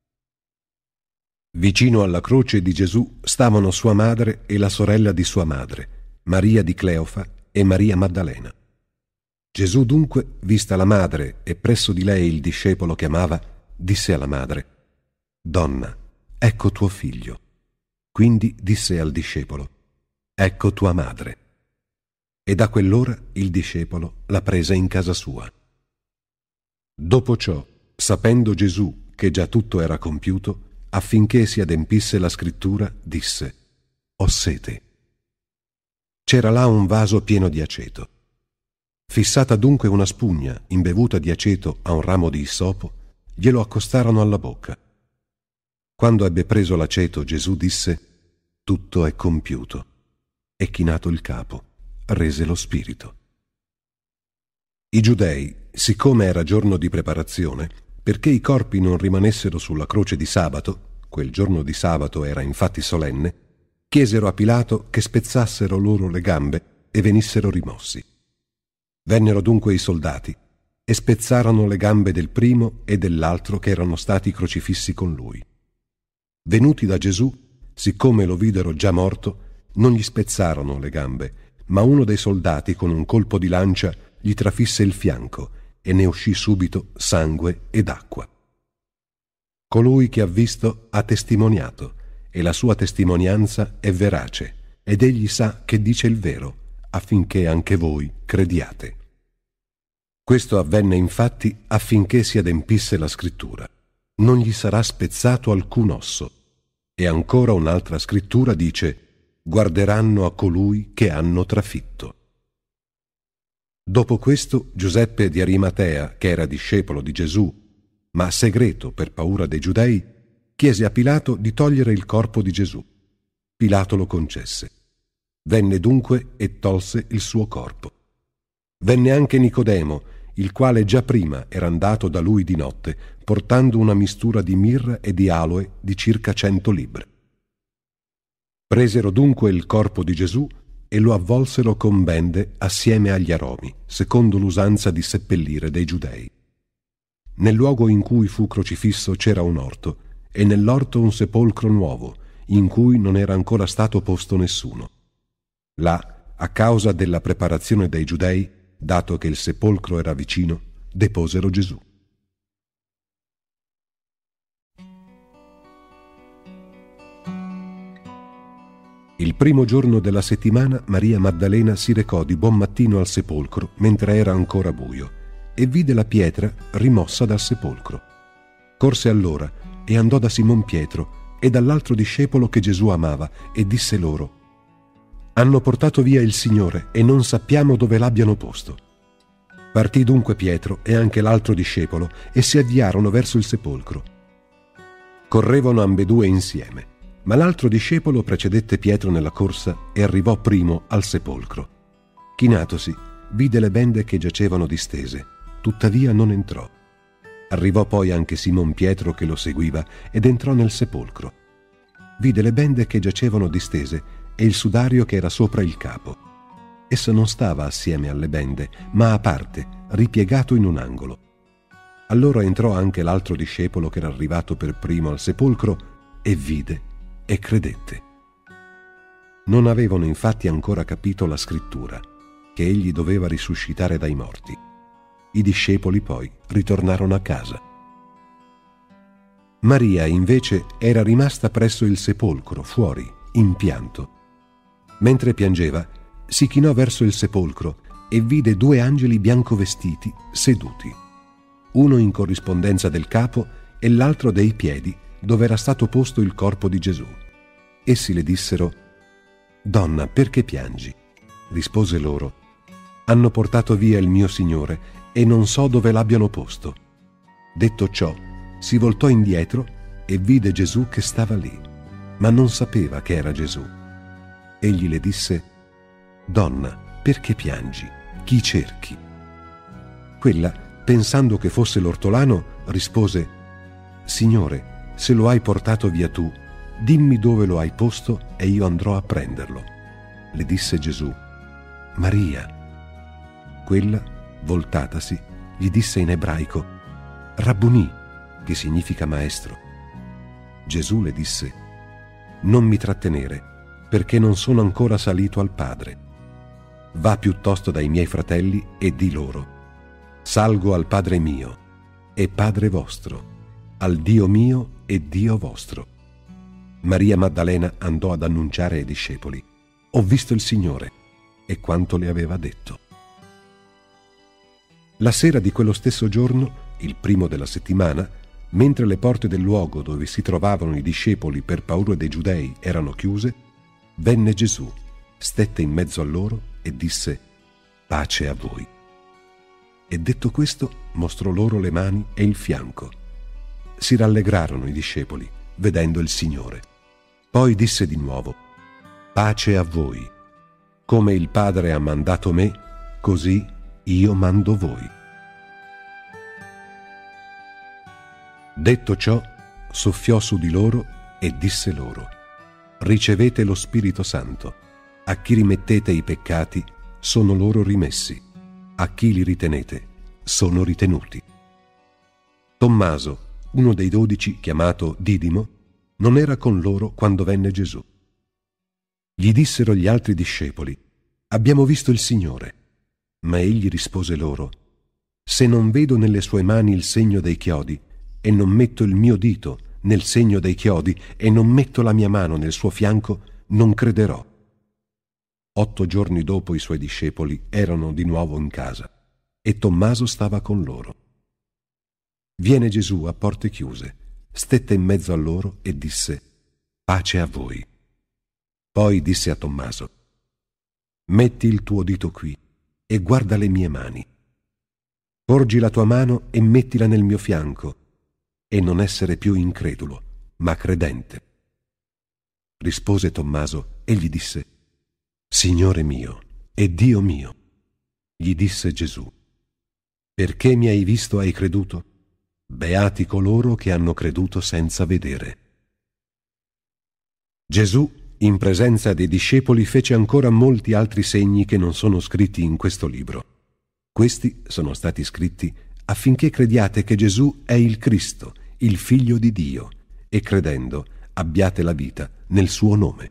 [SPEAKER 1] Vicino alla croce di Gesù stavano sua madre e la sorella di sua madre, Maria di Cleofa e Maria Maddalena. Gesù dunque, vista la madre e presso di lei il discepolo che amava, disse alla madre: donna, ecco tuo figlio. Quindi disse al discepolo: ecco tua madre. E da quell'ora il discepolo la prese in casa sua. Dopo ciò, sapendo Gesù che già tutto era compiuto, affinché si adempisse la scrittura, disse: ho sete. C'era là un vaso pieno di aceto. Fissata dunque una spugna imbevuta di aceto a un ramo di issopo, glielo accostarono alla bocca. Quando ebbe preso l'aceto, Gesù disse: tutto è compiuto. E chinato il capo, rese lo spirito. I giudei, siccome era giorno di preparazione, perché i corpi non rimanessero sulla croce di sabato, quel giorno di sabato era infatti solenne, chiesero a Pilato che spezzassero loro le gambe e venissero rimossi. Vennero dunque i soldati e spezzarono le gambe del primo e dell'altro che erano stati crocifissi con lui. Venuti da Gesù, siccome lo videro già morto, non gli spezzarono le gambe, ma uno dei soldati con un colpo di lancia gli trafisse il fianco e ne uscì subito sangue ed acqua. Colui che ha visto ha testimoniato, e la sua testimonianza è verace, ed egli sa che dice il vero, affinché anche voi crediate. Questo avvenne infatti affinché si adempisse la scrittura: non gli sarà spezzato alcun osso. E ancora un'altra scrittura dice: guarderanno a colui che hanno trafitto. Dopo questo, Giuseppe di Arimatea, che era discepolo di Gesù, ma segreto per paura dei giudei, chiese a Pilato di togliere il corpo di Gesù. Pilato lo concesse. Venne dunque e tolse il suo corpo. Venne anche Nicodemo, il quale già prima era andato da lui di notte, portando una mistura di mirra e di aloe di circa 100 libbre. Presero dunque il corpo di Gesù e lo avvolsero con bende assieme agli aromi, secondo l'usanza di seppellire dei Giudei. Nel luogo in cui fu crocifisso c'era un orto, e nell'orto un sepolcro nuovo, in cui non era ancora stato posto nessuno. Là, a causa della preparazione dei Giudei, dato che il sepolcro era vicino, deposero Gesù. Il primo giorno della settimana Maria Maddalena si recò di buon mattino al sepolcro mentre era ancora buio e vide la pietra rimossa dal sepolcro. Corse allora e andò da Simon Pietro e dall'altro discepolo che Gesù amava e disse loro: «Hanno portato via il Signore e non sappiamo dove l'abbiano posto». Partì dunque Pietro e anche l'altro discepolo e si avviarono verso il sepolcro. Correvano ambedue insieme. Ma l'altro discepolo precedette Pietro nella corsa e arrivò primo al sepolcro. Chinatosi, vide le bende che giacevano distese, tuttavia non entrò. Arrivò poi anche Simon Pietro che lo seguiva ed entrò nel sepolcro. Vide le bende che giacevano distese e il sudario che era sopra il capo. Esso non stava assieme alle bende, ma a parte, ripiegato in un angolo. Allora entrò anche l'altro discepolo che era arrivato per primo al sepolcro e vide e credette. Non avevano infatti ancora capito la scrittura, che egli doveva risuscitare dai morti. I discepoli poi ritornarono a casa. Maria invece era rimasta presso il sepolcro, fuori, in pianto. Mentre piangeva, si chinò verso il sepolcro e vide 2 angeli biancovestiti seduti, uno in corrispondenza del capo e l'altro dei piedi, dove era stato posto il corpo di Gesù. Essi le dissero: «Donna, perché piangi?» Rispose loro: «Hanno portato via il mio Signore e non so dove l'abbiano posto». Detto ciò, si voltò indietro e vide Gesù che stava lì, ma non sapeva che era Gesù. Egli le disse: «Donna, perché piangi? Chi cerchi?» Quella, pensando che fosse l'ortolano, rispose: «Signore, se lo hai portato via tu, dimmi dove lo hai posto e io andrò a prenderlo». Le disse Gesù: «Maria». Quella, voltatasi, gli disse in ebraico: «Rabbunì», che significa maestro. Gesù le disse: «Non mi trattenere, perché non sono ancora salito al Padre. Va piuttosto dai miei fratelli e di loro: salgo al Padre mio e Padre vostro, al Dio mio e Dio vostro». Maria Maddalena andò ad annunciare ai discepoli: «Ho visto il Signore», e quanto le aveva detto. La sera di quello stesso giorno, il primo della settimana, mentre le porte del luogo dove si trovavano i discepoli per paura dei Giudei erano chiuse, venne Gesù, stette in mezzo a loro e disse: «Pace a voi». E detto questo, mostrò loro le mani e il fianco. Si rallegrarono i discepoli, vedendo il Signore. Poi disse di nuovo: «Pace a voi. Come il Padre ha mandato me, così io mando voi». Detto ciò, soffiò su di loro e disse loro: «Ricevete lo Spirito Santo. A chi rimettete i peccati, sono loro rimessi. A chi li ritenete, sono ritenuti». Tommaso, uno dei 12, chiamato Didimo, non era con loro quando venne Gesù. Gli dissero gli altri discepoli: «Abbiamo visto il Signore». Ma egli rispose loro: «Se non vedo nelle sue mani il segno dei chiodi, e non metto il mio dito nel segno dei chiodi, e non metto la mia mano nel suo fianco, non crederò». 8 giorni dopo i suoi discepoli erano di nuovo in casa, e Tommaso stava con loro. Viene Gesù a porte chiuse, stette in mezzo a loro e disse: «Pace a voi». Poi disse a Tommaso: «Metti il tuo dito qui e guarda le mie mani. Porgi la tua mano e mettila nel mio fianco, e non essere più incredulo, ma credente». Rispose Tommaso e gli disse: «Signore mio e Dio mio». Gli disse Gesù: «Perché mi hai visto hai creduto? Beati coloro che hanno creduto senza vedere». Gesù in presenza dei discepoli, fece ancora molti altri segni che non sono scritti in questo libro. Questi sono stati scritti affinché crediate che Gesù è il Cristo, il Figlio di Dio, e credendo abbiate la vita nel suo nome.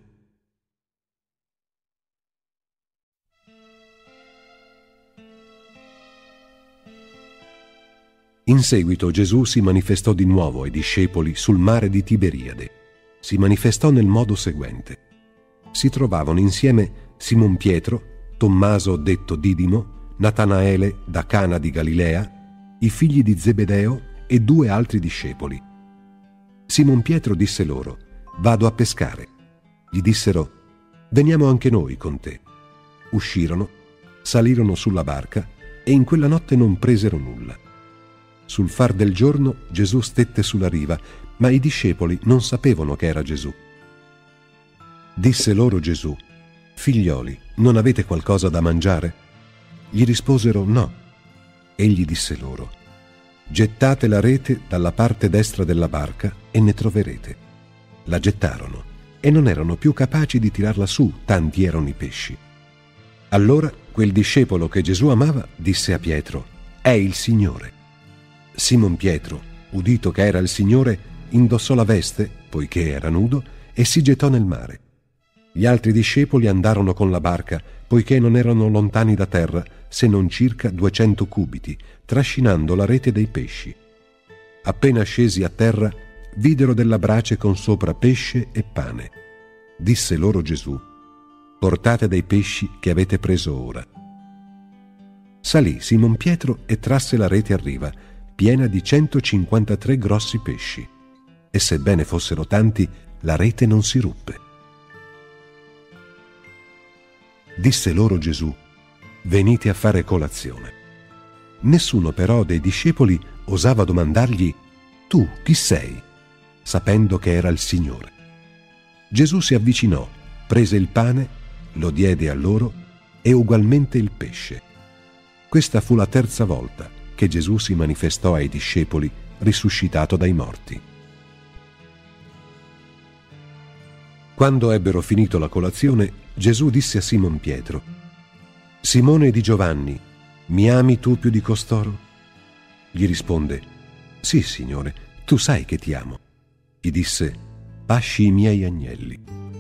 [SPEAKER 1] In seguito Gesù si manifestò di nuovo ai discepoli sul mare di Tiberiade. Si manifestò nel modo seguente. Si trovavano insieme Simon Pietro, Tommaso detto Didimo, Natanaele da Cana di Galilea, i figli di Zebedeo e 2 altri discepoli. Simon Pietro disse loro: «Vado a pescare». Gli dissero: «Veniamo anche noi con te». Uscirono, salirono sulla barca e in quella notte non presero nulla. Sul far del giorno Gesù stette sulla riva, ma i discepoli non sapevano che era Gesù. Disse loro Gesù: «Figlioli, non avete qualcosa da mangiare?» Gli risposero: «No». Egli disse loro: «Gettate la rete dalla parte destra della barca e ne troverete». La gettarono e non erano più capaci di tirarla su, tanti erano i pesci. Allora quel discepolo che Gesù amava disse a Pietro: «È il Signore». Simon Pietro, udito che era il Signore, indossò la veste, poiché era nudo, e si gettò nel mare. Gli altri discepoli andarono con la barca, poiché non erano lontani da terra, se non circa 200 cubiti, trascinando la rete dei pesci. Appena scesi a terra, videro della brace con sopra pesce e pane. Disse loro Gesù: «Portate dei pesci che avete preso ora». Salì Simon Pietro e trasse la rete a riva, piena di 153 grossi pesci, e sebbene fossero tanti, la rete non si ruppe. Disse loro Gesù: «Venite a fare colazione». Nessuno però dei discepoli osava domandargli: «Tu chi sei?», sapendo che era il Signore. Gesù si avvicinò, prese il pane, lo diede a loro e ugualmente il pesce. Questa fu la 3ª volta che Gesù si manifestò ai discepoli risuscitato dai morti. Quando ebbero finito la colazione, Gesù disse a Simon Pietro: «Simone di Giovanni, mi ami tu più di costoro?» Gli risponde: «Sì, Signore, tu sai che ti amo». Gli disse: «Pasci i miei agnelli».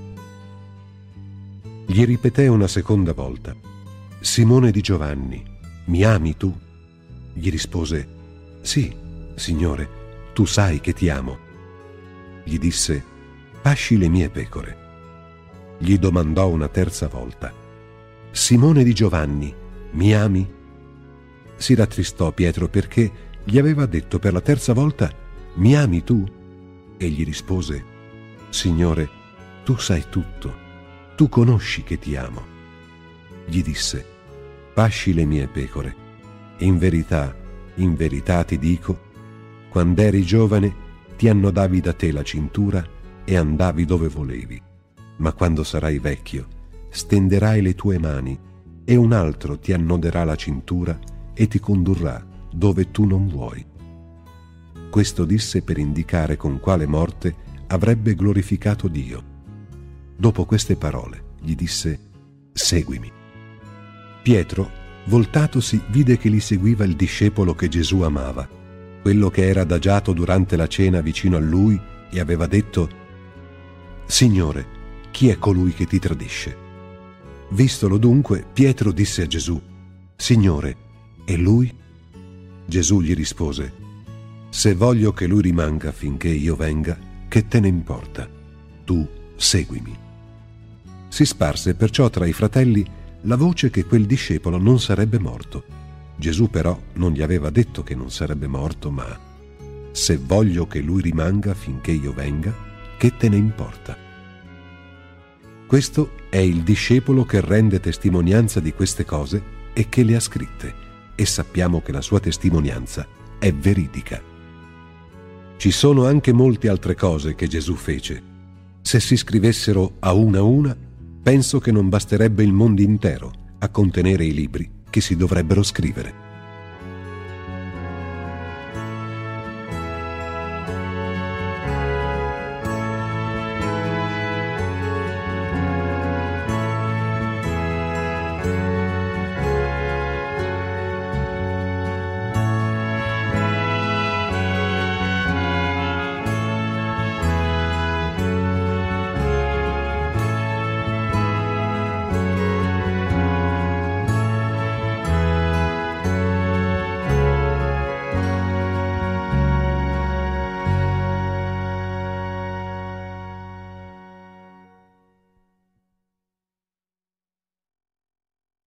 [SPEAKER 1] Gli ripeté una seconda volta: «Simone di Giovanni, mi ami tu?» Gli rispose: «Sì, Signore, tu sai che ti amo». Gli disse: «Pasci le mie pecore». Gli domandò una 3ª volta: «Simone di Giovanni, mi ami?» Si rattristò Pietro perché gli aveva detto per la 3ª volta: «Mi ami tu?» E gli rispose: «Signore, tu sai tutto, tu conosci che ti amo». Gli disse: «Pasci le mie pecore. In verità ti dico, quando eri giovane ti annodavi da te la cintura e andavi dove volevi, ma quando sarai vecchio stenderai le tue mani e un altro ti annoderà la cintura e ti condurrà dove tu non vuoi». Questo disse per indicare con quale morte avrebbe glorificato Dio. Dopo queste parole gli disse: «Seguimi». Pietro, voltatosi, vide che li seguiva il discepolo che Gesù amava, quello che era adagiato durante la cena vicino a lui e aveva detto: «Signore, chi è colui che ti tradisce?» Vistolo dunque, Pietro disse a Gesù: «Signore, e lui?» Gesù gli rispose: «Se voglio che lui rimanga finché io venga, che te ne importa? Tu seguimi». Si sparse perciò tra i fratelli la voce che quel discepolo non sarebbe morto. Gesù però non gli aveva detto che non sarebbe morto, ma: «Se voglio che lui rimanga finché io venga, che te ne importa?» Questo è il discepolo che rende testimonianza di queste cose e che le ha scritte, e sappiamo che la sua testimonianza è veridica. Ci sono anche molte altre cose che Gesù fece. Se si scrivessero a una, penso che non basterebbe il mondo intero a contenere i libri che si dovrebbero scrivere.